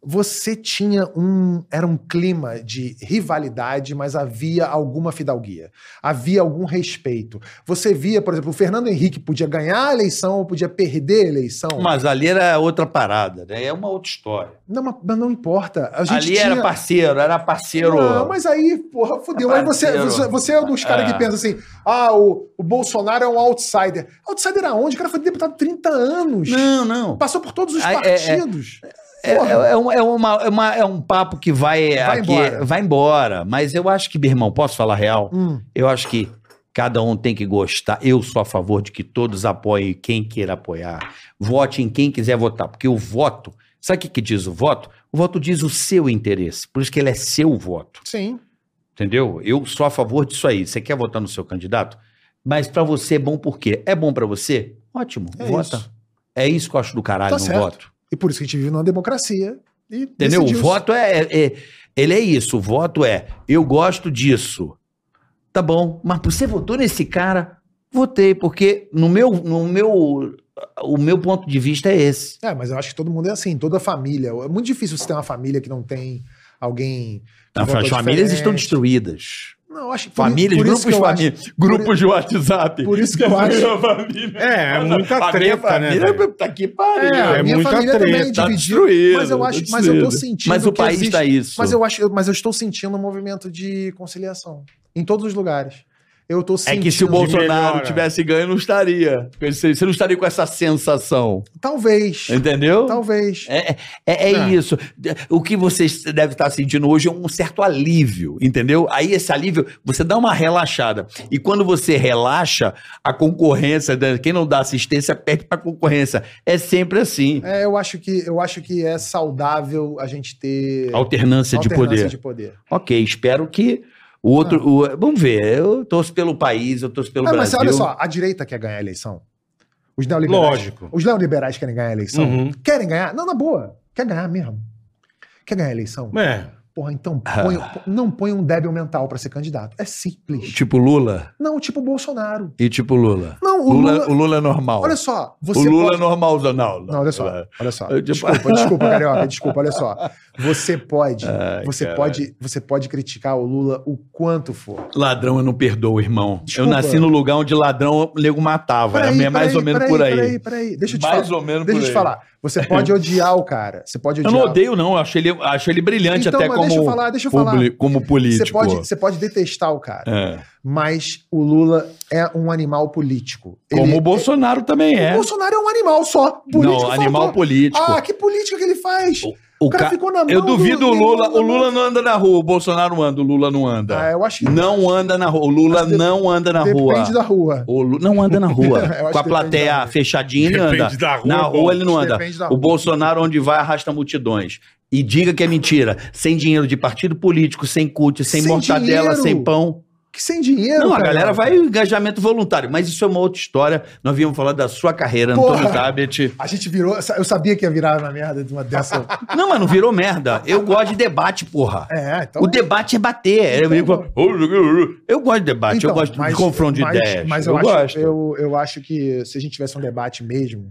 você tinha um... Era um clima de rivalidade, mas havia alguma fidalguia. Havia algum respeito. Você via, por exemplo, o Fernando Henrique podia ganhar a eleição ou podia perder a eleição. Mas ali era outra parada, né? É uma outra história. Não, mas mas não importa. A gente Ali tinha... era parceiro, era parceiro. Não, mas aí, porra, fudeu. Aí você, Parceiro. você, você é um dos caras É. que pensa assim, ah, o, o Bolsonaro é um outsider. Outsider aonde? O cara foi deputado há trinta anos. Não, não. Passou por todos os Ah, é, é. partidos. É, Porra. é, é um- é uma, é, uma- é um papo que vai, Vai aqui, embora. vai embora. Mas eu acho que, meu irmão, posso falar real? Hum. Eu acho que cada um tem que gostar. Eu sou a favor de que todos apoiem quem queira apoiar. Vote em quem quiser votar. Porque o voto, sabe o que, que diz o voto? O voto diz o seu interesse. Por isso que ele é seu voto. Sim. Entendeu? Eu sou a favor disso aí. Você quer votar no seu candidato? Mas pra você é bom por quê? É bom pra você? Ótimo, É vota. isso. É isso que eu acho do caralho Tá no certo. voto. E por isso que a gente vive numa democracia. E Entendeu? O decidiu-se. voto é, é- é- Ele é isso. O voto é. Eu gosto disso. Tá bom. Mas você votou nesse cara? Votei, porque no meu. No meu o meu ponto de vista é esse. É, mas eu acho que todo mundo é assim, toda família. É muito difícil você ter uma família que não tem alguém. que As votou famílias diferente. estão destruídas. Não, eu acho que por- Famílias, por isso grupos que eu família, acho- grupos de WhatsApp. por isso que eu acho- É, é muita A minha treta, né, família, velho? tá aqui pariu. É, a É minha muita família treta. também Tá dividiu. destruído, Mas eu acho, tá mas eu tô destruído. sentindo. Mas o que país existe- tá isso. Mas eu acho, mas eu estou sentindo um movimento de conciliação em todos os lugares. Eu tô É sentindo. que se o Bolsonaro melhora. tivesse ganho, não estaria. Você você não estaria com essa sensação. Talvez. Entendeu? Talvez. É, é, é Não. isso. O que você deve estar sentindo hoje é um certo alívio, entendeu? Aí esse alívio, você dá uma relaxada. E quando você relaxa, a concorrência, né, quem não dá assistência, perde para a concorrência. É sempre assim. É, eu acho que eu acho que é saudável a gente ter Alternância, de alternância poder. de poder. Ok, espero que o outro... o- vamos ver, eu torço pelo país, eu torço pelo Ah, mas Brasil. olha só, a direita quer ganhar a eleição. Os neoliberais. Lógico. Os neoliberais querem ganhar a eleição. Uhum. Querem ganhar? Não, na boa. Quer ganhar mesmo. Quer ganhar a eleição? É. Porra, então põe- não põe um débil mental pra ser candidato. É simples. Tipo Lula Não, tipo o Bolsonaro. e tipo Lula. Não, o Lula, Lula. o Lula é normal. Olha só, você o Lula pode... é normal, não. Não, Não, olha só, olha só. Eu, tipo- Desculpa, desculpa, Carioca, desculpa, olha só. Você pode, Ai, você caralho. pode, você pode criticar o Lula o quanto for. Ladrão eu não perdoo, irmão. Desculpa. Eu nasci no lugar onde ladrão o nego matava. Peraí, é mais peraí, ou menos peraí, por aí. Peraí, peraí, deixa eu te Mais falar. ou menos Deixa por eu te aí. falar. Você pode odiar o cara. Você pode Eu odiar. não odeio, não. Eu acho ele, acho ele brilhante Então, até mas como, deixa eu falar, deixa eu falar. publi- como político. Você pode, você pode detestar o cara, É. mas o Lula é um animal político. Como Ele- o Bolsonaro também O é. Bolsonaro é um animal só. Político Não, animal faltou. político. Ah, que política que ele faz? O O cara ca- ficou na mão Eu duvido do- o Lula. do- O Lula não anda na rua. O Bolsonaro anda. O Lula não anda. Ah, eu acho que Não anda na rua. O Lula Mas de- não anda na depende rua. da rua. O Lu- Não anda na rua. Eu acho Com a que depende da plateia rua. fechadinha, ele Depende anda. da rua, na é bom. rua ele não anda. Depende da O rua. Bolsonaro, onde vai, arrasta multidões. E diga que é mentira. Sem dinheiro de partido político, sem cut, sem, Sem mortadela, dinheiro. sem pão. Que sem dinheiro, Não, a cara. galera vai em engajamento voluntário. Mas isso é uma outra história. Nós viemos falar da sua carreira, Porra. Antônio Tabet. A gente virou. Eu sabia que ia virar uma merda de uma dessa. Não, mas não virou merda. Eu gosto de debate, porra. É, então. O debate é bater. Então, eu, digo, eu gosto de debate, Então, eu gosto mas- de confronto de mas- ideias. Mas eu, eu acho, gosto. eu, eu acho que se a gente tivesse um debate mesmo,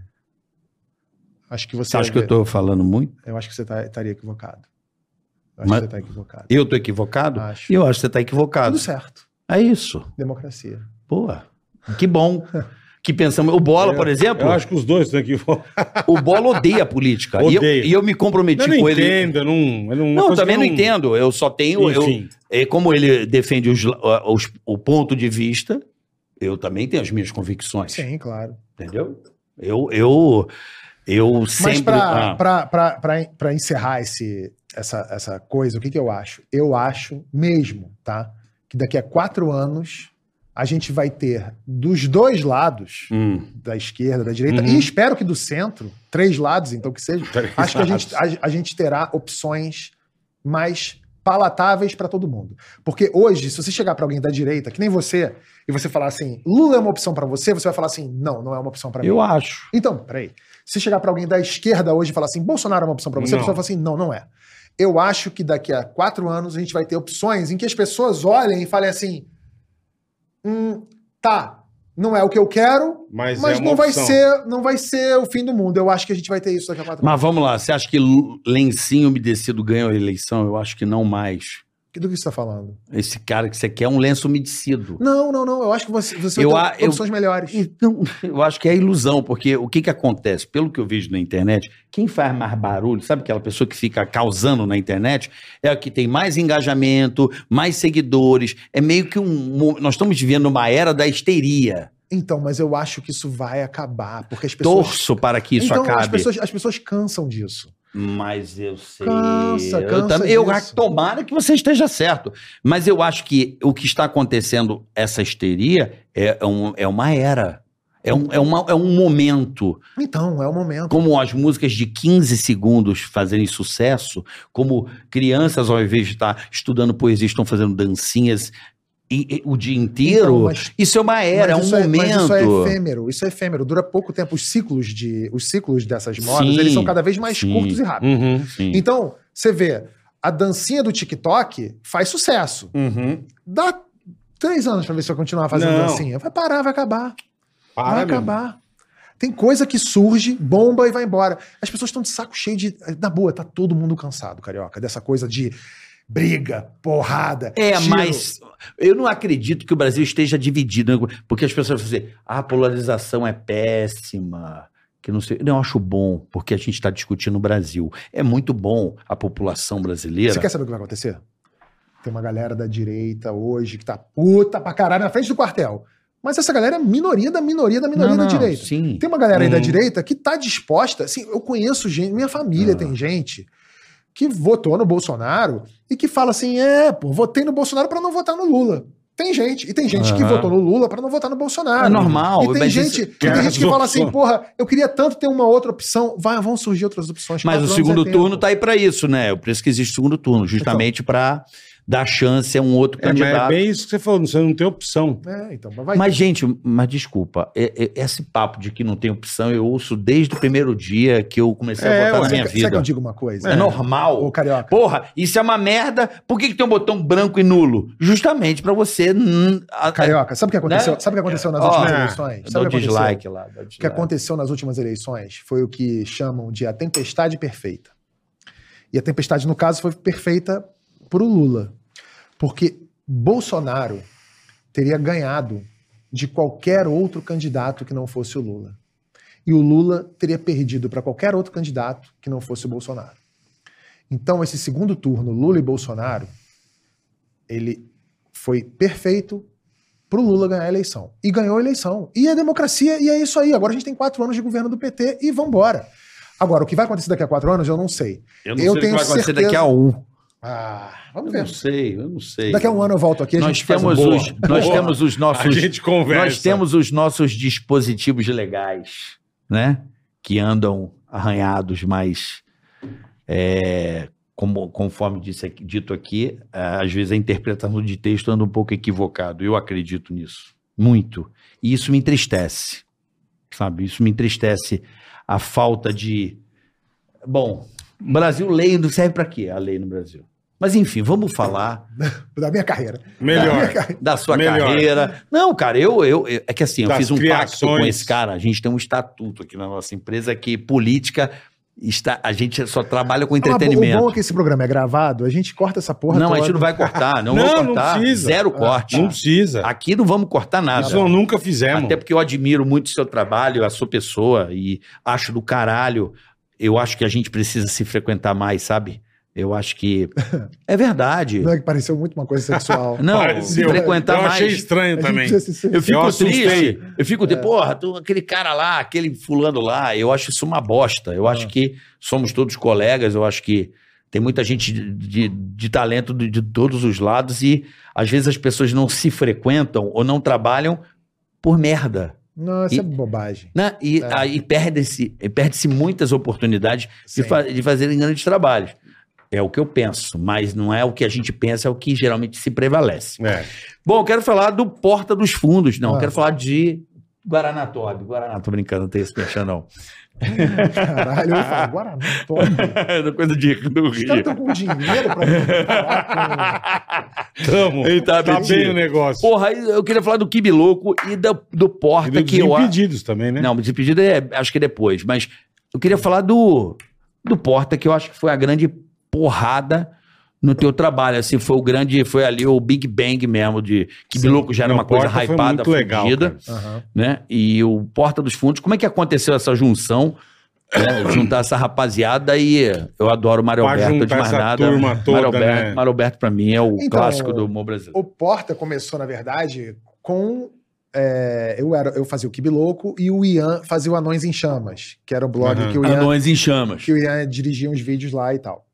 acho que você. Você acha que eu tô falando muito? Eu acho que você tá- estaria equivocado. Eu acho Mas- que você tá equivocado. Eu tô equivocado? Acho. E eu acho que você tá equivocado. Tudo certo. É isso. Democracia. Pô, que bom. Que pensamos. O Bola, por exemplo, Eu acho que os dois estão aqui. o Bola odeia a política. E eu, Odeia. e eu me comprometi Eu não com ele. entendo, eu não. Eu não, uma Não, eu coisa também que não entendo. Eu só tenho. Eu, Enfim. é, como ele defende os, os- o ponto de vista, eu também tenho as minhas convicções. Sim, claro. Entendeu? Eu, eu, eu Mas sempre. pra, ah, pra, pra, pra, pra encerrar esse, essa, essa coisa, o que, que eu acho? Eu acho mesmo, tá? Que daqui a quatro anos a gente vai ter dos dois lados, hum. da esquerda, da direita, Uhum. e espero que do centro, três lados, então que seja, Três acho que a lados. gente, a, a gente terá opções mais palatáveis para todo mundo. Porque hoje, se você chegar para alguém da direita, que nem você, e você falar assim, Lula é uma opção para você, você vai falar assim, não, não é uma opção para mim. Eu acho. Então, peraí. Se chegar para alguém da esquerda hoje e falar assim, Bolsonaro é uma opção para você, Não. a pessoa fala assim, não, não é. Eu acho que daqui a quatro anos a gente vai ter opções em que as pessoas olhem e falem assim, hum, tá, Não é o que eu quero, Mas, mas é uma não, vai opção. ser, não vai ser o fim do mundo. Eu acho que a gente vai ter isso daqui a quatro Mas anos. vamos lá, você acha que Lu- Lencinho Umedecido ganhou a eleição? Eu acho que não mais. Do que você tá falando? Esse cara que você quer é um lenço umedecido. Não, não, não. Eu acho que você, você Eu vai a- ter eu- opções melhores. Então, eu acho que é ilusão, porque o que que acontece? Pelo que eu vejo na internet, quem faz mais barulho, sabe aquela pessoa que fica causando na internet? É a que tem mais engajamento, mais seguidores. É meio que um... Nós estamos vivendo uma era da histeria. Então, mas eu acho que isso vai acabar, porque as pessoas... Torço para que isso então, acabe. As pessoas, as pessoas cansam disso. Mas eu sei. Cansa, eu cansa também, eu disso. tomara que você esteja certo. Mas eu acho que o que está acontecendo, essa histeria, é, é um- é uma era. É um, é, uma- é um momento. Então, é o momento. Como as músicas de quinze segundos fazerem sucesso, como crianças, ao invés de estar estudando poesia, estão fazendo dancinhas e- e o dia inteiro. Então, mas- isso é uma era, é um Mas isso é- momento. Mas isso é efêmero, isso é efêmero, dura pouco tempo. Os ciclos, de, os ciclos dessas modas, Sim, eles são cada vez mais sim. curtos e rápidos. Uhum. Sim. Então, você vê, a dancinha do TikTok faz sucesso. Uhum. Dá três anos pra ver se vai continuar fazendo Não. dancinha. Vai parar, vai acabar. Para vai mesmo. acabar. Tem coisa que surge, bomba e vai embora. As pessoas estão de saco cheio de... Na boa, tá todo mundo cansado, carioca, dessa coisa de briga, porrada, É, tiro. mas eu não acredito que o Brasil esteja dividido, né? Porque as pessoas vão dizer, ah, a polarização é péssima, que não sei. Eu acho bom, porque a gente está discutindo o Brasil. É muito bom a população brasileira. Você quer saber o que vai acontecer? Tem uma galera da direita hoje que tá puta pra caralho na frente do quartel. Mas essa galera é minoria da minoria da minoria Não, da não, direita. sim. Tem uma galera aí da Uhum. direita que tá disposta, assim, eu conheço gente, minha família Ah. tem gente que votou no Bolsonaro e que fala assim, é, pô, votei no Bolsonaro pra não votar no Lula. Tem gente, e tem gente que Aham. votou no Lula pra não votar no Bolsonaro. É normal, E tem mas gente, isso- e tem gente que As fala assim, opções. porra, eu queria tanto ter uma outra opção. Vai, vão surgir outras opções. Mas Quatro o anos segundo é tempo. turno tá aí para isso, né? Por isso que existe o segundo turno, justamente para dar chance a um outro É, mas é candidato. bem isso que você falou, você não tem opção. É, então, mas vai Mas, gente, mas desculpa, é- é- esse papo de que não tem opção, eu ouço desde o primeiro dia que eu comecei É, a votar ué. na minha Sabe que eu vida. digo uma coisa? É, normal. Ô, carioca. Porra, isso é uma merda. Por que, que tem um botão branco e nulo? Justamente pra você. hum, a- Carioca, sabe o que aconteceu? Né? Sabe o que aconteceu nas Ó, últimas é, eleições? Dá Sabe o o que aconteceu? dislike lá. dá o O que dislike. aconteceu nas últimas eleições foi o que chamam de a tempestade perfeita. E a tempestade, no caso, foi perfeita pro Lula. Porque Bolsonaro teria ganhado de qualquer outro candidato que não fosse o Lula. E o Lula teria perdido para qualquer outro candidato que não fosse o Bolsonaro. Então, esse segundo turno, Lula e Bolsonaro, ele foi perfeito para o Lula ganhar a eleição. E ganhou a eleição. E é democracia, e é isso aí. Agora a gente tem quatro anos de governo do P T e vambora. Agora, o que vai acontecer daqui a quatro anos, eu não sei. Eu não eu sei o que tenho vai acontecer certeza- daqui a um. Ah, Eu vamos ver. não sei, eu não sei. Daqui a um ano eu volto aqui, a Nós gente faz um temos, boa. os, nós Boa. temos os A nossos. gente conversa. Nós temos os nossos dispositivos legais, né? Que andam arranhados, mas é, como, conforme disse aqui- dito aqui, é, às vezes a interpretação de texto anda um pouco equivocado. Eu acredito nisso, muito. E isso me entristece, sabe? Isso me entristece a falta de... Bom, Brasil, lei não serve para quê? A lei no Brasil. Mas enfim, vamos falar Da minha carreira. Melhor. da sua Melhor. carreira. Não, cara, eu, eu, eu- é que assim, eu Das fiz um pacto com criações. esse cara. A gente tem um estatuto aqui na nossa empresa que política está, a gente só trabalha com Ah, mas o entretenimento. bom é que esse programa é gravado, a gente corta essa porra Não, a gente toda. não vai cortar, não, Não, vou não cortar. precisa. Zero corte. Não precisa. Aqui não vamos cortar nada. Isso nós nunca fizemos. Até porque eu admiro muito o seu trabalho, a sua pessoa e acho do caralho. Eu acho que a gente precisa se frequentar mais, sabe? Eu acho que é verdade. Não é que pareceu muito uma coisa sexual. Não, Pareceu. frequentar Eu achei mais. estranho A gente também. precisa se- Eu fico Eu assustei. triste. Eu fico de, porra, tu- aquele cara lá, aquele fulano lá, eu acho isso uma bosta. Eu acho que somos todos colegas, eu acho que tem muita gente de, de, de talento de, de todos os lados e às vezes as pessoas não se frequentam ou não trabalham por merda. Não, isso E- é bobagem. Né? E É. aí perde-se perde-se muitas oportunidades de, Sim. fa- de fazerem grandes trabalhos. É o que eu penso, mas não é o que a gente pensa, é o que geralmente se prevalece. É. Bom, eu quero falar do Porta dos Fundos, não, eu Ah. quero falar de Guaraná Todd. Guaraná, tô brincando, não tem esse mexer, não. Caralho, eu falo, Guaraná, top. É coisa de do Os Rio. caras estão com dinheiro pra falar Tamo. Ele tá Tá metido. bem o negócio. Porra, aí eu queria falar do Kibe Louco e do, do E Porta, dos que eu acho. Desimpedidos também, né? Não, Desimpedido é, acho que é depois. Mas eu queria falar do, do Porta, que eu acho que foi a grande porrada no teu trabalho. Assim, foi o grande, foi ali o Big Bang mesmo, de Kibe Louco já era Não, uma coisa Porta foi hypada, muito legal, fudida, cara. Aham. né? E o Porta dos Fundos, como é que aconteceu essa junção? né? Juntar essa rapaziada e eu adoro o Mário Pra Alberto de juntar mais essa nada. turma toda, Mário Alberto, né? Mário Alberto pra mim é o Então, clássico do humor brasileiro. O Porta começou, na verdade, com. é, eu, era, eu fazia o Kibe Louco e o Ian fazia o Anões em Chamas, que era o blog Aham. que, o Ian, Anões em Chamas. que o Ian dirigia uns vídeos lá e tal.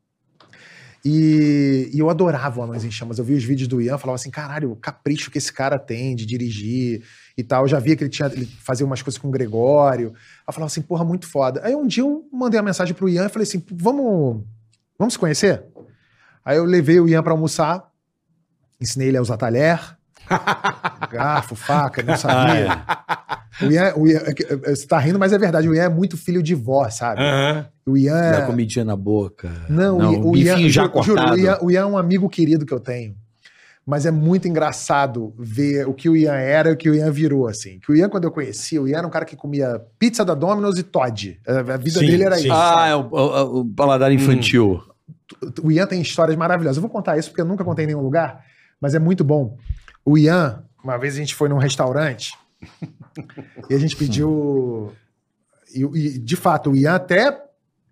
E, e eu adorava o Anões em Chamas. Eu vi os vídeos do Ian, falava assim, caralho, o capricho que esse cara tem de dirigir e tal. Eu já via que ele tinha ele fazia umas coisas com o Gregório. Eu falava assim, porra, muito foda. Aí um dia eu mandei uma mensagem pro Ian e falei assim, vamos, vamos se conhecer? Aí eu levei o Ian pra almoçar, ensinei ele a usar talher, garfo, faca, não sabia. O Ian, o Ian, você tá rindo, mas é verdade, o Ian é muito filho de vó, sabe? Aham. O Ian... Dá comidinha na boca. Não, o, o o Ian, bifinho já ju- juro, cortado. o Ian, o Ian é um amigo querido que eu tenho. Mas é muito engraçado ver o que o Ian era e o que o Ian virou, assim. Que o Ian, quando eu conheci, o Ian era um cara que comia pizza da Domino's e Todd. A a vida Sim, dele era sim. isso. Ah, é o, o- o paladar infantil. O Ian tem histórias maravilhosas. Eu vou contar isso porque eu nunca contei em nenhum lugar, mas é muito bom. O Ian, uma vez a gente foi num restaurante e a gente pediu... E, e, de fato, o Ian até...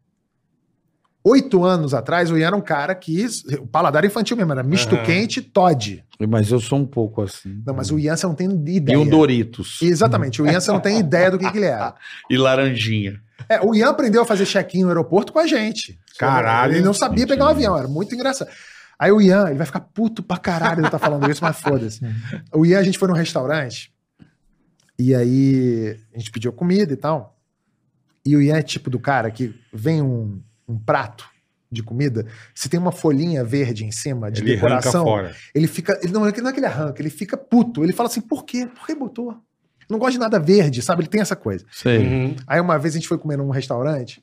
Oito anos atrás, o Ian era um cara que... O paladar infantil mesmo, era misto Aham. quente e Todd. Mas eu sou um pouco assim. Não, mas o Ian você não tem E ideia. um Doritos. Exatamente, o Ian você não tem ideia do que, que ele era. E laranjinha. É, o Ian aprendeu a fazer check-in no aeroporto com a gente. Caralho. Ele não sabia pegar um avião, era muito engraçado. Aí o Ian, ele vai ficar puto pra caralho de eu estar falando isso, mas foda-se. O Ian, a gente foi num restaurante, e aí a gente pediu comida e tal. E o Ian é tipo do cara que vem um, um prato de comida, se tem uma folhinha verde em cima de Ele arranca decoração, fora. ele fica. Ele não, não é que ele arranca, ele fica puto. Ele fala assim: por quê? Por que botou? Não gosta de nada verde, sabe? Ele tem essa coisa. Sei. Uhum. Aí uma vez a gente foi comer num restaurante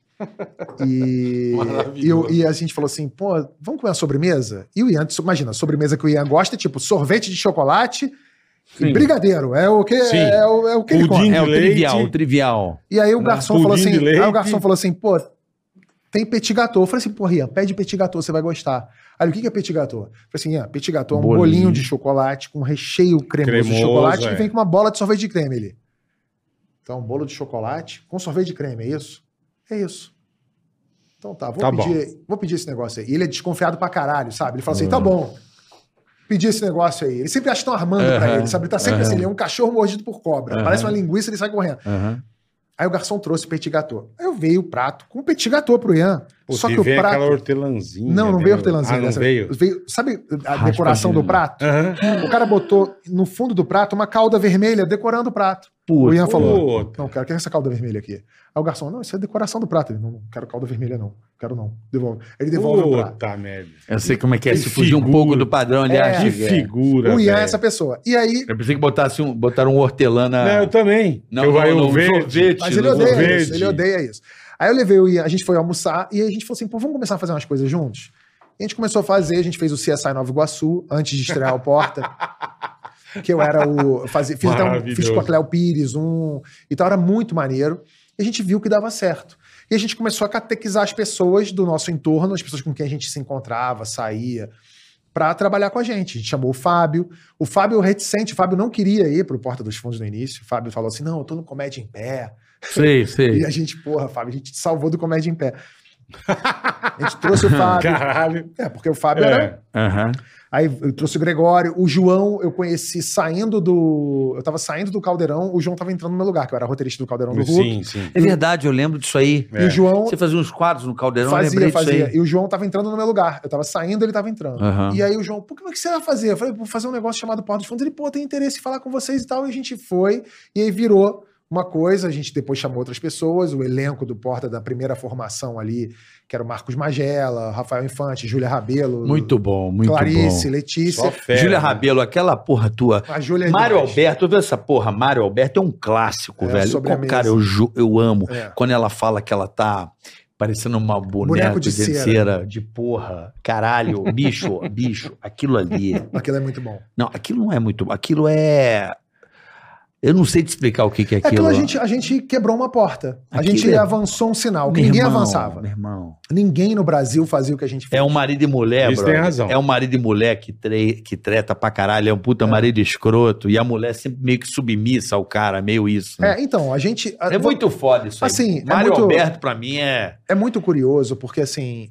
e, e, eu- e a gente falou assim, pô, vamos comer uma sobremesa? E o Ian, imagina, a sobremesa que o Ian gosta é tipo sorvete de chocolate Sim. e brigadeiro. É o que, Sim. é, o, é o que ele Pudim. come. É o leite. trivial, o trivial. E aí o Né? garçom Pudim falou assim, de leite. aí o garçom falou assim, pô, tem petit gâteau. Eu falei assim, pô, Ian, pede petit gâteau, você vai gostar. Aí o que que é petit gâteau? Eu falei assim, Ian, petit gâteau é um Bolinho. bolinho de chocolate com recheio cremoso, Cremoso, de chocolate é. e vem com uma bola de sorvete de creme ali. Então, um bolo de chocolate com sorvete de creme, é isso? É isso. Então tá, vou, Tá pedir, vou pedir esse negócio aí. E ele é desconfiado pra caralho, sabe? Ele fala assim, tá bom, pedi esse negócio aí. Ele sempre acha que estão armando pra Aham, ele, sabe? Ele tá sempre aham. assim, ele é um cachorro mordido por cobra. Aham. Parece uma linguiça, ele sai correndo. Aham. Aí o garçom trouxe o petit gâteau. Aí eu veio o prato com o petit gâteau pro Ian. Pô, Só se que o vem prato... aquela hortelãzinha. Não, não né? veio hortelãzinha Ah, não dessa. veio? Sabe a decoração do prato? Aham. O cara botou no fundo do prato uma calda vermelha decorando o prato. O Ian falou, Puta. não, quero que essa calda vermelha aqui. Aí o garçom, não, isso é decoração do prato. Ele, não, não quero calda vermelha não, quero não. Devolve. Ele devolve o prato. Puta merda. Eu sei como é que é, Que se fugir um figura. pouco do padrão, ele É. acha Que que é. figura, O Ian é velho. essa pessoa. E aí, Eu pensei que botasse um, botaram um hortelã na... Não, eu também. Não, eu não, vai não, o um verde. sorvete. mas ele no- odeia verde. isso, ele odeia isso. Aí eu levei o Ian, a gente foi almoçar e aí a gente falou assim, pô, vamos começar a fazer umas coisas juntos? E a gente começou a fazer, a gente fez o C S I Nova Iguaçu, antes de estrear o Porta, que eu era o... eu Fazia, fiz, até um, Maravilhoso. fiz com a Cléo Pires, um... E tal, era muito maneiro. E a gente viu que dava certo. E a gente começou a catequizar as pessoas do nosso entorno, as pessoas com quem a gente se encontrava, saía, para trabalhar com a gente. A gente chamou o Fábio. O Fábio reticente, o Fábio não queria ir pro Porta dos Fundos no início. O Fábio falou assim, não, eu tô no Comédia em Pé. Sei, sei. E a gente, porra, Fábio, a gente te salvou do Comédia em Pé. A gente trouxe o Fábio. Caralho. É, porque o Fábio É. era... Aham. Aí eu trouxe o Gregório, o João eu conheci saindo do... Eu tava saindo do Caldeirão, o João tava entrando no meu lugar, que eu era roteirista do Caldeirão do Hulk. Sim, sim. É verdade, eu lembro disso aí. E o João Você fazia uns quadros no Caldeirão, eu fazia, lembrei disso fazia. aí. E o João tava entrando no meu lugar. Eu tava saindo, ele tava entrando. Aham. E aí o João, pô, como é que você vai fazer? Eu falei, vou fazer um negócio chamado Porta dos Fundos. Ele, pô, tem interesse em falar com vocês e tal. E a gente foi, e aí virou uma coisa, a gente depois chamou outras pessoas, o elenco do Porta da primeira formação ali, que era o Marcos Magela, Rafael Infante, Júlia Rabelo, Muito bom, muito Clarice, bom. Letícia. Só fera, Júlia né? Rabelo, aquela porra tua. A Júlia é Mário demais. Alberto, tu viu essa porra? Mário Alberto é um clássico, É, velho. sobre a Qual- Cara, mesa. eu, ju- eu amo. É. Quando ela fala que ela tá parecendo uma boneca Boneco de, de cera. cera. de porra. Caralho, bicho, bicho, aquilo ali. Aquilo é muito bom. Não, aquilo não é muito. Aquilo é. Eu não sei te explicar o que, que é É aquilo. aquilo a gente, a gente quebrou uma porta. A Aquilo gente é- avançou um sinal, que Meu ninguém irmão, avançava. Meu irmão. Ninguém no Brasil fazia o que a gente fez. É um marido e mulher, Eles têm brother. razão. É um marido e mulher que, tre... que treta pra caralho, é um puta marido escroto. E a mulher sempre meio que submissa ao cara, meio isso. Né? É, então, a gente... É, muito foda isso aí. Assim, é Mário muito- Alberto, pra mim, é. É muito curioso, porque assim,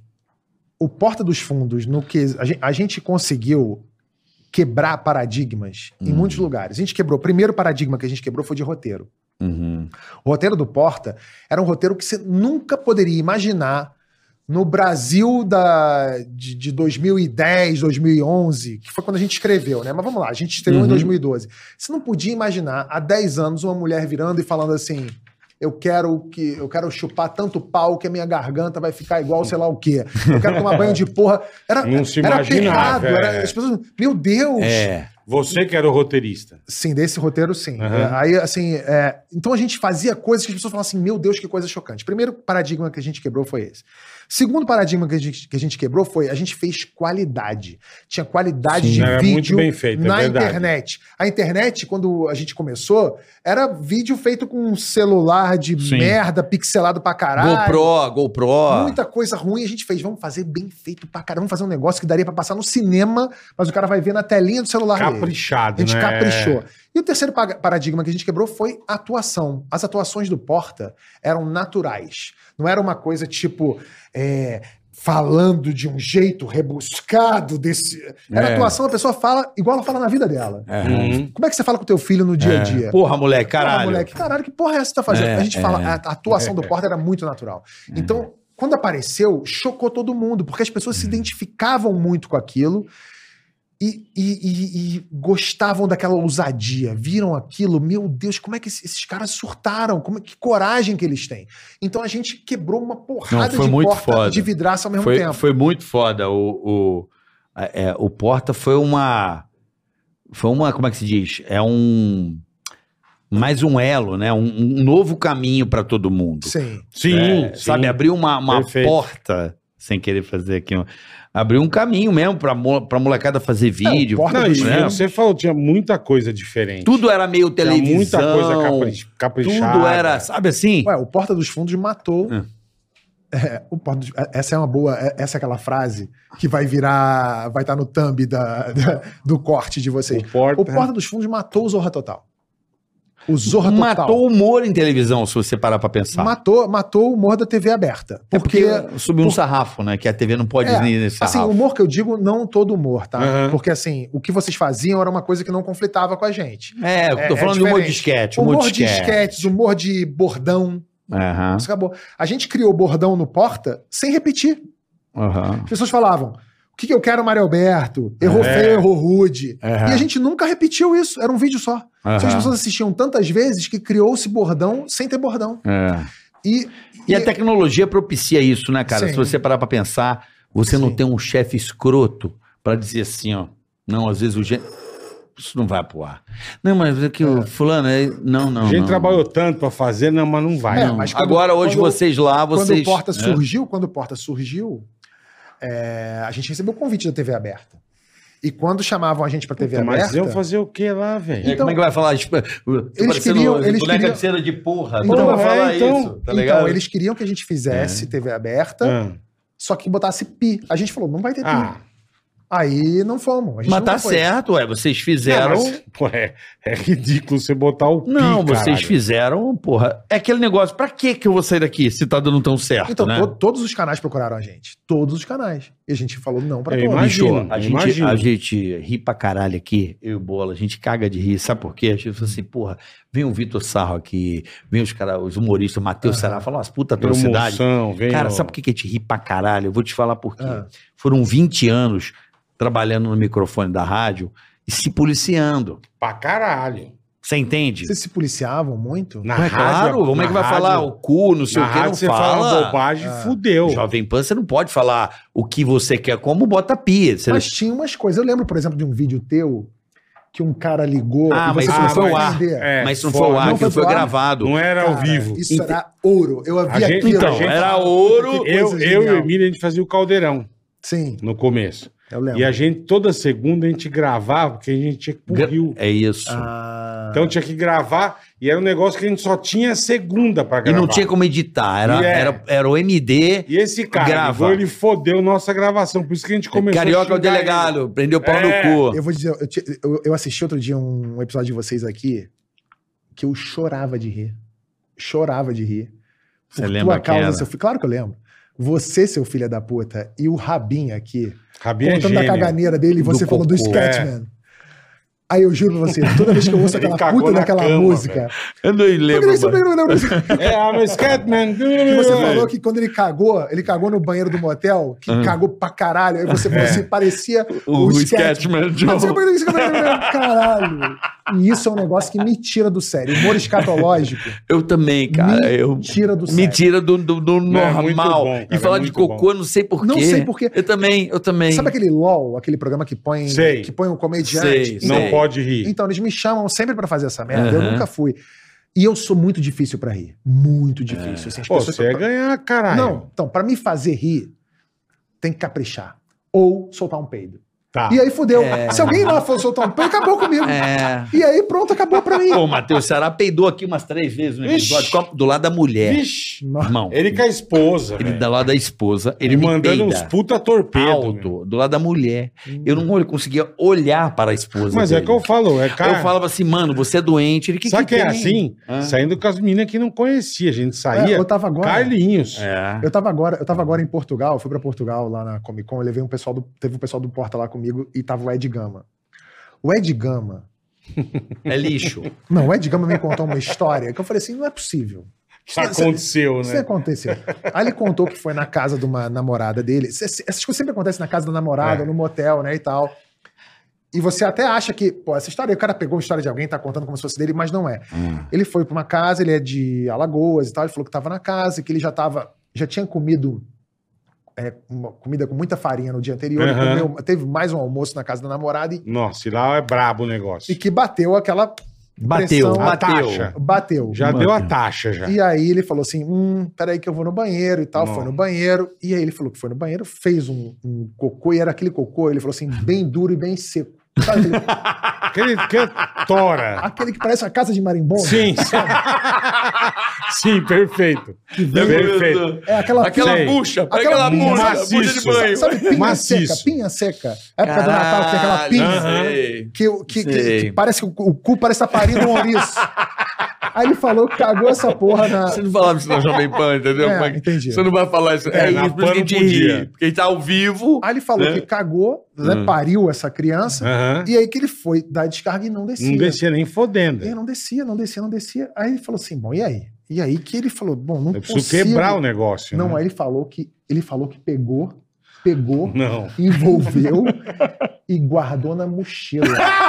o Porta dos Fundos, no que a gente, a gente conseguiu quebrar paradigmas em Hum. muitos lugares. A gente quebrou, o primeiro paradigma que a gente quebrou foi de roteiro. Uhum. O roteiro do Porta era um roteiro que você nunca poderia imaginar no Brasil da, de, de dois mil e dez, dois mil e onze, que foi quando a gente escreveu, né? Mas vamos lá, a gente estreou Uhum. em dois mil e doze. Você não podia imaginar há dez anos uma mulher virando e falando assim: eu quero que eu quero chupar tanto pau que a minha garganta vai ficar igual sei lá o quê. Eu quero tomar banho de porra. Era, Não se era imaginava, pecado. é. Era, as pessoas, meu Deus! É. Você que era o roteirista. Sim, desse roteiro, sim. Aham. É, aí, assim, é, então a gente fazia coisas que as pessoas falavam assim, meu Deus, que coisa chocante. Primeiro paradigma que a gente quebrou foi esse. Segundo paradigma que a gente, que a gente quebrou foi, a gente fez qualidade. Tinha qualidade Sim, de era vídeo muito bem feito, é na verdade. internet. A internet, quando a gente começou, era vídeo feito com um celular de Sim. merda, pixelado pra caralho. GoPro, GoPro. Muita coisa ruim a gente fez. Vamos fazer bem feito pra caramba. Vamos fazer um negócio que daria pra passar no cinema, mas o cara vai ver na telinha do celular dele. Caprichado, A gente né? caprichou. E o terceiro pa- paradigma que a gente quebrou foi a atuação. As atuações do Porta eram naturais. Não era uma coisa tipo. é, falando de um jeito rebuscado desse. Era É. atuação, a pessoa fala igual ela fala na vida dela. É. Uhum. Como é que você fala com o teu filho no dia a dia? Porra, moleque, Porra, caralho. moleque, caralho, que porra é essa que você tá fazendo? É, a gente é. fala, a a atuação do Porta era muito natural. Então, quando apareceu, chocou todo mundo, porque as pessoas se identificavam muito com aquilo e, e- e- e gostavam daquela ousadia. Viram aquilo, meu Deus, como é que esses, esses caras surtaram? Como, é- que coragem que eles têm. Então a gente quebrou uma porrada Não, foi de muito porta foda. de vidraça ao mesmo Foi, tempo. foi muito foda. O, o, é, o Porta foi uma. Foi uma. Como é que se diz? É um. Mais um elo, né? Um, um novo caminho pra todo mundo. Sim. Sim, É, sim. Sabe, abriu uma, uma Perfeito. porta, sem querer fazer aqui, um- abriu um caminho mesmo pra, mo- pra molecada fazer vídeo. Porta Não, dos e né? você falou, tinha muita coisa diferente. Tudo era meio Tinha televisão. muita coisa capri- caprichada. Tudo era, sabe assim? Ué, o Porta dos Fundos matou. É. É, o Porta dos- essa é uma boa. é- Essa é aquela frase que vai virar. Vai estar no thumb da, da- do corte de vocês. O Porta... O Porta dos Fundos matou o Zorra Total. O Zorra Total. Matou o humor em televisão, se você parar pra pensar. Matou, matou o humor da T V aberta. É Porque. porque subiu um por- sarrafo, né? Que a T V não pode É, ir nesse assim, sarrafo. humor que eu digo, não todo humor, tá? Aham. Porque assim, o que vocês faziam era uma coisa que não conflitava com a gente. É, eu tô É- falando é de humor de diferente. esquete. Humor, Humor de de esquete. esquetes, humor de bordão. Aham, Isso acabou. A gente criou bordão no Porta sem repetir. aham. As pessoas falavam: o que, que eu quero, Mário Alberto? Errou É. feio, errou rude. Aham. E a gente nunca repetiu isso, era um vídeo só. Só que as Aham. pessoas assistiam tantas vezes que criou-se bordão sem ter bordão. É. E, E a tecnologia propicia isso, né, cara? Sim. Se você parar pra pensar, você não Sim. tem um chefe escroto pra dizer assim, ó. Não, às vezes o gente. Isso não vai pro ar. Não, mas é que o fulano. É... Não, não. A gente não. trabalhou tanto pra fazer, não, mas não vai. É, não. mas quando- Agora, hoje, quando- vocês lá, quando vocês. o Porta é. surgiu, quando o Porta surgiu, é, a gente recebeu o convite da T V aberta. E quando chamavam a gente pra T V Puta, mas aberta. eu fazer o que lá, velho? É, como é que vai falar? Tipo, eles queriam- eles boneca queriam- de cera de porra. Então, Então, vai é, falar então- isso, tá ligado? Então, eles queriam que a gente fizesse T V aberta, Ah. só que botasse pi. A gente falou, não vai ter pi. Ah, Aí não fomos. A gente Mas nunca tá foi. certo, ué. Vocês fizeram. não, mas, pô, é, é ridículo você botar o pi, Não, vocês caralho. fizeram, porra. É aquele negócio, pra que que eu vou sair daqui se tá dando tão certo, Então, né? to- todos os canais procuraram a gente. Todos os canais. E a gente falou não pra Eu todos. imagino. Bicho, a gente, imagino. a gente ri pra caralho aqui, eu e o Bola, a gente caga de rir, sabe por quê? A gente fala assim, porra, vem o Vitor Sarro aqui, vem os caras, os humoristas, o Matheus Aham. Será, falam umas puta Vem o atrocidade. Moção, vem Cara, o- sabe por que que a gente ri pra caralho? Eu vou te falar por quê. Ah. Foram vinte anos trabalhando no microfone da rádio e se policiando. Pra caralho. Você entende? Vocês se policiavam muito? Na Não é claro, como é que vai falar o cu, não sei na o que, rádio não você fala. fala bobagem, fudeu. Jovem Pan, você não pode falar o que você quer, como bota pia. Você... Mas tinha umas coisas. Eu lembro, por exemplo, de um vídeo teu que um cara ligou Ah, e mas você isso não começou foi o a ar. entender. É, mas isso não fora. foi o ar, Não aquilo foi foi pro ar? gravado. Não era ao Cara, vivo. Isso era ouro. Eu A havia gente- aquilo. Então, gente- era ouro. Que coisa Eu, eu e genial. o Emílio, a gente fazia o caldeirão Sim, no começo. eu lembro. E a gente, toda segunda, a gente gravava, porque a gente tinha que ir pro Rio. É isso. Ah, Então tinha que gravar, e era um negócio que a gente só tinha segunda pra E gravar. não tinha como editar, era, E é. era, era o M D. E esse cara, Grava. ligou, ele fodeu nossa gravação, por isso que a gente começou Carioca é a o xingar delegado, prendeu o pau É. no cu. eu vou dizer, eu, ti- eu- eu assisti outro dia um episódio de vocês aqui que eu chorava de rir. Chorava de rir. Você Por lembra tua quem causa, era? seu filho. Claro que eu lembro. Você, seu filho da puta, e o Rabin aqui, ele. Rabinho é contando da gênio. caganeira dele, e Do você falou do cocô. Sketchman. Aí eu juro pra você, toda vez que eu ouço Ele aquela cagou puta na daquela cama, música. velho. Eu não lembro. Porque mano. eu lembro disso. É, ah, mas Scatman. Que você falou que quando ele cagou, ele cagou no banheiro do motel, que cagou pra caralho. Aí você falou assim, parecia O, o, Sketchman. Sketchman. Caralho. E isso é um negócio que me tira do sério. Humor escatológico Eu também, cara. me Eu... tira do sério. Me tira do, do, do Não, é muito normal. bom, cara, e falar é de muito cocô, bom. eu não sei porquê. Não sei por quê. Eu também, eu também. Sabe aquele LOL, aquele programa que põe, Sei. que põe um comediante? Sei, Então- Não pode rir. Então, eles me chamam sempre pra fazer essa merda. Eu Aham. nunca fui. E eu sou muito difícil pra rir. Muito difícil. Assim, as Pô, pessoas- você ia ganhar, caralho. Não, então, pra me fazer rir, tem que caprichar. Ou soltar um peido. Tá. E aí fudeu. É. Se alguém lá for soltar um peido, acabou comigo. É. E aí pronto, acabou pra mim. Pô, Matheus, o Ceará peidou aqui umas três vezes no episódio, Vixe. do lado da mulher. Vixe. Nossa. Irmão, Ele com a esposa, ele velho. do lado da esposa, ele Ele me mandando uns peida puta torpedo. meu. alto, do lado da mulher. Eu não conseguia olhar para a esposa Mas é dele. que eu falo, é Aí cara. eu falava assim, mano, você é doente. Ele, que Sabe que, que é tem? assim? Ah. Saindo com as meninas que não conhecia. A gente É, saía. eu tava agora. Carlinhos. É. Eu tava agora, eu tava agora em Portugal, eu fui pra Portugal lá na Comic Con, eu levei um pessoal do, teve um pessoal do Porta lá comigo e tava o Ed Gama. O Ed Gama, É lixo. não, o Ed Gama me contou uma história que eu falei assim, não é possível. Que aconteceu, Isso né? aconteceu. Aí ele contou que foi na casa de uma namorada dele. Essas essas coisas sempre acontecem na casa da namorada, É. no motel, né, e tal. E você até acha que, pô, essa história, o cara pegou a história de alguém, tá contando como se fosse dele, mas não é. Ele foi pra uma casa, ele é de Alagoas e tal, ele falou que tava na casa, que ele já tava, já tinha comido é, uma comida com muita farinha no dia anterior, ele Aham. comeu- teve mais um almoço na casa da namorada e, Nossa, e lá é brabo o negócio. e que bateu aquela Bateu, pressão, A bateu. taxa. bateu. Já Mano. deu a taxa, já. E aí ele falou assim, hum, peraí que eu vou no banheiro e tal, Não. foi no banheiro, e aí ele falou que foi no banheiro, fez um, um cocô, e era aquele cocô, ele falou assim, bem duro e bem seco. Sabe aquele, Aquele que é tora. aquele que parece a casa de marimbondo? Sim. Sim, perfeito. Perfeito. É aquela, Aquela Sei. bucha, pega Aquela aquela bucha, maciço. bucha de banho. Sabe pinha Maciço. seca? Pinha seca. Época do Natal que tem aquela pinha. Caralho, sei. Que, o- que, que- Sei. que parece que o, o cu parece a parindo um ouriço. Aí ele falou que cagou essa porra na... Você não falava isso na Jovem Pan, entendeu? É, Mas entendi. Você não vai falar isso. É, É, na isso, por isso que a gente Pan não podia. ri. Porque a gente tá ao vivo. Aí ele falou Né? que cagou, né, Hum. pariu essa criança, Aham. e aí que ele foi dar descarga e não descia. Não descia nem fodendo. E aí não descia, não descia, não descia. Aí ele falou assim, bom, e aí? E aí que ele falou, bom, não Eu preciso consigo... quebrar o negócio. Não, né? aí ele falou que ele falou que pegou, pegou, Não. envolveu e guardou na mochila.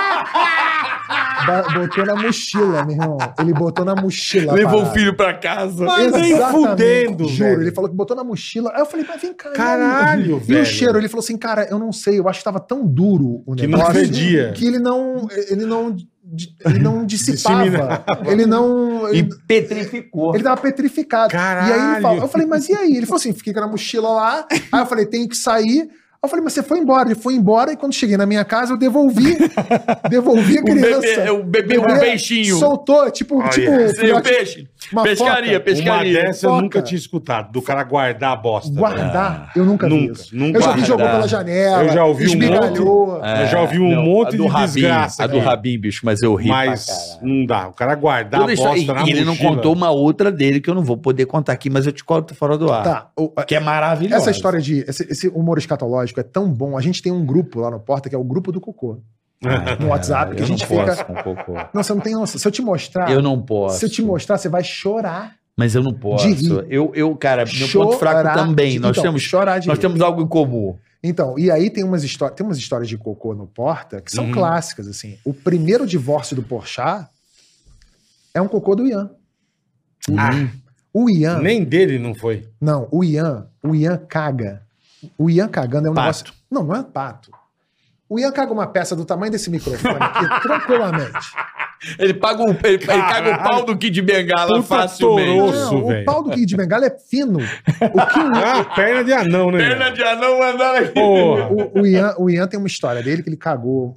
Ba- botou na mochila, meu irmão. Ele botou na mochila. a Levou o parada. filho pra casa. Mas nem Exatamente, fudendo, juro. velho. Ele falou que botou na mochila. Aí eu falei, mas vem cá. Caralho, E velho. o cheiro? Ele falou assim, cara, eu não sei, eu acho que tava tão duro o Que não negócio. fedia. Que ele não, ele não, ele não dissipava. Disseminava. Ele não... E Ele, petrificou. ele tava petrificado. E aí ele Caralho. falou, eu falei, mas e aí? Ele falou assim, fiquei com a mochila lá. Aí eu falei, tenho que sair. Aí eu falei, mas você foi embora. Ele foi embora e quando cheguei na minha casa eu devolvi. Devolvi a O criança. bebê, o bebê, o peixinho. Soltou, tipo, Olha, tipo, Sim, o filhote- peixe. uma Pescaria, foca. pescaria. Uma dessa eu Foca. nunca tinha escutado. Do cara guardar a bosta. Guardar, eu nunca vi Nunca, isso. nunca eu já vi guardar. jogou pela janela, Eu já ouvi um esmigalhou. velho. Eu já ouvi um Não, monte a de do Rabin, desgraça A do aqui. Rabin, bicho, mas eu ri Mas pra caralho. não dá. O cara guardar Toda a história- bosta na e ele não mochila. contou uma outra dele que eu não vou poder contar aqui, mas eu te conto fora do ar. Tá, o- Que é maravilhoso. essa história de. Esse, esse humor escatológico é tão bom. A gente tem um grupo lá no Porta que é o grupo do cocô. No WhatsApp, que a eu gente não fica. posso com cocô. Não, você não tem noção. Se eu te mostrar. Eu não posso. Se eu te mostrar, você vai chorar. Mas eu não posso. De rir. Eu, eu, cara, meu ponto fraco Chorar também. de- Nós então, temos, chorar de nós rir. temos algo em comum. Então, e aí tem umas, histó- tem umas histórias de cocô no Porta que são Uhum. clássicas, assim. O primeiro divórcio do Porchat É um cocô do Ian. Ah, O Ian... nem dele não foi. Não, o Ian, o Ian caga. O Ian cagando é um Pato. negócio... Não, não é pato. O Ian caga uma peça do tamanho desse microfone aqui, tranquilamente. Ele, paga o, ele, ele caga o pau do Kid Bengala Puta facilmente. toroço. Não, o velho. pau do Kid de Bengala é fino. O que o, Ah, perna de anão, né? Perna meu? de anão andando aqui. Porra. o, o, Ian, o Ian tem uma história dele que ele cagou.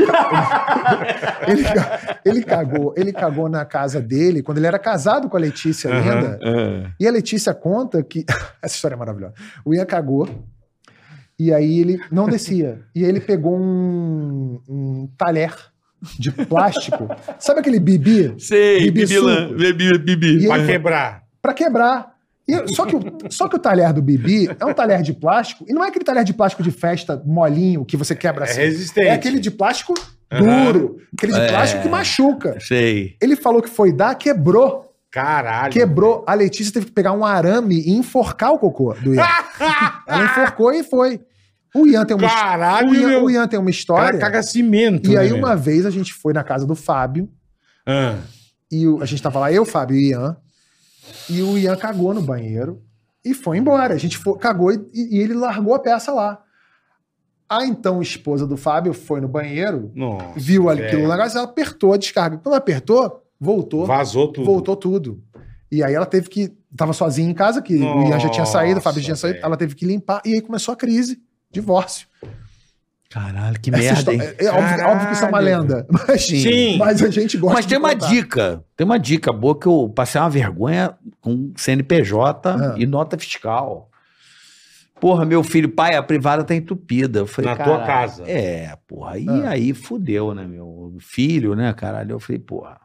é, ele, ele cagou. Ele cagou na casa dele quando ele era casado com a Letícia Linda. Aham. E a Letícia conta que. Essa história é maravilhosa. O Ian cagou. E aí ele não descia. E ele pegou um, um talher de plástico. Sabe aquele bibi? Sei, Bibi bibi, lan- suco. bibi, bibi. E Pra ele- quebrar. Pra quebrar. E- só, que o, só que o talher do Bibi é um talher de plástico, e não é aquele talher de plástico de festa molinho que você quebra É assim. resistente. É aquele de plástico Aham. duro. Aquele de É. plástico que machuca. Sei. Ele falou que foi dar, quebrou. Caralho. Quebrou. A Letícia teve que pegar um arame e enforcar o cocô do Ian. Ela enforcou e foi. O Ian tem uma, his- Caralho, o Ian, meu. o Ian tem uma O cara história. caga cimento. E né, aí, meu? uma vez, a gente foi na casa do Fábio. Ah. E o- a gente tava lá, eu, Fábio e o Ian. E o Ian cagou no banheiro e foi embora. A gente foi, cagou e, e ele largou a peça lá. A então esposa do Fábio foi no banheiro, Nossa, viu ali velho. aquilo negócio, ela apertou a descarga. Quando ela apertou, voltou. Vazou tudo. Voltou tudo. E aí ela teve que. Tava sozinha em casa, que o Ian já tinha saído, o Fábio já tinha Nossa, saído. velho. Ela teve que limpar. E aí começou a crise. Divórcio. Caralho, que Essa merda, histó- hein? é, é óbvio, óbvio que isso é uma Caralho. lenda. Mas, Sim. mas a gente gosta Mas tem de uma contar. dica. Tem uma dica boa que eu passei uma vergonha com C N P J Ah. e nota fiscal. Porra, meu filho, pai, a privada tá entupida. Eu falei, Na tua "Caralho." casa. É, porra. E Ah. aí fudeu, né, meu filho, né, caralho? Eu falei, porra.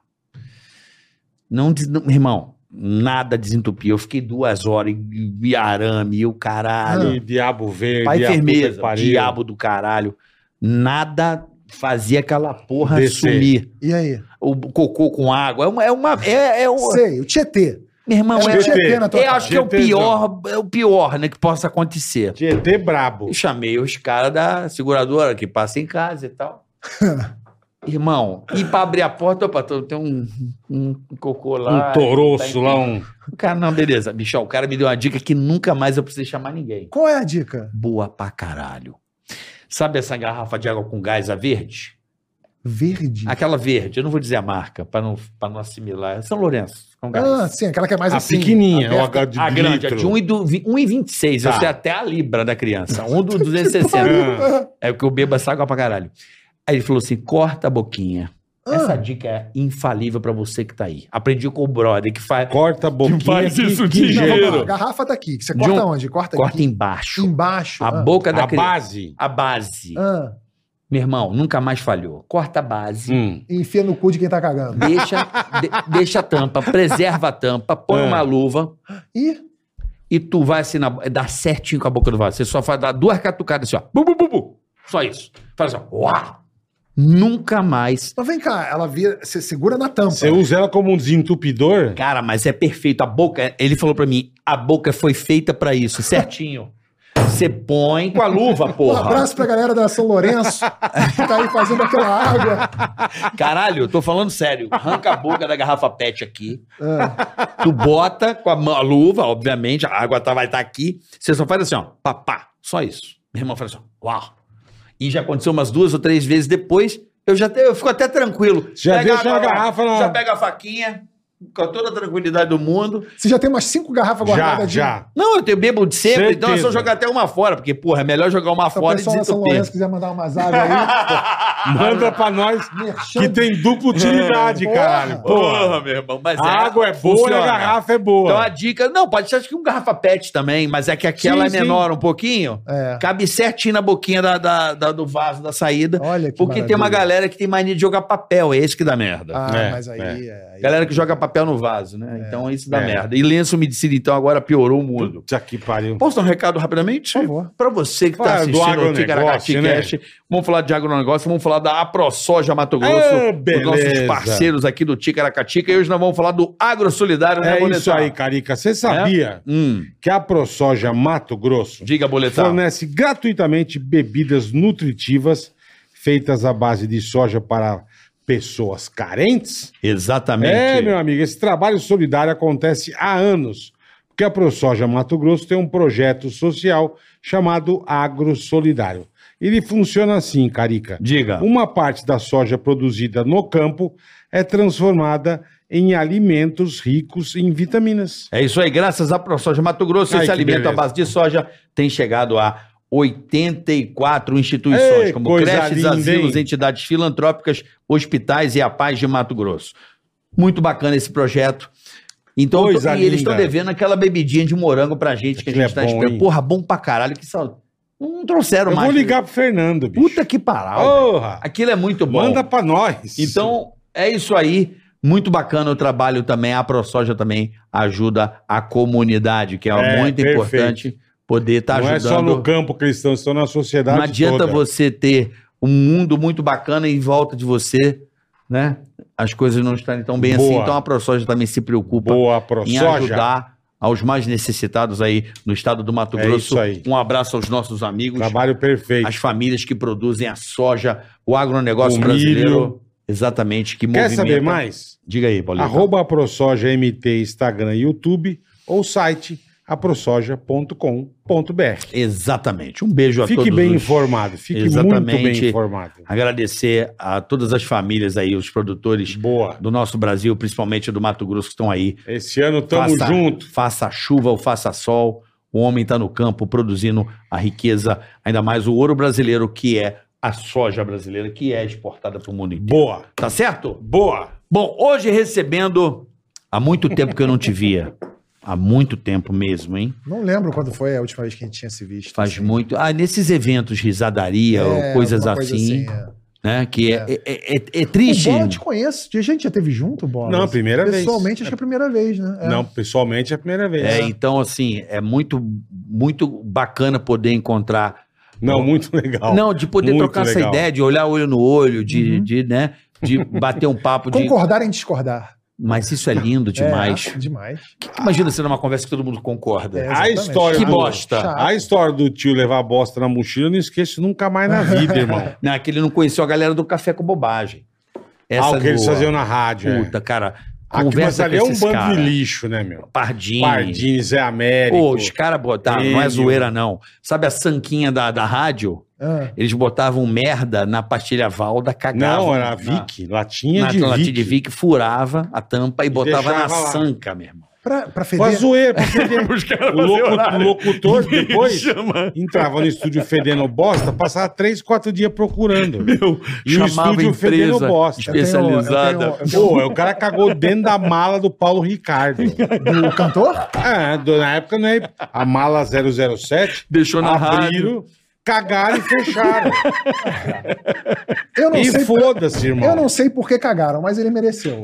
Não, des- não- irmão, nada desentupiu. Eu fiquei duas horas e, e arame e o caralho. E diabo verde. Pai a puta que firmeza, pariu. diabo do caralho. Nada fazia aquela porra Descer. sumir. E aí? O cocô com água. É uma. É uma é, é o- Sei, o Tietê. Meu irmão, É é, o Tietê na tua eu casa. acho que é o Tietêzão. pior, é o pior, né, que possa acontecer. Tietê brabo. Eu chamei os caras da seguradora que passa em casa e tal. Irmão, e pra abrir a porta, opa, tem um, um cocô lá. Um toroço tá lá, em- um... O cara, não, beleza. Bichão, o cara me deu uma dica que nunca mais eu precisei chamar ninguém. Qual é a dica? Boa pra caralho. Sabe essa garrafa de água com gás, a verde? Verde. Aquela verde, eu não vou dizer a marca, pra não, pra não assimilar. É São Lourenço, com gás. Ah, sim, aquela que é mais A assim. pequenininha, o aberta. H de A grande, a litro. de um e do- vi- um e vinte e seis. Tá. Eu sei até a libra da criança. Um do duzentos e sessenta. É o que eu bebo essa água pra caralho. Aí ele falou assim, corta a boquinha. Ah. Essa dica é infalível pra você que tá aí. Aprendi com o brother que faz... Corta a boquinha. faz isso o dia Não, vamos lá, inteiro. a garrafa tá aqui. Que você De corta um- onde? Corta, Corta aqui. embaixo. Embaixo. A ah. boca da A criança. base. A base. Ah. Meu irmão, nunca mais falhou. Corta a base. Hum. E enfia no cu de quem tá cagando. Deixa, de- deixa a tampa, preserva a tampa, põe Ah. uma luva Ih, e tu vai assim, na, dá certinho com a boca do vaso. Você só faz dar duas catucadas assim, ó. Bu, bu, bu, bu. Só isso. Faz assim, ó. Uau! Nunca mais. mas vem cá, ela vira. Você segura na tampa. Você usa ela como um desentupidor? Cara, mas é perfeito. A boca, ele falou pra mim, a boca foi feita pra isso, certinho. Você põe com a luva, Um porra. abraço pra galera da São Lourenço, que tá aí fazendo aquela água. Caralho, eu tô falando sério. Arranca a boca da garrafa pet aqui. Ah, Tu bota com a, mão- a luva, obviamente, a água tá, vai estar aqui. Você só faz assim, ó, pá, pá, só isso. Meu irmão faz assim, ó, uau. E já aconteceu umas duas ou três vezes depois, eu já te- eu fico até tranquilo. Já Pega deixa a água lá, garrafa na- Já pega a faquinha, com toda a tranquilidade do mundo. você já tem umas cinco garrafas Já, guardadas de. já. Não, eu tenho bebo de sempre, então é só Certeza. jogar até uma fora, porque, porra, é melhor jogar uma Se o fora e pessoal da São desentupir. Lourenço quiser mandar umas águas aí. Manda pra nós Merchan. que tem dupla utilidade, Porra. caralho. Porra. Porra, meu irmão, mas A água é boa e funciona. a garrafa é boa. Então a dica, não, pode ser acho que um garrafa pet também, mas é que aquela Sim, é menor um pouquinho, É. cabe certinho na boquinha da, da- da- do vaso da saída, Olha que porque tem uma maravilha. galera que tem mania de jogar papel, é esse que dá merda. Ah, É, mas aí. é. é, aí- Galera que joga papel no vaso, né? Então isso dá É. merda. E lenço umedecido, então, agora piorou o mundo. Puta que pariu. Posso dar um recado rapidamente? Por favor. Pra você que tá Fala do assistindo o agronegócio, Ticaracati né? Cast, vamos falar de agronegócio, vamos falar da AproSoja Mato Grosso, É, dos nossos beleza. parceiros aqui do Ticaracatica, e hoje nós vamos falar do Agro Solidário, né, É Boletar? isso aí, Carica. Você sabia Hum, que a ProSoja Mato Grosso diga, Boletar. fornece gratuitamente bebidas nutritivas feitas à base de soja para pessoas carentes? Exatamente. É, meu amigo, esse trabalho solidário acontece há anos, porque a ProSoja Mato Grosso tem um projeto social chamado Agro Solidário. Ele funciona assim, Carica. Diga. Uma parte da soja produzida no campo é transformada em alimentos ricos em vitaminas. É isso aí, graças à ProSoja Mato Grosso, Ai, esse que alimento beleza. à base de soja tem chegado a oitenta e quatro instituições, Ei, como coisa creches, linda, asilos, hein? entidades filantrópicas, hospitais e a Paz de Mato Grosso. Muito bacana esse projeto. Então, Coisa e eles linda. estão devendo aquela bebidinha de morango pra gente que a Aquilo gente é tá bom, esperando. hein? Porra, bom pra caralho. Que sal... Não trouxeram Eu mais. vou ligar pro Fernando, bicho. Puta que pariu. Porra! Aquilo é muito bom. Manda pra nós. Então, é isso aí. Muito bacana o trabalho também. A ProSoja também ajuda a comunidade, que é, É, muito perfeito. importante poder estar não ajudando. é só no campo que eles estão, estão na sociedade Não adianta toda. você ter um mundo muito bacana em volta de você, né? As coisas não estarem tão bem Boa. assim. Então a ProSoja também se preocupa Boa, em ProSoja. ajudar aos mais necessitados aí no estado do Mato É Grosso. isso aí. Um abraço aos nossos amigos, Trabalho perfeito. as famílias que produzem a soja, o agronegócio O brasileiro. milho. Exatamente, que Quer movimenta. saber mais? Diga aí, Paulinho. Arroba ProSoja M T, Instagram e YouTube, ou site aprosoja ponto com ponto b r. Exatamente. Um beijo a Fique todos bem os- informado, fique Exatamente. muito bem informado. Agradecer a todas as famílias aí, os produtores Boa. do nosso Brasil, principalmente do Mato Grosso, que estão aí. Esse ano tamo Faça- junto. Faça chuva ou faça sol, o homem está no campo produzindo a riqueza, ainda mais o ouro brasileiro, que é a soja brasileira, que é exportada para o mundo inteiro. Boa. Tá certo? Boa. Bom, hoje recebendo, há muito tempo que eu não te via. Há muito tempo mesmo, hein? Não lembro quando foi a última vez que a gente tinha se visto. Faz assim. muito. Ah, nesses eventos, risadaria, É, ou coisas alguma coisa assim, é. né? Que é, é, é- é O triste. Bola eu te conheço. A gente já teve junto, Bola? Não, primeira vez. Pessoalmente, acho que é a primeira vez, né? É. Não, pessoalmente é a primeira vez. É, então, assim, é muito, muito bacana poder encontrar. Não, muito legal. Não, de poder Muito trocar essa legal. ideia, de olhar olho no olho, de, Uhum. de, né? De bater um papo de. Concordar em discordar. Mas isso é lindo demais. É, demais. Imagina você numa conversa que todo mundo concorda. É, A exatamente. história Que do- bosta. Chato. A história do tio levar bosta na mochila, eu não esqueço nunca mais na vida, irmão. Não, que ele não conheceu a galera do Café com Bobagem. ah, o que eles do- faziam na rádio. é. Puta, cara. Aqui, mas Conversa ali com é um esses bando cara. de lixo, né, meu? Pardini. Pardini, Zé Américo. Pô, os caras botaram, não é Ele- zoeira não. Sabe a sanquinha da, da rádio? Ah, Eles botavam merda na pastilha Valda, cagavam. Não, era na- Vic, latinha Na de latinha Vic. de Vic, furava a tampa e, botava na deixava lá. sanca, meu irmão. pra, pra Pra feder. zoeira, pra feder. O, locu- o locutor depois entrava no estúdio fedendo bosta, passava três, quatro dias procurando. e o chamava estúdio fedendo empresa bosta. Eu tenho- eu especializada. tenho- eu tenho- Pô, o cara cagou dentro da mala do Paulo Ricardo. Do cantor? É, do- na época não é a mala zero zero sete. Deixou na rádio. abriram, cagaram e fecharam. Eu não E sei. foda-se, irmão. Eu não sei por que cagaram, mas ele mereceu.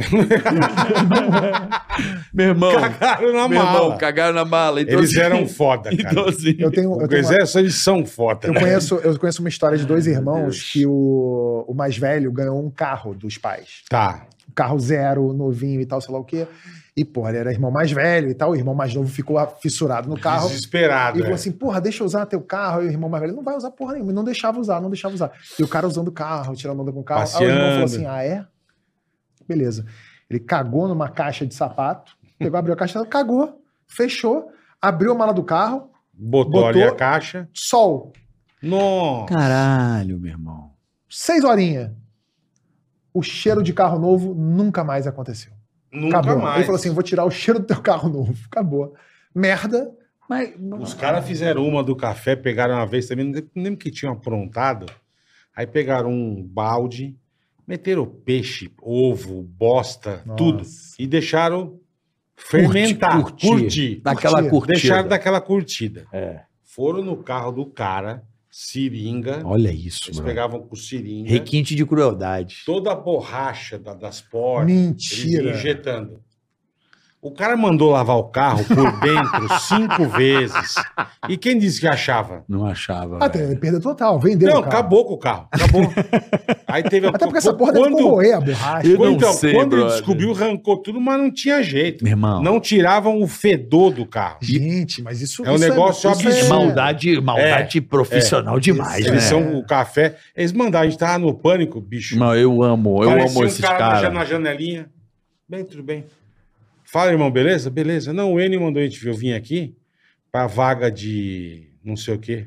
Meu irmão, Cagaram na meu mala. irmão, cagaram na mala. Então, Eles assim- eram foda, cara. Então, assim, Eu tenho, eu tenho uma- Eles, eram, eles são foda. eu né? conheço, eu conheço uma história de dois irmãos que o, o mais velho ganhou um carro dos pais. Tá. Um carro zero, novinho e tal, sei lá o quê. E, porra, ele era irmão mais velho e tal. O irmão mais novo ficou fissurado no carro. Desesperado. E falou é. assim, porra, deixa eu usar teu carro. E o irmão mais velho, não vai usar porra nenhuma. E não deixava usar, não deixava usar. E o cara usando o carro, tirando onda com o carro. Aí o irmão falou assim, Passeando. ah, é? Beleza. Ele cagou numa caixa de sapato, pegou, abriu a caixa, cagou, fechou, abriu a mala do carro, Botou, botou- ali a caixa. sol, Nossa. caralho, meu irmão. seis horinhas. O cheiro de carro novo nunca mais aconteceu. Nunca Acabou. mais. Ele falou assim, vou tirar o cheiro do teu carro novo. Acabou. Merda. Mas, Os caras fizeram uma do café, pegaram uma vez também, não lembro que tinham aprontado. Aí pegaram um balde, meteram peixe, ovo, bosta, Nossa. tudo. E deixaram fermentar, curtir, curtir. daquela Curtir. curtida. Deixaram daquela curtida. É. Foram no carro do cara, seringa. Olha isso, Eles mano. pegavam com seringa. Requinte de crueldade. Toda a borracha da- das portas. Eles Mentira. iam injetando. O cara mandou lavar o carro por dentro cinco vezes. E quem disse que achava? Não achava. Até velho. perda total, vendeu Não, o carro. acabou com o carro. Acabou. Aí teve a... Até porque essa porra quando, deve corroer a borracha. Eu não então, sei, quando ele brother. descobriu, arrancou tudo, mas não tinha jeito. Meu irmão. Não tiravam o fedor do carro. Gente, mas isso É um isso negócio isso É absurdo. maldade, maldade profissional demais, Eles né? são o café. Eles mandaram, a gente tava no pânico, bicho. Não, eu amo, eu Parecia amo um esses cara na caras. ja- na janelinha. Bem, tudo bem. Fala, irmão, beleza? Beleza. Não, o Enio mandou a gente vir. Eu vim aqui pra vaga de não sei o quê.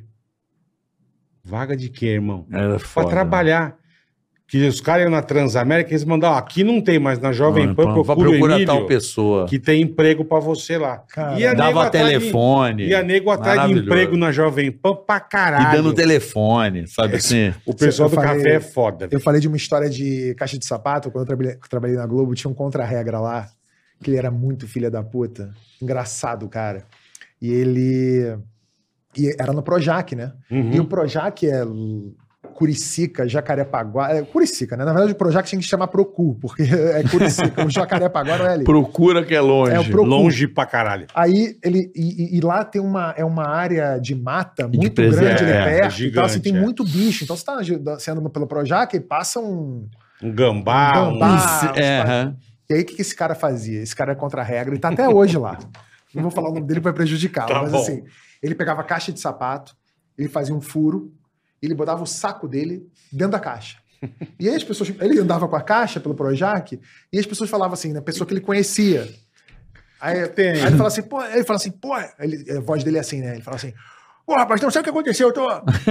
Vaga de quê, irmão? Era Pra foda. trabalhar. Que os caras iam na Transamérica, eles mandaram, ó, aqui não tem, mas na Jovem Não, Pan pô, procura o procura Emílio, tal pessoa. que tem emprego pra você lá. Cara, E a nego Dava atrás de- telefone. E a nego atrás de Maravilhoso. emprego na Jovem Pan pra caralho. E dando telefone, sabe assim? O pessoal Eu do falei- café é foda. Eu falei de uma história de caixa de sapato, quando eu trabalhei, trabalhei na Globo, tinha um contra-regra lá, que ele era muito filha da puta. Engraçado, cara. E ele... E era no Projac, né? Uhum. E o Projac é L- Curicica, Jacarepaguá... É Curicica, né? Na verdade, o Projac tinha que se chamar Procu, porque é Curicica. O Jacarepaguá não é ali. Procura que é longe. É o Pro- Longe pra caralho. Aí ele e, e- e lá tem uma, é uma área de mata de muito preserva- grande ali é, perto. é então, assim, tem gigante, é. muito bicho. Então, você tá você andando pelo Projac e passa um. Um gambá, um... Gambá. Isso, Ah, é, os aham. E aí, o que, que esse cara fazia? Esse cara é contra a regra e tá até hoje lá. Não vou falar o nome dele para prejudicá-lo, Tá mas bom. assim, ele pegava a caixa de sapato, ele fazia um furo, ele botava o saco dele dentro da caixa. E aí as pessoas. Ele andava com a caixa pelo Projac e as pessoas falavam assim, né? Pessoa que ele conhecia. Aí, Tem. aí ele fala assim, pô, ele fala assim, pô, ele, a voz dele é assim, né? Ele fala assim, pô, rapaz, não sabe o que aconteceu? Eu tô.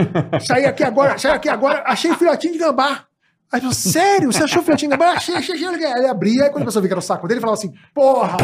Saí aqui agora, saí aqui agora, achei filhotinho de gambá. Aí ele falou, sério? Você achou filhotinho de gambá? Achei, achei, achei. Aí ele abria, aí quando a pessoa via que era o saco dele, ele falava assim, porra,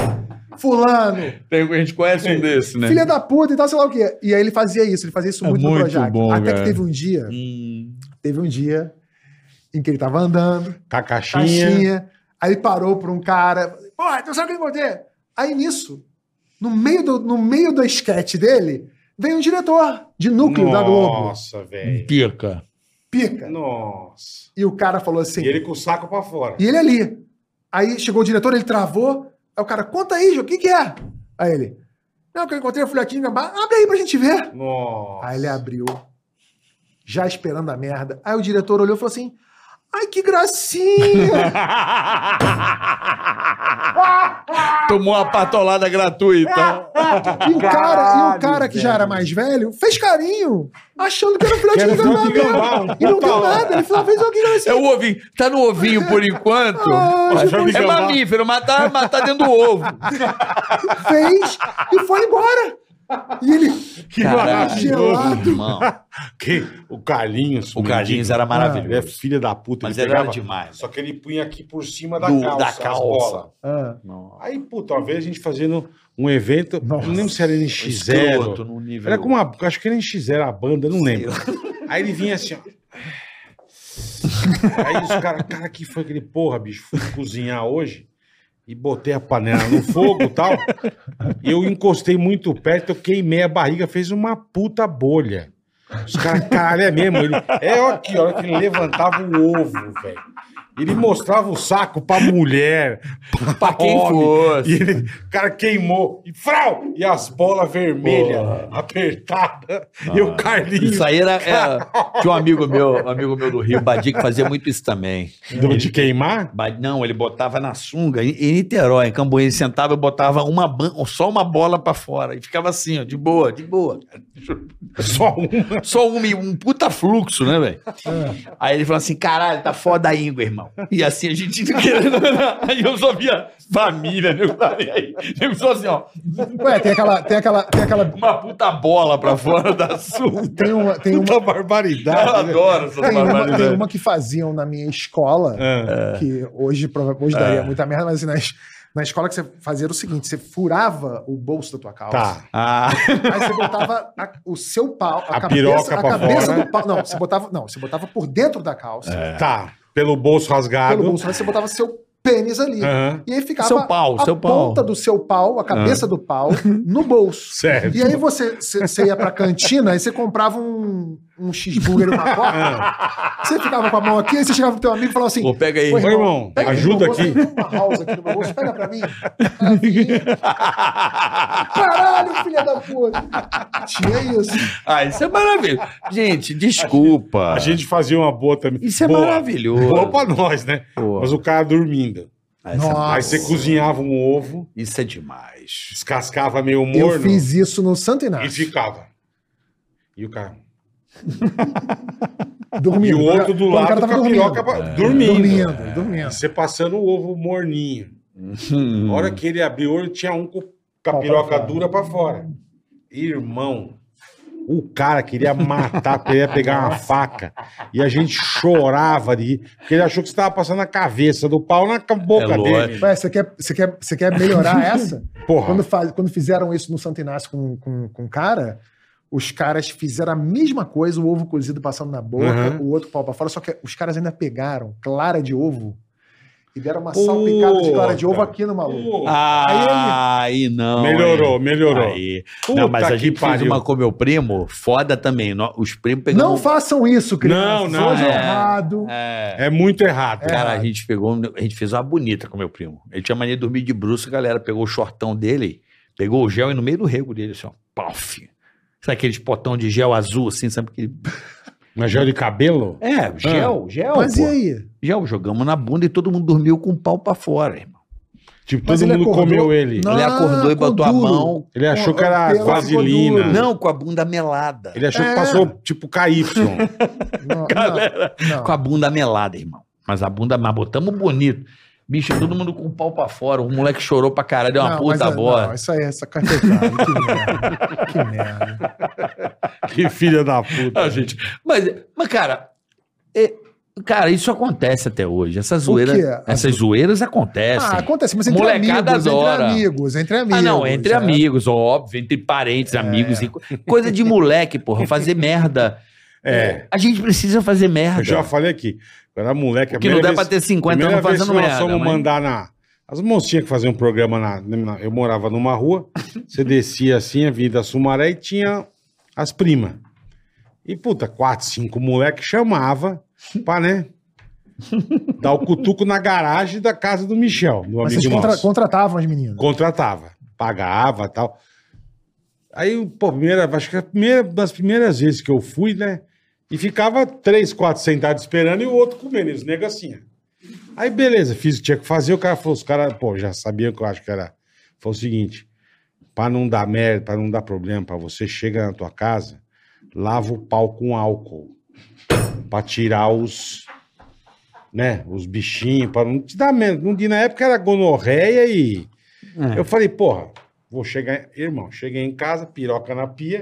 fulano, Tem- a gente conhece um desse, né? filha da puta e tal, sei lá o quê. E aí ele fazia isso, ele fazia isso É muito, no muito Projac. bom, Até cara. que teve um dia, Hum. teve um dia em que ele tava andando, Com a caixinha. caixinha, aí ele parou por um cara, porra, tu sabe o que eu encontrei? Aí nisso, no meio do, no meio do esquete dele, veio um diretor de núcleo da Globo. Nossa, velho. Pica. Pica. Nossa. E o cara falou assim, E ele com o saco pra fora. e ele ali. Aí chegou o diretor, ele travou, aí o cara, conta aí, Jô, o que que é? Aí ele, não, que eu encontrei o filhotinho de gambá, abre aí pra gente ver. Nossa. Aí ele abriu, já esperando a merda. Aí o diretor olhou e falou assim, ai, que gracinha. Tomou uma patolada gratuita. E o cara, e o cara que já era mais velho fez carinho, achando que era um Que era filhotinho de gambá. filhote de gambá, mesmo. um E não deu puta- nada. Ele falou, fez o que É o ovinho. Tá no ovinho por enquanto. Ah, depois- é mamífero, mas tá, mas tá dentro do ovo. fez e foi embora. E ele, Que Caralho, maravilhoso. irmão. Que, o Carlinhos. O Carlinhos era Ele é maravilhoso. filho da puta. Mas ele ele era pegava- demais. Só que ele punha aqui por cima da Do- calça. da as calça. bolas. ah, Aí, puta, uma vez a gente fazendo um evento, Nossa. não lembro se era N X zero. Escroto no nível. Era com uma. Acho que era N X zero a banda, não lembro. Aí ele vinha assim, ó. Aí os caras, cara, que foi aquele porra, bicho? Fui cozinhar hoje e botei a panela no fogo e tal. E eu encostei muito perto, eu queimei a barriga, fez uma puta bolha. Os caras, caralho, é mesmo. Ele, é ó, aqui, a hora que ele levantava o ovo, velho. Ele mostrava o saco pra mulher, Pra quem homem. fosse. E ele, o cara queimou. E frau! E as bolas vermelhas apertadas. E o Carlinhos. Isso aí era, era- Tinha um amigo meu, um amigo meu do Rio, Badi, que fazia muito isso também. Deu de queimar? Ba- Não, ele botava na sunga, em em Niterói, em Cambuí, ele sentava e botava uma, ban- só uma bola pra fora. E ficava assim, ó, de boa, de boa. Só uma. Só um, um puta fluxo, né, velho? Aí ele falou assim, caralho, tá foda a íngua, irmão. E assim a gente querendo. Aí eu só via família, né? Aí eu só assim, ó, ué, tem aquela, tem aquela, tem aquela, uma puta bola pra fora da sunga. tem uma, tem uma, Puta barbaridade. Eu né? adoro essa tem uma, tem barbaridade. uma que faziam na minha escola, É. que hoje, prova- hoje daria muita merda, mas assim, na, es- na escola que você fazia era o seguinte, você furava o bolso da tua calça, Tá. Ah, aí você botava a- o seu pau, a, A cabeça, piroca a pra cabeça fora. do pau, não, você botava, não, você botava por dentro da calça, Tá. Pelo bolso rasgado. pelo bolso, mas você botava seu pênis ali. Aham. E aí ficava Seu pau, a seu pau. ponta do seu pau, a cabeça do pau, no bolso. Certo. E aí você, você, você ia pra cantina e você comprava um, um cheeseburger e uma coca. Você ficava com a mão aqui, aí você chegava pro teu amigo e falava assim... Pô, pega aí. "Ô, Ô, irmão, pega aqui ajuda no meu bolso, aqui." tem uma house aqui no meu bolso, pega pra mim. Aí vinha. Caralho, filha da puta. Tinha isso. Ah, isso é maravilhoso. Gente, desculpa. A gente fazia uma boa também. Isso é Boa. maravilhoso. Boa pra nós, né? Pô. Mas o cara dormindo. Nossa. Aí você cozinhava um ovo, Isso é demais. descascava meio Eu morno fiz isso no Santo e Inácio. ficava. E o cara... Dormindo. E o outro do Quando o lado cara com tava a piroca dormindo. pra- dormindo. Dormindo, É. dormindo. E você passando o ovo morninho. Hum. Na hora que ele abriu o olho, tinha um com com a Pau pra piroca fora. dura pra fora. Irmão, o cara queria matar, queria pegar uma faca. E a gente chorava de rir, porque ele achou que você estava passando a cabeça do pau na boca É dele. lógico. Ué, você quer, você quer, você quer melhorar essa? Porra. Quando, faz, quando fizeram isso no Santo Inácio com, com, com o cara, os caras fizeram a mesma coisa, o ovo cozido passando na boca, Uhum. o outro pau pra fora, só que os caras ainda pegaram clara de ovo e deram uma Puta. salpicada de clara de ovo aqui no maluco. Ah, aí não. Melhorou, hein? melhorou. Aí. Puta Não, mas a que gente fez pariu. uma com meu primo, foda também. nó- Os primos pegando. Não façam isso, crianças. Não, não, Hoje é é. errado. É. É muito errado. Cara, a gente pegou, a gente fez uma bonita com meu primo. Ele tinha mania de dormir de bruxo, a galera pegou o shortão dele, pegou o gel e no meio do rego dele, assim, ó, paf. Sabe aqueles potão de gel azul, assim, sabe aquele... Mas gel de cabelo? É, gel, gel, Mas pô. e aí? Gel, jogamos na bunda e todo mundo dormiu com o pau pra fora, irmão. Tipo, Mas todo ele mundo acordou- comeu ele. Não. Ele acordou e ficou botou a duro. mão, Ele achou Com- que era o pelo ficou vaselina. duro. não, com a bunda melada. Ele achou É. que passou, tipo, K Y. Não, Galera, não, não. com a bunda melada, irmão. Mas a bunda, mas botamos bonito. Bicho, todo mundo com o pau pra fora. O moleque chorou pra caralho, deu uma Não, puta mas, bola. Não, isso aí é sacanagem. Que merda. Que merda. Que filha da puta. Ah, gente. Mas, mas cara, é- cara, isso acontece até hoje. Essas zoeiras, quê? essas zoeiras acontecem. Ah, acontece, mas entre Molecada amigos, adora. entre amigos, entre amigos. Ah, não, entre é. amigos, óbvio, entre parentes, amigos, e co- coisa de moleque, porra, fazer merda. É. A gente precisa fazer merda. Eu já falei aqui. Quando era moleque, a Porque não primeira dá vez- pra ter cinquenta primeira anos vez fazendo que nós merda. fomos mas- mandar na... As mocinhas que faziam um programa na, na- Eu morava numa rua, você descia assim, a Avenida Sumaré, e tinha as primas. E, puta, quatro, cinco moleques chamava pra, né? Dar o cutuco na garagem da casa do Michel, do Mas amigo vocês contra- nosso. contratavam as meninas. Contratava, pagava e tal. Aí, pô, primeira, acho que a primeira das primeiras vezes que eu fui, né? E ficava três, quatro sentados esperando e o outro comendo, eles negam assim. ó. Aí, beleza, fiz o que tinha que fazer. O cara falou, os caras, pô, já sabiam que eu acho que era. Foi o seguinte: pra não dar merda, pra não dar problema, pra você chega na tua casa, lava o pau com álcool. Pra tirar os. Né, os bichinhos, pra não te dar merda. Não, na época era gonorreia e. É. Eu falei, porra, vou chegar. Irmão, cheguei em casa, piroca na pia.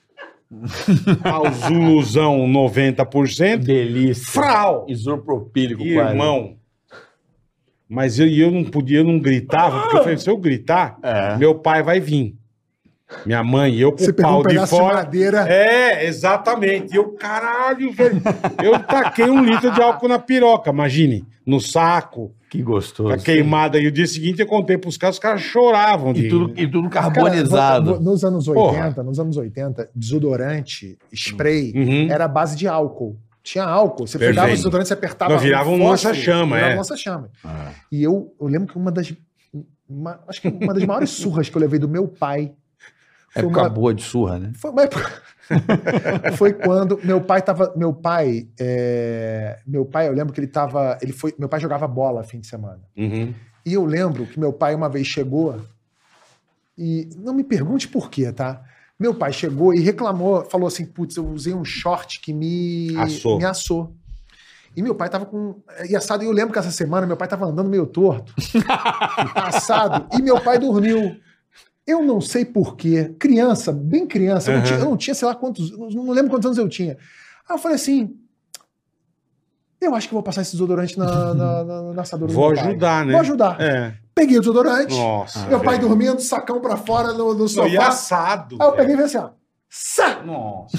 Azuluzão noventa por cento. Delícia. Frau! Isopropílico, Irmão. Mas eu, e eu não podia, eu não gritava, porque eu falei, se eu gritar, É. meu pai vai vir. Minha mãe, eu com Você o pegou pau um de pedaço de fora. madeira. É, exatamente. E eu, caralho, velho. Eu taquei um litro de álcool na piroca, imagine. No saco, Que gostoso. com a queimada. E o dia seguinte eu contei pros caras, os caras choravam. E de- tudo, e tudo Cara, carbonizado. no- nos anos Porra. oitenta, nos anos oitenta, desodorante, spray, Uhum. era a base de álcool. Tinha álcool. Você Perfeito. pegava o desodorante, você apertava. Não, virava no um fósforo, lança-chama, virava é. um lança-chama. Ah. E eu, eu lembro que uma das. uma- acho que uma das maiores surras que eu levei do meu pai. Foi Época uma, boa de surra, né? foi uma época. Foi quando meu pai tava. Meu pai. é, meu pai, eu lembro que ele tava. Ele foi, meu pai jogava bola fim de semana. Uhum. E eu lembro que meu pai uma vez chegou e não me pergunte por quê, tá? Meu pai chegou e reclamou, falou assim, putz, eu usei um short que me Assou. me assou. E meu pai tava com e assado, e eu lembro que essa semana meu pai tava andando meio torto, assado, e meu pai dormiu. Eu não sei por quê, criança, bem criança, eu, não Uhum. tinha, eu não tinha, sei lá quantos, não não lembro quantos anos eu tinha. Aí eu falei assim, eu acho que vou passar esse desodorante na, na, na, na assadura do Vou meu pai. ajudar, né? Vou ajudar. É. Peguei o desodorante, Nossa. meu pai velho. dormindo, sacão pra fora no, no Não, sofá. e assado. Aí eu velho. peguei e falei assim, ó. Sá! Nossa.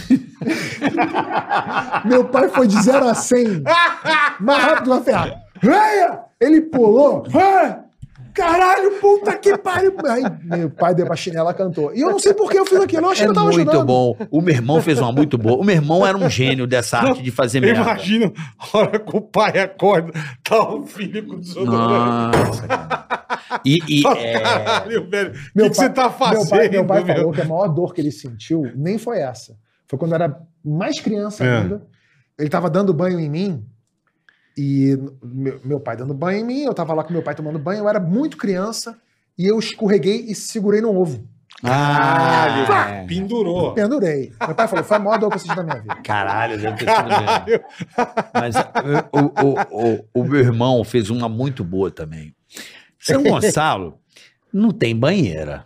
Meu pai foi de zero a cem. Mais rápido que uma ferrada. Venha! Ele pulou. Ah! Caralho, puta que pariu. Aí meu pai deu pra chinela, cantou. E eu não sei por que eu fiz aquilo, eu achei É que eu tava muito ajudando. bom. O meu irmão fez uma muito boa. O meu irmão era um gênio dessa arte de fazer Eu merda. imagino a hora que o pai acorda, tá o filho com desodorante. Nossa, cara. E, e, é, Caralho, velho. O que, Meu que você tá fazendo? Meu pai, meu pai meu? falou que a maior dor que ele sentiu nem foi essa. Foi quando eu era mais criança É. ainda. Ele tava dando banho em mim. E meu, meu pai dando banho em mim, eu tava lá com meu pai tomando banho, eu era muito criança e eu escorreguei e segurei no ovo. Caralho, Ah, pendurou. Pendurei. Meu pai falou, foi a maior dor que eu senti na minha vida. caralho, deve ter sido mesmo. Mas o, o, o, o meu irmão fez uma muito boa também. São Gonçalo não tem banheira.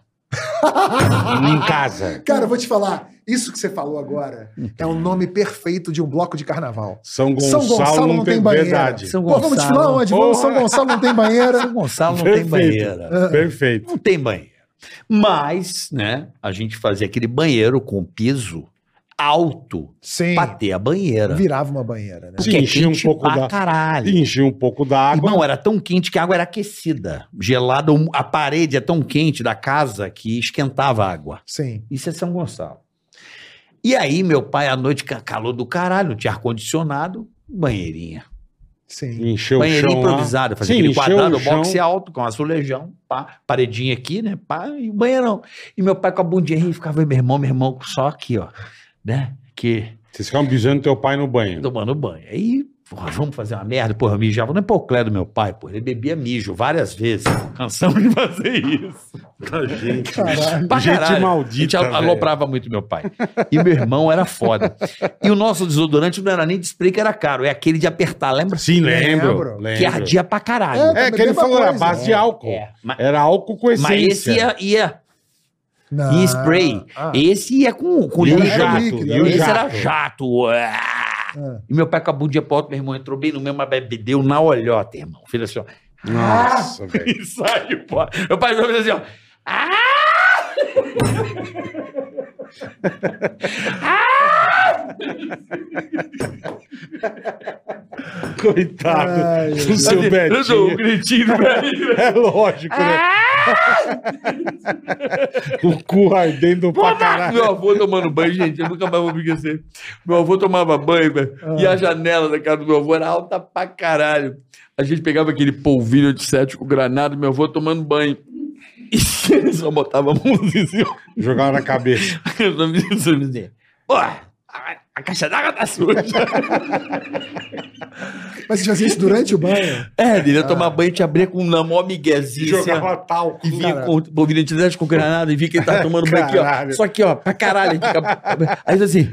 Em casa. Cara, eu vou te falar, isso que você falou agora é o nome perfeito de um bloco de carnaval. São Gonçalo, não, tem, banheira. verdade. São Pô, vamos Gonçalo. desfilar onde? Vamos, Porra. São Gonçalo não tem banheira. São Gonçalo não tem banheira. Perfeito. Não tem banheiro. Mas, né, a gente fazia aquele banheiro com piso alto Sim, pra ter a banheira. virava uma banheira, né? Porque Sim, é enchia um quente pouco pra da- caralho. Enchia um pouco d'água. Irmão, era tão quente que a água era aquecida. Gelada, um- a parede é tão quente da casa que esquentava a água. Sim. Isso é São Gonçalo. E aí, meu pai, à noite, ca- calor do caralho, não tinha ar-condicionado, banheirinha. Sim. Encheu o Banheirinha chão lá. improvisada, fazia Sim, aquele encheu quadrado, o chão. boxe alto, com azulejão, pá, paredinha aqui, né, pá, e o banheirão. E meu pai com a bundinha e ficava, meu irmão, meu irmão, só aqui, ó, né, que Vocês ficavam bisando teu pai no banho. tomando banho. Aí, porra, vamos fazer uma merda, porra, eu mijava no hipoclé do meu pai, porra, ele bebia mijo várias vezes, cansamos de fazer isso. Da gente. Caralho. Pra Gente caralho. maldita, A gente velho. aloprava muito meu pai. E meu irmão era foda. E o nosso desodorante não era nem de spray que era caro, é aquele de apertar, lembra? Sim, lembro. Lembro. lembro. Que ardia pra caralho. É, que ele Mesma falou, era a coisa. base de álcool. É, mas- Era álcool com essência. Mas esse ia, ia Não. em spray. Ah, Esse ia com, com E o líquido. jato, líquido, e o Esse jato. era jato. Ah. ah. E meu pai com a bundinha pro alto, meu irmão entrou bem no mesmo, mas bebeu na olhota, irmão. Fez assim, ó. Nossa, velho. E saiu, pô. Meu pai fez assim, ó. Ah! Coitado Ai, do seu Eu dou um Betinho. gritinho do velho. É lógico, né? O cu ardendo pra caralho. Meu avô tomando banho, gente, eu nunca mais vou me esquecer. Meu avô tomava banho, velho, e a janela da casa do meu avô era alta pra caralho. A gente pegava aquele polvilho de sete com granada, meu avô tomando banho. E ele só botava a mãozinha assim, ó. Jogava na cabeça. Eu não me dizia, porra, a, a caixa d'água tá suja. Mas você fazia isso durante o banho? É, ele ia tomar banho e te abria com uma mó miguezinha. assim, ó. Jogava talco. E vinha Cara. com o polvilho de sete com granada e via que ele tava tomando banho aqui, ó. Caralho. Só aqui, ó, pra caralho. A gente fica- Aí assim.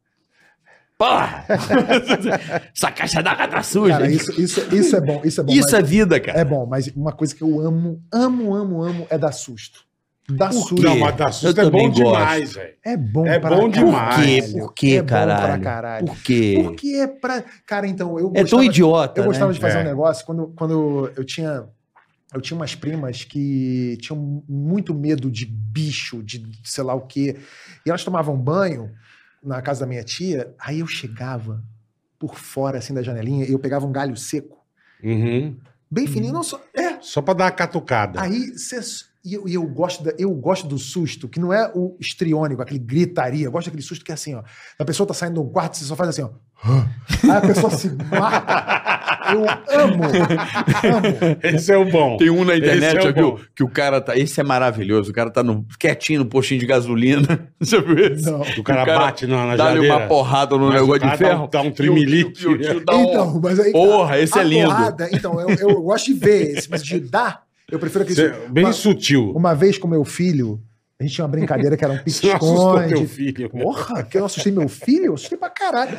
Porra! Essa caixa d'água tá suja. Cara, isso, isso, isso é bom. Isso é bom. Isso mas- é vida, cara. É bom, mas uma coisa que eu amo, amo, amo, amo é dar susto. Dar Por susto. quê? Não, mas da susto Eu é bom também gosto. demais, velho. É bom É pra bom demais. Por quê? caralho. Por quê, é bom pra caralho? caralho. Por quê? Porque é pra... Cara, então, eu É tão gostava- idiota, Eu gostava né? de fazer É. um negócio quando, quando eu tinha... Eu tinha umas primas que tinham muito medo de bicho, de sei lá o quê. E elas tomavam banho na casa da minha tia, aí eu chegava por fora, assim, da janelinha, e eu pegava um galho seco, Uhum. bem fininho, não só... É, Só pra dar uma catucada. aí você... E eu, e eu, gosto da- eu gosto do susto, que não é o histriônico, aquele gritaria. Eu gosto daquele susto que é assim, ó. A pessoa tá saindo de um quarto, você só faz assim, ó. Aí a pessoa se mata. Eu amo. Amo. Esse é o bom. Tem um na Esse internet, é o já viu? bom. Que o cara tá. Esse é maravilhoso. O cara tá no, quietinho no postinho de gasolina. Já viu esse? Não. O cara, bate na, na Dá-lhe jadeira. uma porrada no Mas o negócio cara de dá um- ferro. dá um e o- trimelique. e o- e o tio dá um- Então, mas aí. Porra, esse a é lindo. porrada, então, eu, eu gosto de ver esse, mas de dar, eu prefiro aquele. Cê- Bem uma, sutil. uma vez com meu filho, a gente tinha uma brincadeira que era um Você não assustou teu pique-esconde. filho. Porra, que eu assustei meu filho? Eu assustei pra caralho.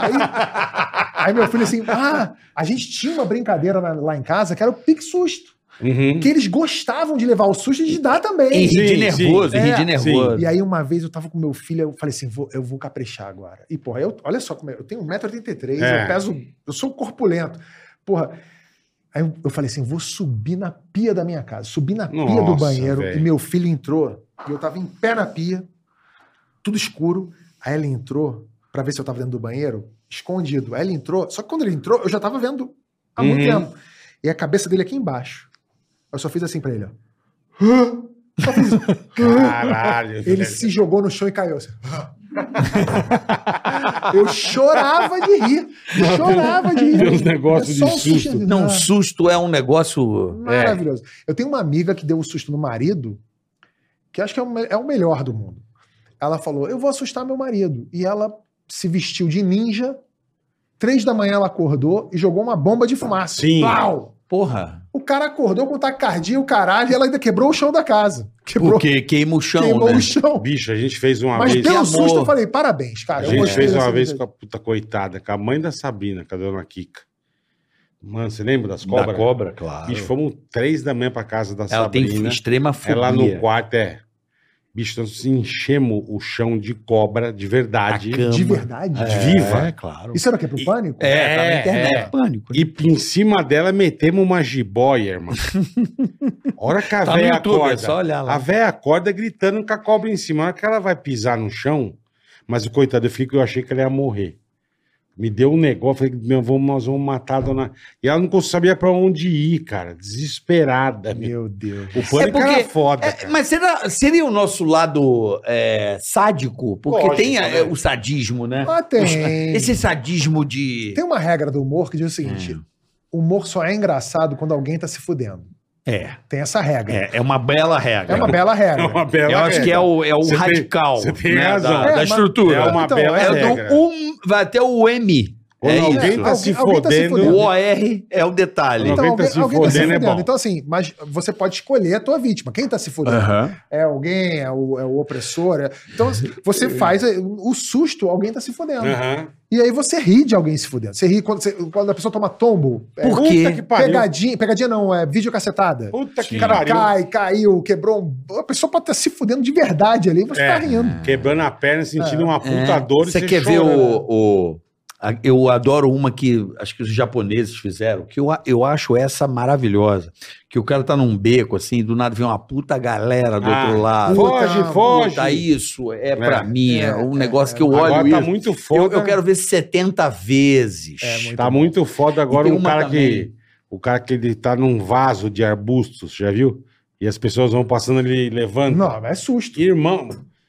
Aí, aí meu filho assim, ah, a gente tinha uma brincadeira na- lá em casa que era o pique-susto. Uhum. Que eles gostavam de levar o susto e de dar também. E rir de Sim, nervoso, sim. e rir de É, nervoso. E aí, uma vez eu tava com meu filho, eu falei assim: vou, eu vou caprichar agora. E, porra, eu, olha só como é, eu tenho um metro e oitenta e três, É. eu peso, eu sou corpulento. Porra. Aí eu, eu falei assim: vou subir na pia da minha casa. Subi na pia do Nossa, banheiro velho. e meu filho entrou. E eu tava em pé na pia, tudo escuro. Aí ele entrou pra ver se eu tava dentro do banheiro, escondido. Aí ele entrou, só que quando ele entrou, eu já tava vendo há muito Uhum. tempo. e a cabeça dele aqui embaixo. Eu só fiz assim pra ele, ó. Só fiz isso. Caralho. Ele velho. se jogou no chão e caiu assim. Eu chorava de rir. Eu chorava de rir. Tem uns negócios É só de um susto. Não, Ah, susto é um negócio... maravilhoso. Eu tenho uma amiga que deu um susto no marido, que acho que é o, me- é o melhor do mundo. Ela falou, eu vou assustar meu marido. E ela se vestiu de ninja. Três da manhã ela acordou e jogou uma bomba de fumaça. Sim. Plau! Porra. O cara acordou com taquicardia, o caralho, e ela ainda quebrou o chão da casa. Quebrou, Porque queima o chão, queimou né? o chão. Bicho, a gente fez uma Mas vez. pelo amor. susto eu falei, parabéns, cara. A eu gente gostei fez uma dessa vez vida. com a puta coitada, com a mãe da Sabrina, com a dona Kika. Mano, você lembra das Da cobras? cobra, claro. Bicho, fomos três da manhã pra casa da Ela tem Sabrina. extrema fobia. Ela no quarto, é. Bicho, nós enchemos o chão de cobra de verdade. A cama. De verdade? É, Viva. claro. Isso era o quê? Pro pânico? É, tá na É, internet. é. Pânico. E em cima dela metemos uma jiboia, irmão. A hora que a Tá no véia YouTube, acorda, é só olhar lá. a véia acorda gritando com a cobra em cima. A hora que ela vai pisar no chão, mas o coitado, eu, fico, eu achei que ela ia morrer. Me deu um negócio, falei, meu, vamos, nós vamos matar a dona... E ela não sabia pra onde ir, cara. Desesperada. Meu. Meu Deus. O pânico É porque- era foda, É, cara. mas será, seria o nosso lado é, sádico? Porque Lógico, tem a- né? o sadismo, né? Ah, tem. Esse sadismo de... Tem uma regra do humor que diz o seguinte: o humor só é engraçado quando alguém tá se fudendo. É, Tem essa regra. é, é uma bela regra. É uma bela regra. É uma bela Eu acho regra. que é o, é o Você tem- radical você tem né, razão. da, É, da mas- estrutura. É uma Então, bela é É regra. do um, vai até o M. Quando é alguém isso. tá se Alguém- alguém tá se fodendo... fudendo. O O R é o detalhe. Não, Então, alguém tá alguém, se alguém tá se fodendo é fudendo. bom. Então, assim, mas você pode escolher a tua vítima. Quem tá se fudendo? Aham. É alguém, é o, é o opressor. é- Então, assim, você faz é, o susto, alguém tá se fudendo. Aham. E aí você ri de alguém se fudendo. Você ri quando, você- quando a pessoa toma tombo. É, Por quê? Puta que pariu. pegadinha, pegadinha não, é videocacetada. Puta que O cara pariu. cai, caiu, quebrou. um- A pessoa pode estar se fudendo de verdade ali, você É. tá rindo. Quebrando a perna, sentindo uma puta É. dor. e Você quer ver chorando. o, o- a- eu adoro uma que acho que os japoneses fizeram, que eu, a- eu acho essa maravilhosa. Que o cara tá num beco, assim, do nada vem uma puta galera do Ah, outro lado. Foge, Puta, foge. Puta, isso é pra É. mim, é, É, um é, negócio é. que eu olho Agora tá isso. muito Eu, foda. eu quero ver setenta vezes. É, muito Tá bom. muito foda agora E tem um uma cara também. que. O cara que ele tá num vaso de arbustos, já viu? E as pessoas vão passando, ele levanta. Não, é susto. Irmão,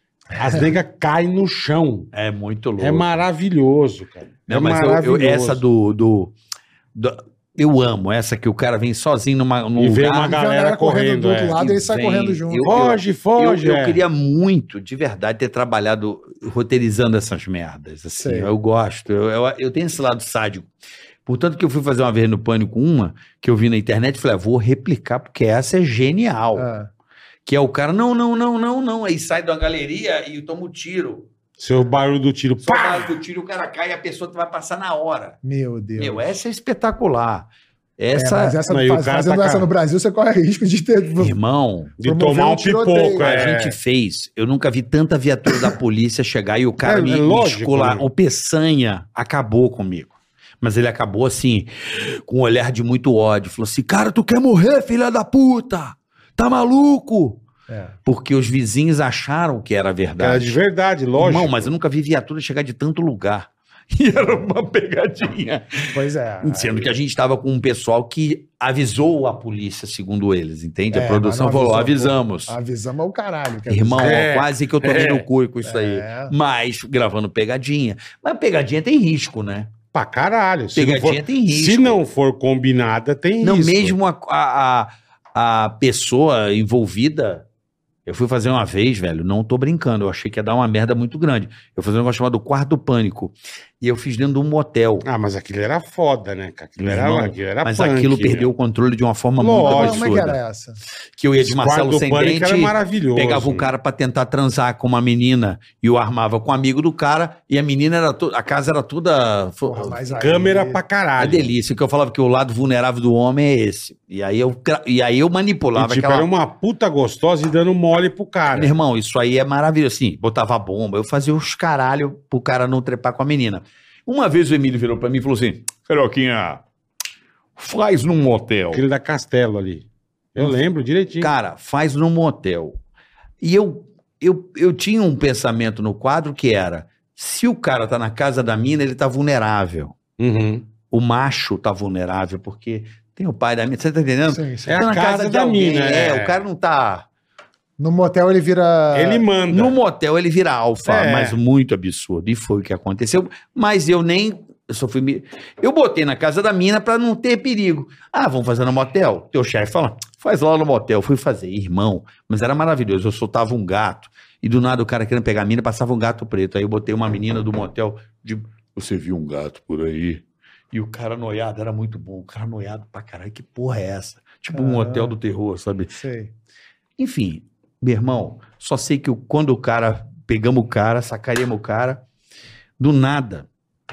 as negas caem no chão. É muito louco. É maravilhoso, cara. Não, é mas eu- eu- maravilhoso. essa do, do, do- Eu amo essa que o cara vem sozinho numa, num E vem lugar. uma galera Vem a correndo, do outro é. lado e ele sai Vem. correndo junto. Eu- Foge, foge. eu, eu é. queria muito, de verdade, ter trabalhado roteirizando essas merdas. Assim, Sei. eu gosto. Eu, eu, eu tenho esse lado sádico. Portanto, que eu fui fazer uma vez no Pânico uma, que eu vi na internet e falei, ah, vou replicar, porque essa é genial. É. Que é o cara, não, não, não, não, não. Aí sai da galeria e toma o tiro. Seu barulho do tiro. Só Pá! do tiro, o cara cai e a pessoa vai passar na hora. Meu Deus. Meu, essa é espetacular. É, Essa, mas essa, Não, e o faz- cara fazendo tá essa ca- no Brasil, você corre risco de ter. irmão, De promover tomar um um tiroteio. pipoco. a É. gente fez. Eu nunca vi tanta viatura da polícia chegar e o cara É, me, é me lógico, escolar. né? O Peçanha acabou comigo. Mas ele acabou assim, com um olhar de muito ódio. Falou assim: cara, tu quer morrer, filha da puta? Tá maluco? É. Porque os vizinhos acharam que era Era verdade. de verdade, lógico. Irmão, mas eu nunca vi viatura chegar de tanto lugar. E era uma pegadinha. Pois é. Sendo que a gente estava com um pessoal que avisou a polícia, segundo eles, entende? É, a produção mas não falou, avisou, avisamos. Avisamos ao caralho. quer Irmão, dizer. É, quase que eu tomei é, no cu com isso aí. é. Mas gravando pegadinha. Mas pegadinha tem risco, né? Pra caralho. Se Pegadinha não for, tem risco. Se não for combinada, tem Não, risco. mesmo a, a, a, a pessoa envolvida. Eu fui fazer uma vez, velho, não tô brincando, eu achei que ia dar uma merda muito grande. Eu fui fazer um negócio chamado Quarto do Pânico. E eu fiz dentro de um motel. Ah, mas aquilo era foda, né? cara? Aquilo era, Irmão, aquilo era mas punk, aquilo né? perdeu o controle de uma forma Lógico. muito Como é que absurda. era essa? Que eu ia de Esse Marcelo Quarto do Sem Pânico Dente, era maravilhoso. pegava o cara pra tentar transar com uma menina e o armava com um amigo do cara e a menina era toda, a casa era toda Porra, mas aí- Câmera pra a caralho. delícia, que eu falava que o lado vulnerável do homem é esse. E aí eu, cra- e aí eu E, manipulava tipo, aquela... era uma puta gostosa e dando mole pro cara. Meu irmão, isso aí é maravilhoso. Assim, botava bomba, eu fazia os caralho pro cara não trepar com a menina. Uma vez o Emílio virou pra mim e falou assim, Carioquinha, faz num motel. Aquele da Castelo ali. Eu lembro direitinho. Cara, faz num motel. E eu, eu, eu tinha um pensamento no quadro que era, se o cara tá na casa da mina, ele tá vulnerável. Uhum. O macho tá vulnerável, porque Tem o pai da mina, você tá entendendo? Sim, sim. É a Tá na casa de da alguém, mina, É, é. o cara não tá... No motel ele vira... Ele manda. No motel ele vira alfa, É. mas muito absurdo. E foi o que aconteceu. Mas eu nem... Eu só fui me... Eu botei na casa da mina pra não ter perigo. Ah, vamos fazer no motel? Teu chefe fala, faz lá no motel. Eu fui fazer, irmão. Mas era maravilhoso. Eu soltava um gato. E do nada o cara querendo pegar a mina, passava um gato preto. Aí eu botei uma menina do motel de... Você viu um gato por aí? E o cara noiado era muito bom. O cara noiado pra caralho. Que porra é essa? Tipo um Ah. hotel do terror, sabe? Sei. Enfim, meu irmão, só sei que o- quando o cara, pegamos o cara, sacaríamos o cara, do nada,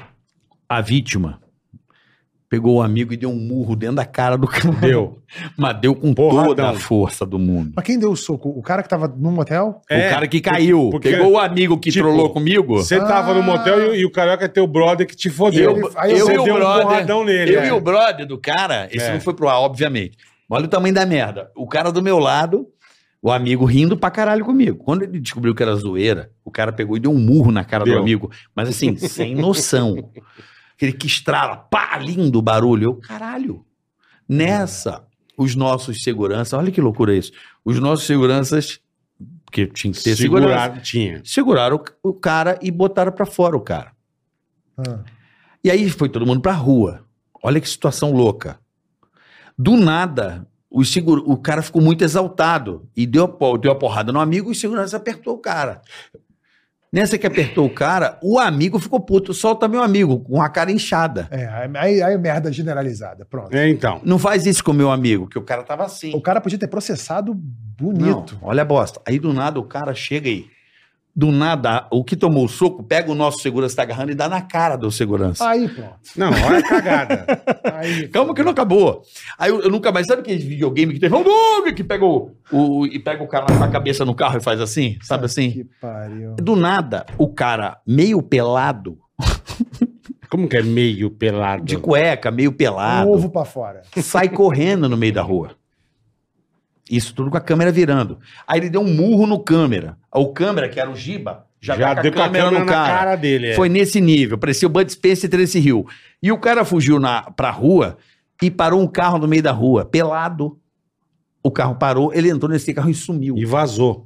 a vítima pegou o amigo e deu um murro dentro da cara do cara. Deu. Mas deu com Porradão. toda a força do mundo. Mas quem deu o soco? O cara que tava no motel? É, o cara que caiu, porque- pegou o amigo que tipo, trollou comigo. Você tava no motel e, e o carioca é teu brother que te fodeu. Eu- aí eu você e o deu um brother, porradão nele. eu é. e o brother do cara, esse É. não foi pro ar, obviamente. Olha o tamanho da merda. O cara do meu lado, o amigo rindo pra caralho comigo. Quando ele descobriu que era zoeira, o cara pegou e deu um murro na cara Deu. do amigo. Mas assim, sem noção. Aquele que estrala, pá, lindo o barulho. Eu, caralho. Nessa, os nossos seguranças, olha que loucura isso. Os nossos seguranças, porque tinha que ter segurança, Segurado, tinha. seguraram o, o cara e botaram pra fora o cara. Ah. E aí foi todo mundo pra rua. Olha que situação louca. Do nada, o, seguro, o cara ficou muito exaltado e deu a, po- deu a porrada no amigo e o segurança apertou o cara. Nessa que apertou o cara, o amigo ficou puto. Solta meu amigo, com a cara inchada. É, aí, aí é merda generalizada. Pronto. É, então. Não faz isso com o meu amigo, que o cara tava assim. O cara podia ter processado Não, bonito. olha a bosta. Aí do nada o cara chega aí. Do nada, o que tomou o soco, pega o nosso segurança que tá agarrando e dá na cara do segurança. Aí, pronto. Não, olha a cagada. Aí, Calma que não acabou. Aí eu, eu nunca mais. Sabe aquele videogame que tem um dog que pega o, o- e pega o cara na cabeça no carro e faz assim? Sabe assim? Que pariu. Do nada, o cara meio pelado, Como que é meio pelado? de cueca, meio Um pelado, ovo pra fora. sai correndo no meio da rua. Isso tudo com a câmera virando. Aí ele deu um murro no câmera. O câmera, que era o Giba, já, Já tá deu com a câmera no na cara. cara dele. É. Foi nesse nível. Parecia o Bud Spencer e Terence Hill. E o cara fugiu na, pra rua e parou um carro no meio da rua, pelado. O carro parou, ele entrou nesse carro e sumiu. E vazou.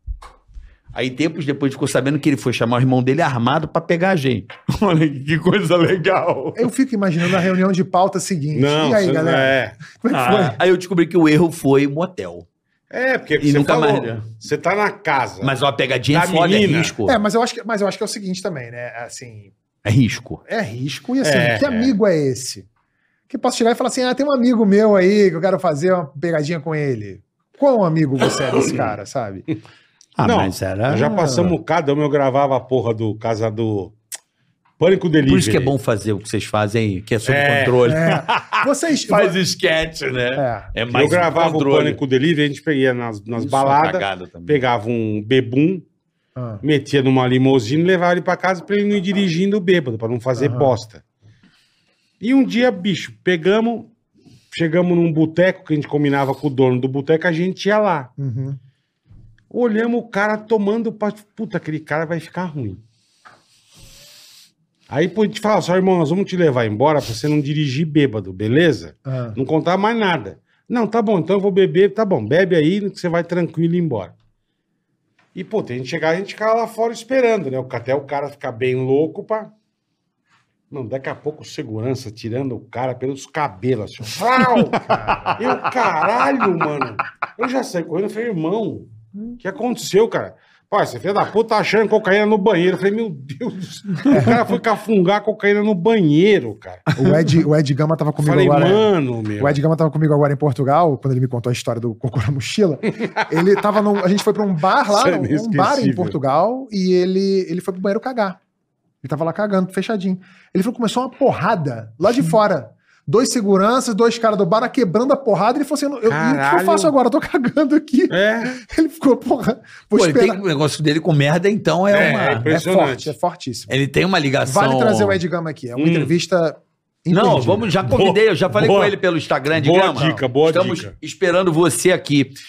Aí, tempos depois, ficou sabendo que ele foi chamar o irmão dele armado pra pegar a gente. Olha que coisa legal. Eu fico imaginando a reunião de pauta seguinte. Não, e aí, você- galera? é. Como é que Ah, foi? aí eu descobri que o erro foi motel. É, porque E você nunca falou, mais, né? você tá na casa. Mas uma pegadinha Da é foda, menina. é risco. É, mas eu, acho que, mas eu acho que é o seguinte também, né? Assim, É risco. é risco e assim, É, que amigo é esse? Que posso chegar e falar assim, ah, tem um amigo meu aí que eu quero fazer uma pegadinha com ele. Qual amigo você é desse cara, sabe? Ah, Não, mas era... Já passamos cada um, eu gravava a porra do casa do Pânico Delivery. Por isso que é bom fazer o que vocês fazem aí, que é sob É. controle. É, vocês... Faz sketch, né? É. É, mais Eu gravava o controle. Pânico Delivery, a gente ia nas, nas Isso é uma baladas, cagada também. pegava um bebum, Ah, metia numa limusine e levava ele pra casa pra ele não ir dirigindo bêbado, pra não fazer Aham. bosta. E um dia, bicho, pegamos, chegamos num boteco que a gente combinava com o dono do boteco, a gente ia lá. uhum. Olhamos o cara tomando. pa- Puta, aquele cara vai ficar ruim. Aí pô, a gente fala, só irmão, nós vamos te levar embora pra você não dirigir bêbado, beleza? Ah, Não contar mais nada. Não, tá bom, então eu vou beber, tá bom, bebe aí que você vai tranquilo ir embora. E, pô, tem gente chegar, a gente ficar lá fora esperando, né? Até o cara ficar bem louco pra. Não, daqui a pouco o segurança tirando o cara pelos cabelos, assim. Frau! Eu, caralho, mano. Eu já saí correndo, eu falei, irmão, o que aconteceu, cara? Pai, você filho da puta tá achando cocaína no banheiro. Eu falei, meu Deus do céu. O cara foi cafungar cocaína no banheiro, cara. o, Ed, o Ed Gama tava Eu comigo falei, agora. mano, meu. O Ed Gama tava comigo agora em Portugal, quando ele me contou a história do cocô na mochila. Ele tava num, a gente foi pra um bar lá, Isso é num- um inesquecível. bar em Portugal, e ele, ele foi pro banheiro cagar. Ele tava lá cagando, fechadinho. Ele falou que começou uma porrada lá de fora. Dois seguranças, dois caras do bar quebrando a porrada. Ele falou assim: eu, eu- e o que eu Caralho. faço agora? Eu tô cagando aqui. É, Ele ficou, porra, vou Pô, ele esperar. tem o negócio dele com merda, então é, É, uma... é É impressionante. forte, é fortíssimo. Ele tem uma ligação... Vale trazer o Ed Gama aqui. É uma Hum. entrevista. Não, imperdível. vamos, já convidei, eu já falei Boa. com ele pelo Instagram de Boa Gama. dica, boa Estamos dica. esperando você aqui.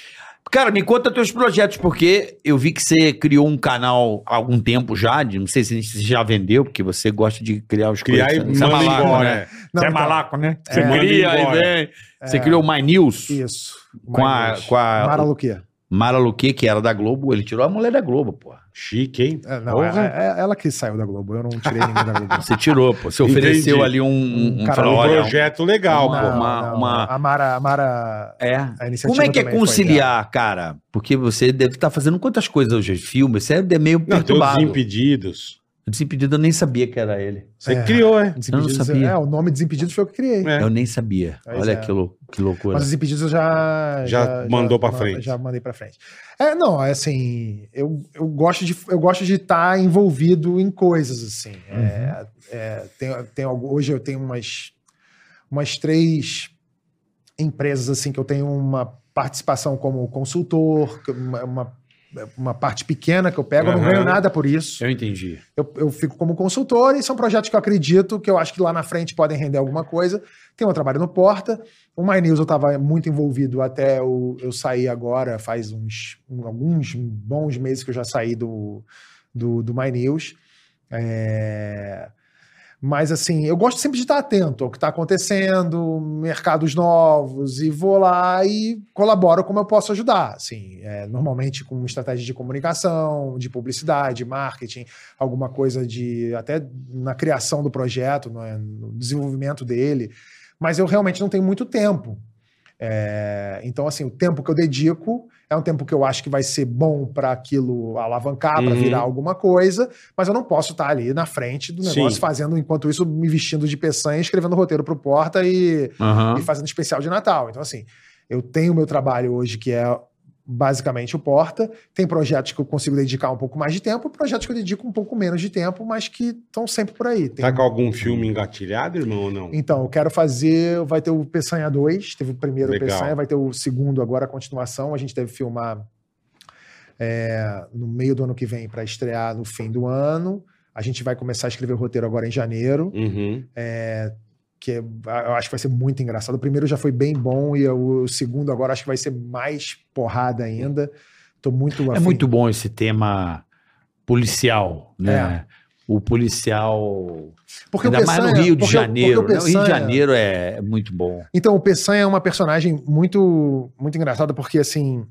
Cara, me conta teus projetos, porque eu vi que você criou um canal há algum tempo já, de, não sei se você já vendeu, porque você gosta de criar os Criar coisas. e Você é manda malaco, embora, né? é. Não, Você é então, malaco, né? Você É. cria Manda e embora. vem. Você criou o My News Isso. com a, com a Mara Luque. Mara Luque, que era da Globo. Ele tirou a mulher da Globo, pô. Chique, hein? É, não, Porra. é, é ela que saiu da Globo. Eu não tirei ninguém da Globo. Você tirou, pô. Você Entendi. ofereceu ali um... um, um Cara, falou, Um olha, projeto legal, uma- pô. Não, uma- não, uma- A Mara... A Mara É. a iniciativa Como é que é também foi conciliar, cara? Porque você deve estar fazendo quantas coisas hoje? Filmes? Você é meio Não, tem os perturbado. Desimpedidos. Desimpedido eu nem sabia que era ele. Você É. criou, é? Desimpedidos, Eu não sabia. É, o nome Desimpedidos foi eu que criei. É. Eu nem sabia. Pois Olha é. que, lou que loucura. Mas os Desimpedidos eu já... Já mandou pra ma- frente. Já mandei pra frente. É, não, é assim... Eu, eu gosto de eu gosto de estar envolvido em coisas, assim. É, é, tem, tem, algo- hoje eu tenho umas, umas três empresas, assim, que eu tenho uma participação como consultor, que uma, uma, uma parte pequena que eu pego, eu não Aham. ganho nada por isso. Eu entendi. Eu, eu fico como consultor e são projetos que eu acredito, que eu acho que lá na frente podem render alguma coisa. Tem um trabalho no Porta. O My News eu estava muito envolvido até eu, eu sair agora, faz uns um- alguns bons meses que eu já saí do, do, do My News. É, Mas assim, eu gosto sempre de estar atento ao que está acontecendo, mercados novos, e vou lá e colaboro como eu posso ajudar. Assim, é, normalmente com estratégia de comunicação, de publicidade, marketing, alguma coisa de até na criação do projeto, no, no desenvolvimento dele. Mas eu realmente não tenho muito tempo. É, então, assim, o tempo que eu dedico é um tempo que eu acho que vai ser bom para aquilo alavancar, para Uhum. virar alguma coisa, mas eu não posso estar ali na frente do negócio Sim. fazendo, enquanto isso, me vestindo de peçanha, escrevendo roteiro pro Porta e, Aham. e fazendo especial de Natal. Então, assim, eu tenho o meu trabalho hoje, que é basicamente o Porta, tem projetos que eu consigo dedicar um pouco mais de tempo, projetos que eu dedico um pouco menos de tempo, mas que estão sempre por aí. Tem Tá com algum filme engatilhado, irmão, ou não? então, eu quero fazer. Vai ter o Peçanha dois, teve o primeiro Legal. Peçanha, vai ter o segundo agora, a continuação. A gente deve filmar é, no meio do ano que vem para estrear no fim do ano. A gente vai começar a escrever o roteiro agora em janeiro, Uhum. que é- eu acho que vai ser muito engraçado. O primeiro já foi bem bom e o, o segundo agora acho que vai ser mais porrada ainda. Tô muito É afim. muito bom esse tema policial, né? O policial. Porque Ainda o mais no Peçanha- Rio de porque o- Janeiro. porque o né? O Rio de Peçanha- Janeiro é muito bom. Então, o Peçanha é uma personagem muito, muito engraçada, porque, assim,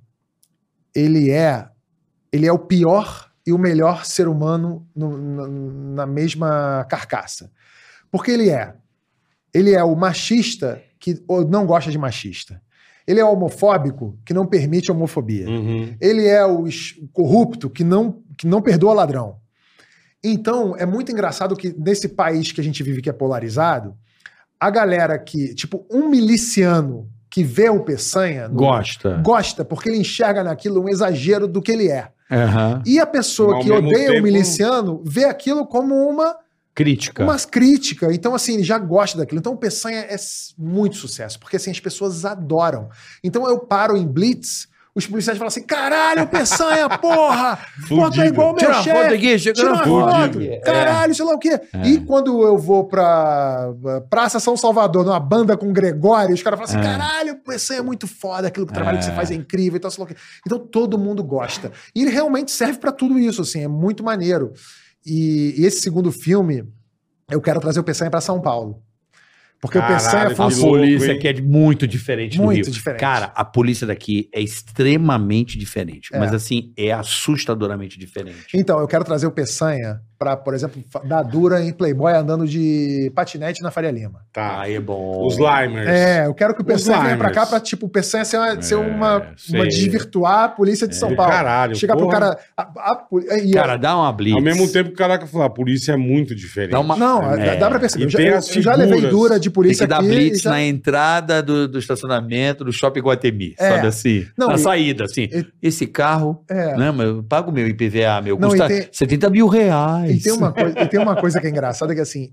ele é, ele é o pior e o melhor ser humano no- na, na mesma carcaça. Porque ele é, ele é o machista que ou não gosta de machista. Ele é o homofóbico que não permite a homofobia. Uhum. Ele é o es- corrupto que não, que não perdoa ladrão. Então, é muito engraçado que nesse país que a gente vive, que é polarizado, a galera que, tipo, um miliciano que vê o Peçanha no- Gosta. gosta, porque ele enxerga naquilo um exagero do que ele é. Aham. E a pessoa Ao que mesmo odeia tempo- o miliciano vê aquilo como uma, Crítica. uma crítica. Então, assim, ele já gosta daquilo. Então, o Peçanha é s- muito sucesso, porque assim, as pessoas adoram. Então, eu paro em Blitz, os policiais falam assim: caralho, Peçanha, porra! Pô, tá igual o meu Tira uma foto chefe. aqui, chega Tira na uma foto. foto, É. caralho, sei lá o quê. É. E quando eu vou pra uh, Praça São Salvador, numa banda com o Gregório, os caras falam assim: É. caralho, o Peçanha é muito foda, aquilo que o trabalho que você É. faz é incrível e tal, sei lá o quê. Então todo mundo gosta. E ele realmente serve pra tudo isso, assim, é muito maneiro. E, e esse segundo filme, eu quero trazer o Peçanha pra São Paulo. Porque Caralho, o Peçanha que A foi. louco, polícia hein? aqui é de- muito diferente do Muito Rio. diferente. Cara, a polícia daqui é extremamente diferente. É. Mas assim, é assustadoramente diferente. Então, eu quero trazer o Peçanha pra, por exemplo, fa- dar dura em Playboy andando de patinete na Faria Lima. Tá. Aí é bom. Os Limers. É, eu quero que o Os Peçanha venha pra Limers. cá pra, tipo, o Peçanha ser uma, ser É, uma, sei. uma desvirtuar a polícia de São Do Paulo. caralho, Chegar pro porra. cara. A, a, poli- e a- Cara, dá uma blitz. Ao mesmo tempo que o caraca falou, a polícia é muito diferente. Dá uma- não, É. dá pra perceber. E Eu já, tem eu, as eu já levei figuras. dura de Tem polícia que dar aqui. blitz e já- na entrada do, do estacionamento do Shopping Guatemi, É. sabe assim? Não, na e- saída, assim. e- Esse carro, É. né, mas eu pago meu I P V A, meu, Não, custa e tem- setenta mil reais. E tem, uma coisa, e tem uma coisa que é engraçada, que assim,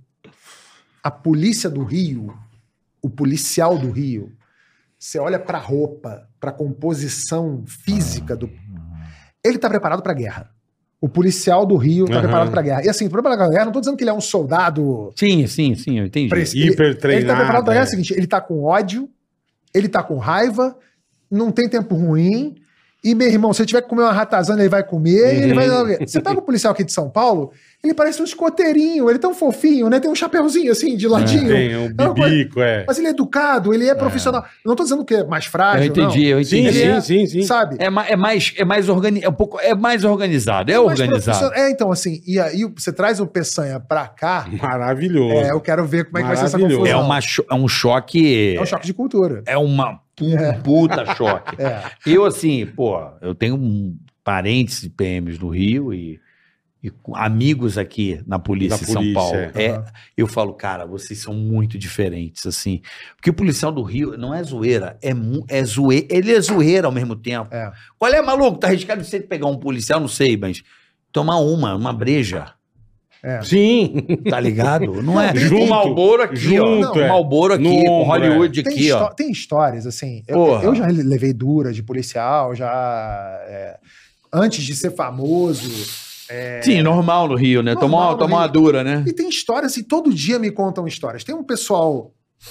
a polícia do Rio, o policial do Rio, você olha pra roupa, pra composição física do... Ele tá preparado pra guerra. O policial do Rio tá Aham. preparado pra guerra. E assim, preparado pra guerra, não tô dizendo que ele é um soldado... Sim, sim, sim, eu entendi. Preci- ele- Hiper Ele tá treinado, preparado pra guerra, é é. o seguinte, ele tá com ódio, ele tá com raiva, não tem tempo ruim, E, meu irmão, se ele tiver que comer uma ratazana, ele vai comer. E ele vai... Você pega o policial aqui de São Paulo, ele parece um escoteirinho, ele é tão fofinho, né? Tem um chapeuzinho assim, de ladinho. Tem um É uma coisa- bibico, é. Mas ele é educado, ele é profissional. Eu não tô dizendo que é mais frágil, Eu entendi, não. eu Sim, entendi. Ele sim, é- sim, sim. Sabe? É, ma- é mais, é mais organi é um pouco, é mais organizado, é Mais organizado. profissional. É, então, assim, e aí você traz o Peçanha pra cá, Maravilhoso. é, eu quero ver como é que vai ser essa Maravilhoso. confusão. É, uma cho- é um choque. É um choque de cultura. É uma pu- puta choque. É. Eu, assim, pô, eu tenho um parentes de P Ms no Rio e, e com amigos aqui na polícia Da em São polícia, Paulo. é. É, Aham. eu falo, cara, vocês são muito diferentes, assim. Porque o policial do Rio não é zoeira, é, mu- é zoeira. Ele é zoeira ao mesmo tempo. É. Qual é, maluco? Tá arriscado de você pegar um policial, não sei, mas tomar uma, uma breja. É. Sim. Tá ligado? Não é? Junto, um Malboro aqui, junto, ó. Um é. Malboro aqui, No com ombro, Hollywood Tem, aqui, ó. histó- tem histórias, assim. Eu, Porra. eu já levei dura de policial, já. é, antes de ser famoso. é, Sim, normal no Rio, né? Normal Tomar, no tomar uma Rio. dura, né? E tem histórias, assim, todo dia me contam histórias. Tem um pessoal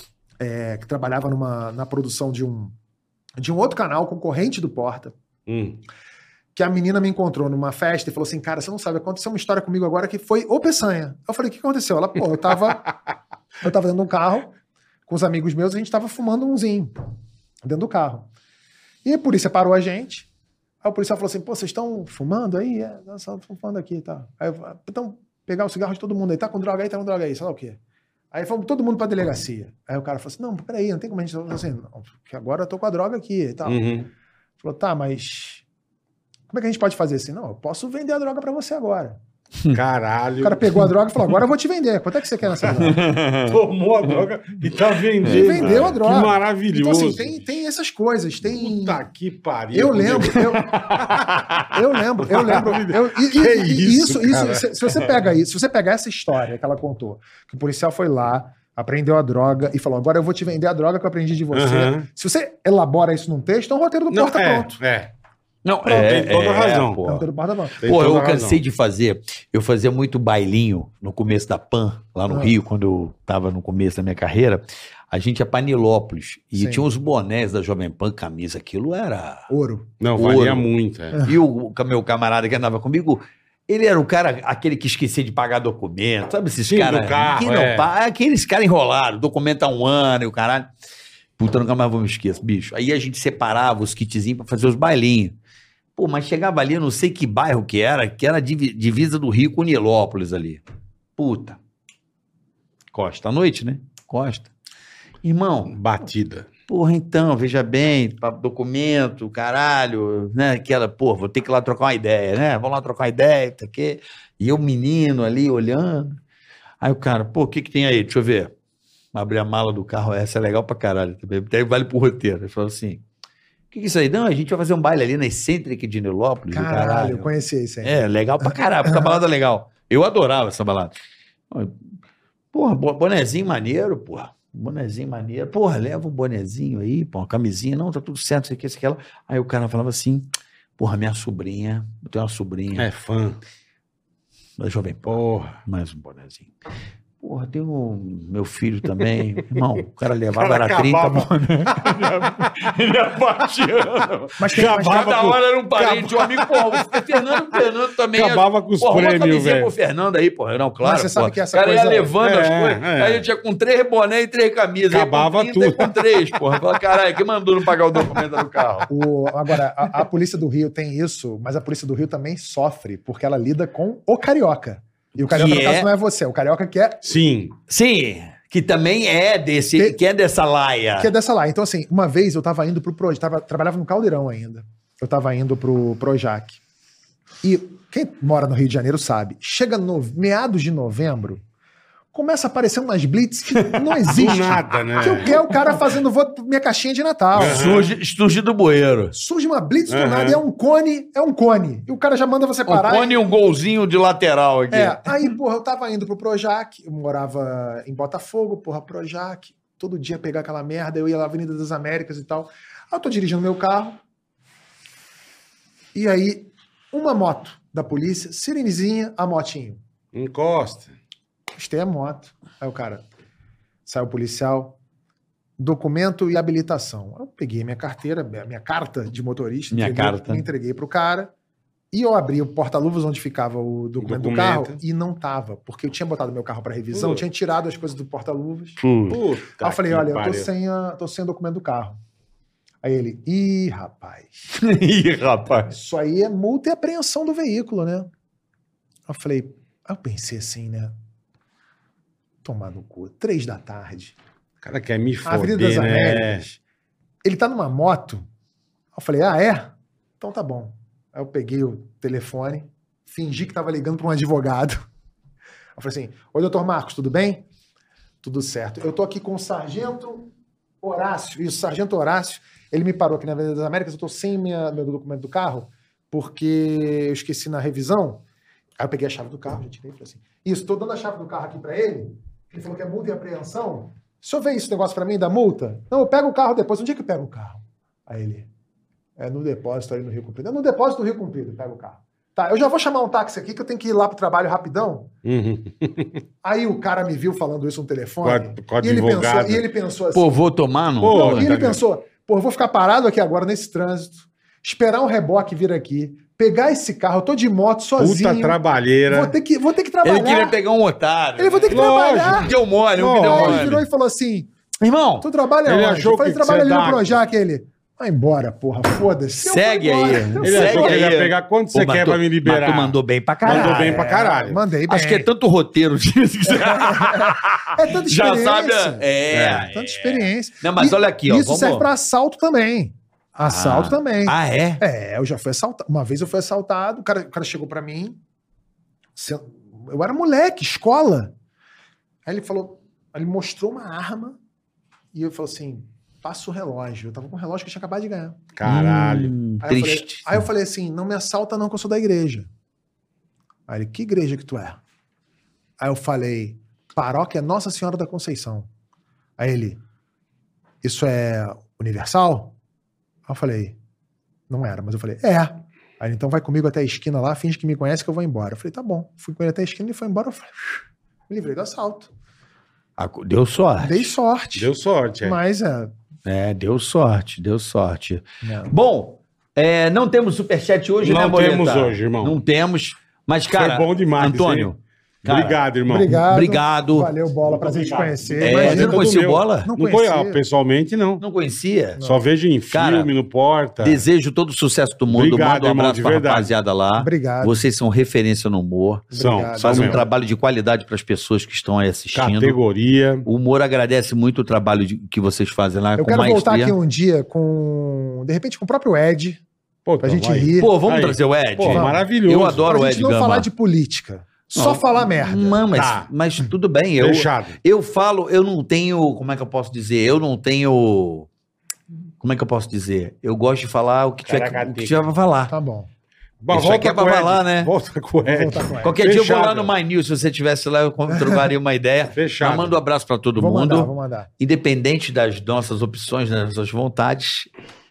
é, que trabalhava numa, na produção de um, de um outro canal concorrente do Porta, Hum. que a menina me encontrou numa festa e falou assim, cara, você não sabe, aconteceu uma história comigo agora que foi o Peçanha. Eu falei, o que aconteceu? Ela, pô, eu tava, eu tava dentro de um carro com os amigos meus, a gente tava fumando umzinho dentro do carro. E a polícia parou a gente, aí o policial falou assim, pô, vocês estão fumando aí? É, nós estamos fumando aqui, tá. Aí eu falei, então, pegar o cigarro de todo mundo aí, tá com droga aí, tá com droga aí, sei lá o quê. Aí fomos todo mundo pra delegacia. Aí o cara falou assim, não, peraí, não tem como a gente... Eu falei assim, não, porque agora eu tô com a droga aqui e tal. Uhum. Falou, tá, mas como é que a gente pode fazer assim? Não, eu posso vender a droga pra você agora. Caralho. O cara pegou a droga e falou, agora eu vou te vender. Quanto é que você quer nessa droga? Tomou a droga e tá vendendo. E vendeu a droga. Que Então, maravilhoso. assim, tem, tem essas coisas. Tem... Puta que pariu. Eu lembro, eu, eu lembro, eu lembro. Eu, e, Que e- e isso, isso, cara? se, se você pega isso, se você pegar essa história que ela contou, que o policial foi lá, aprendeu a droga e falou, agora eu vou te vender a droga que eu aprendi de você. Aham. Se você elabora isso num texto, é um roteiro do Não, Porta é, pronto. é. Não, Não, tem toda a razão. pô. É um roteiro do Porta pronto. Tem Pô, eu toda a cansei razão. de fazer. Eu fazia muito bailinho no começo da Pan, lá no Ah. Rio, quando eu tava no começo da minha carreira. A gente ia pra Nilópolis e Sim. tinha uns bonés da Jovem Pan, camisa, aquilo era. Ouro. Não, valia Ouro. muito. É. E o, o meu camarada que andava comigo, ele era o cara, aquele que esquecia de pagar documento, sabe esses Sim, caras? do carro, que não é. paga, aqueles caras enrolados, documento há um ano e o caralho. Puta, nunca mais vou me esquecer, bicho. Aí a gente separava os kitzinhos pra fazer os bailinhos. Pô, mas chegava ali, eu não sei que bairro que era, que era divi- divisa do Rio com Nilópolis ali. Puta. Costa, à noite, né? Costa. Irmão, Batida. porra, então, veja bem, pa- documento, caralho, né? Aquela, pô, vou ter que ir lá trocar uma ideia, né? Vamos lá trocar uma ideia, tá aqui. E eu, menino, ali, olhando. Aí o cara, pô, o que que tem aí? Deixa eu ver. Abri a mala do carro, essa é legal pra caralho também. Até vale pro roteiro. Ele falou assim, o que que é isso aí? Não, a gente vai fazer um baile ali na Excêntrica de Nilópolis. o Caralho, eu conheci isso aí. É, legal pra caralho, puta balada legal. Eu adorava essa balada. Porra, bo- bonezinho maneiro, porra. Bonezinho maneiro. Porra, leva um bonezinho aí, pô, uma camisinha. Não, tá tudo certo, isso aqui, isso aqui. Ela. Aí o cara falava assim, porra, minha sobrinha, eu tenho uma sobrinha É fã. da Jovem Pan, Porra. mais um bonezinho. Porra, tem o meu filho também. Irmão, o cara levava, Cara, era trinta acabava. boné. Ele ia baixando. Mas tem, mas Acabava Cada com- hora era um parente, um amigo, porra, o Fernando, Fernando também. ia- Acabava com os Porra, uma prêmios, camisinha velho. pro Fernando aí, porra. Não, claro. Mas você sabe porra. que essa o cara coisa- ia levando as É, coisas. é. Aí eu tinha com três boné e três camisas. aí Acabava com trinta e tudo. com três, porra. Fala, caralho, quem mandou não pagar o documento do carro? O, agora, a, a polícia do Rio tem isso, mas a polícia do Rio também sofre, porque ela lida com o carioca. E o carioca, Que no caso, é- não é você, é o carioca que é, Sim. Sim, que também é desse, Que- que é dessa laia. que é dessa lá. Então, assim, uma vez eu tava indo pro Projac, tava, trabalhava no Caldeirão ainda. Eu tava indo pro Projac. E quem mora no Rio de Janeiro sabe, chega no meados de novembro, começa a aparecer umas blitz que não existe. Do nada, né? Que eu quero o cara fazendo voto minha caixinha de Natal. Surge, surge do bueiro. Surge uma blitz do Aham. nada e é um cone, é um cone. E o cara já manda você Um parar. cone e um golzinho de lateral aqui. É, aí, porra, eu tava indo pro Projac, eu morava em Botafogo, porra, Projac, todo dia pegar aquela merda, eu ia lá na Avenida das Américas e tal. Aí eu tô dirigindo meu carro, e aí, uma moto da polícia, sirenezinha, a motinho. Encosta. Postei a moto. Aí o cara, saiu o policial, documento e habilitação. Eu peguei minha carteira, a minha carta de motorista, Minha entreguei- carta. me entreguei pro cara e eu abri o porta-luvas onde ficava o documento, do Documento. carro e não tava, porque eu tinha botado meu carro para revisão, Putz. tinha tirado as coisas do porta-luvas. Puta Aí eu falei, que olha, eu tô pariu. sem, a, tô sem o documento do carro. Aí ele, ih, rapaz, Ih, rapaz. isso aí é multa e apreensão do veículo, né? Eu falei, aí eu pensei assim, né? Tomar no cu, três da tarde, O cara quer me Avenida das foder, né? Américas. Ele tá numa moto. Eu falei, ah, é? Então tá bom. Aí eu peguei o telefone, fingi que tava ligando para um advogado. Eu falei assim, oi, doutor Marcos, tudo bem? Tudo certo. Eu tô aqui com o sargento Horácio. Isso, sargento Horácio. Ele me parou aqui na Avenida das Américas, eu tô sem minha, meu documento do carro, porque eu esqueci na revisão. Aí eu peguei a chave do carro, já tirei e falei assim, isso, tô dando a chave do carro aqui para ele. Ele falou que é multa e apreensão. O senhor vê esse negócio para mim da multa? Não, eu pego o carro depois. Onde é que eu pego o carro? Aí ele, é no depósito aí no Rio Comprido. É no depósito do Rio Comprido, pega o carro. Tá, eu já vou chamar um táxi aqui que eu tenho que ir lá pro trabalho rapidão. Uhum. Aí o cara me viu falando isso no telefone. Com a- com a e, ele advogada. pensou, e ele pensou assim. Pô, vou tomar, não? Pô, não, e ele tá pensou, pô, eu vou ficar parado aqui agora nesse trânsito, esperar um reboque vir aqui, pegar esse carro, eu tô de moto sozinho. Puta trabalheira. Vou ter que, vou ter que trabalhar. Ele queria pegar um otário. Ele vou ter que Lógico. trabalhar. Deu mole, um que deu Lógico. Aí ele virou mole. e falou assim, Irmão, tu trabalha Ele onde? achou Eu falei, que trabalha você ali no dá- Projac. Ele, vai embora, porra, foda-se. Eu segue fui aí. embora. Ele segue achou que ele ia aí. pegar quanto Pô, você mas quer tu- pra me liberar. Mas tu mandou bem pra caralho. Mandou bem pra caralho. Mandei bem. Acho que é tanto roteiro disso. É tanta Já experiência. sabe. a- É. É, tanta experiência. Não, mas E olha aqui, ó. Isso vamos- serve pra assalto também. Assalto Ah. também. Ah, é? É, eu já fui assaltado. Uma vez eu fui assaltado, o cara, o cara chegou pra mim. se- Eu era moleque, escola. Aí ele falou, aí ele mostrou uma arma e eu falei assim: passa o relógio. Eu tava com um relógio que eu tinha acabado de ganhar. Caralho. Hum, Aí eu, falei, triste. aí eu falei assim: não me assalta, não, que eu sou da igreja. Aí ele, que igreja que tu é? Aí eu falei, paróquia Nossa Senhora da Conceição. Aí ele, isso é universal? Aí eu falei, não era, mas eu falei, é. Aí ele, então vai comigo até a esquina lá, finge que me conhece que eu vou embora. Eu falei, tá bom. Fui com ele até a esquina, ele foi embora, eu falei, me livrei do assalto. Ah, deu sorte. Dei sorte. Deu sorte, é. Mas é. É, deu sorte, deu sorte. né. Bom, é, não temos superchat hoje, Não né, Boleta? temos hoje, irmão. Não temos. Mas, cara, Foi bom demais, Antônio, hein? cara, Obrigado, irmão. Obrigado. Obrigado. Valeu, Bola, prazer te obrigado. conhecer. É, Imagina você não todo conhecia o meu. Bola? Não Não conhecia. foi, ó, pessoalmente, não. Não conhecia? Só vejo em Cara, filme, no Porta. Desejo todo o sucesso do mundo. Obrigado, Manda um irmão, abraço de pra verdade. rapaziada lá. Obrigado. Vocês são referência no humor. São, Obrigado. são Fazem um mesmo. trabalho de qualidade para as pessoas que estão aí assistindo. Categoria. O humor agradece muito o trabalho de- que vocês fazem lá Eu com quero voltar maestria. aqui um dia com, de repente, com o próprio Ed, Pô, pra então gente vai. rir. Pô, vamos Aí. trazer o Ed? Pô, Vamos. maravilhoso. Eu adoro pra o gente Ed não Gama. falar de política. Só Não. falar merda. Não, mas, Tá. mas tudo bem. Eu, Fechado. eu falo, eu não tenho. Como é que eu posso dizer? Eu não tenho. Como é que eu posso dizer? Eu gosto de falar o que tiver, que- o que tiver pra falar. Tá bom. Bom, Isso aqui é pra com o Ed. falar, né? Volta com o Vou Ed. voltar com o Ed. Qualquer dia eu vou lá Fechado. no My News, se você estivesse lá, eu trocaria uma ideia. Fechado. Mas manda um abraço pra todo Vou mundo. mandar, vou mandar. Independente das nossas opções, das nossas vontades,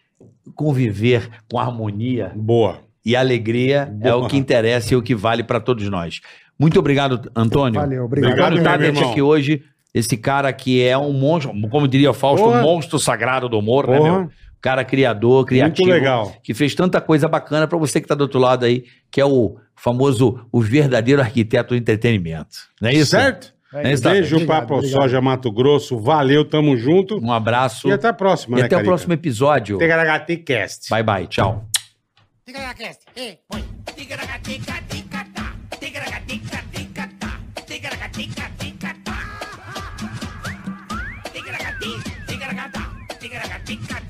conviver com harmonia Boa. e alegria é Boa. o que interessa e o que vale pra todos nós. Muito obrigado, Antônio. Valeu, obrigado. Antônio Obrigado, Tabet meu irmão. aqui hoje. Esse cara que é um monstro, como diria Fausto, Porra. um monstro sagrado do humor, né, Porra. meu? Cara criador, criativo. Muito legal. Que fez tanta coisa bacana pra você que tá do outro lado aí, que é o famoso, o verdadeiro arquiteto do entretenimento. Não é isso? Certo? É isso, tá. Beijo Obrigado, pra obrigado. Soja Mato Grosso. Valeu, tamo junto. Um abraço. E até a próxima, E né, até o Carica? próximo episódio. Tegaragate-cast. Bye, bye. Tchau. Tigaracast, hey, põe. Tigaracatica, ticatá. Tigaracatica, ticatá. Tigaracatica, ticatá. Tigaracati, tigaracatá. Tigaracatica,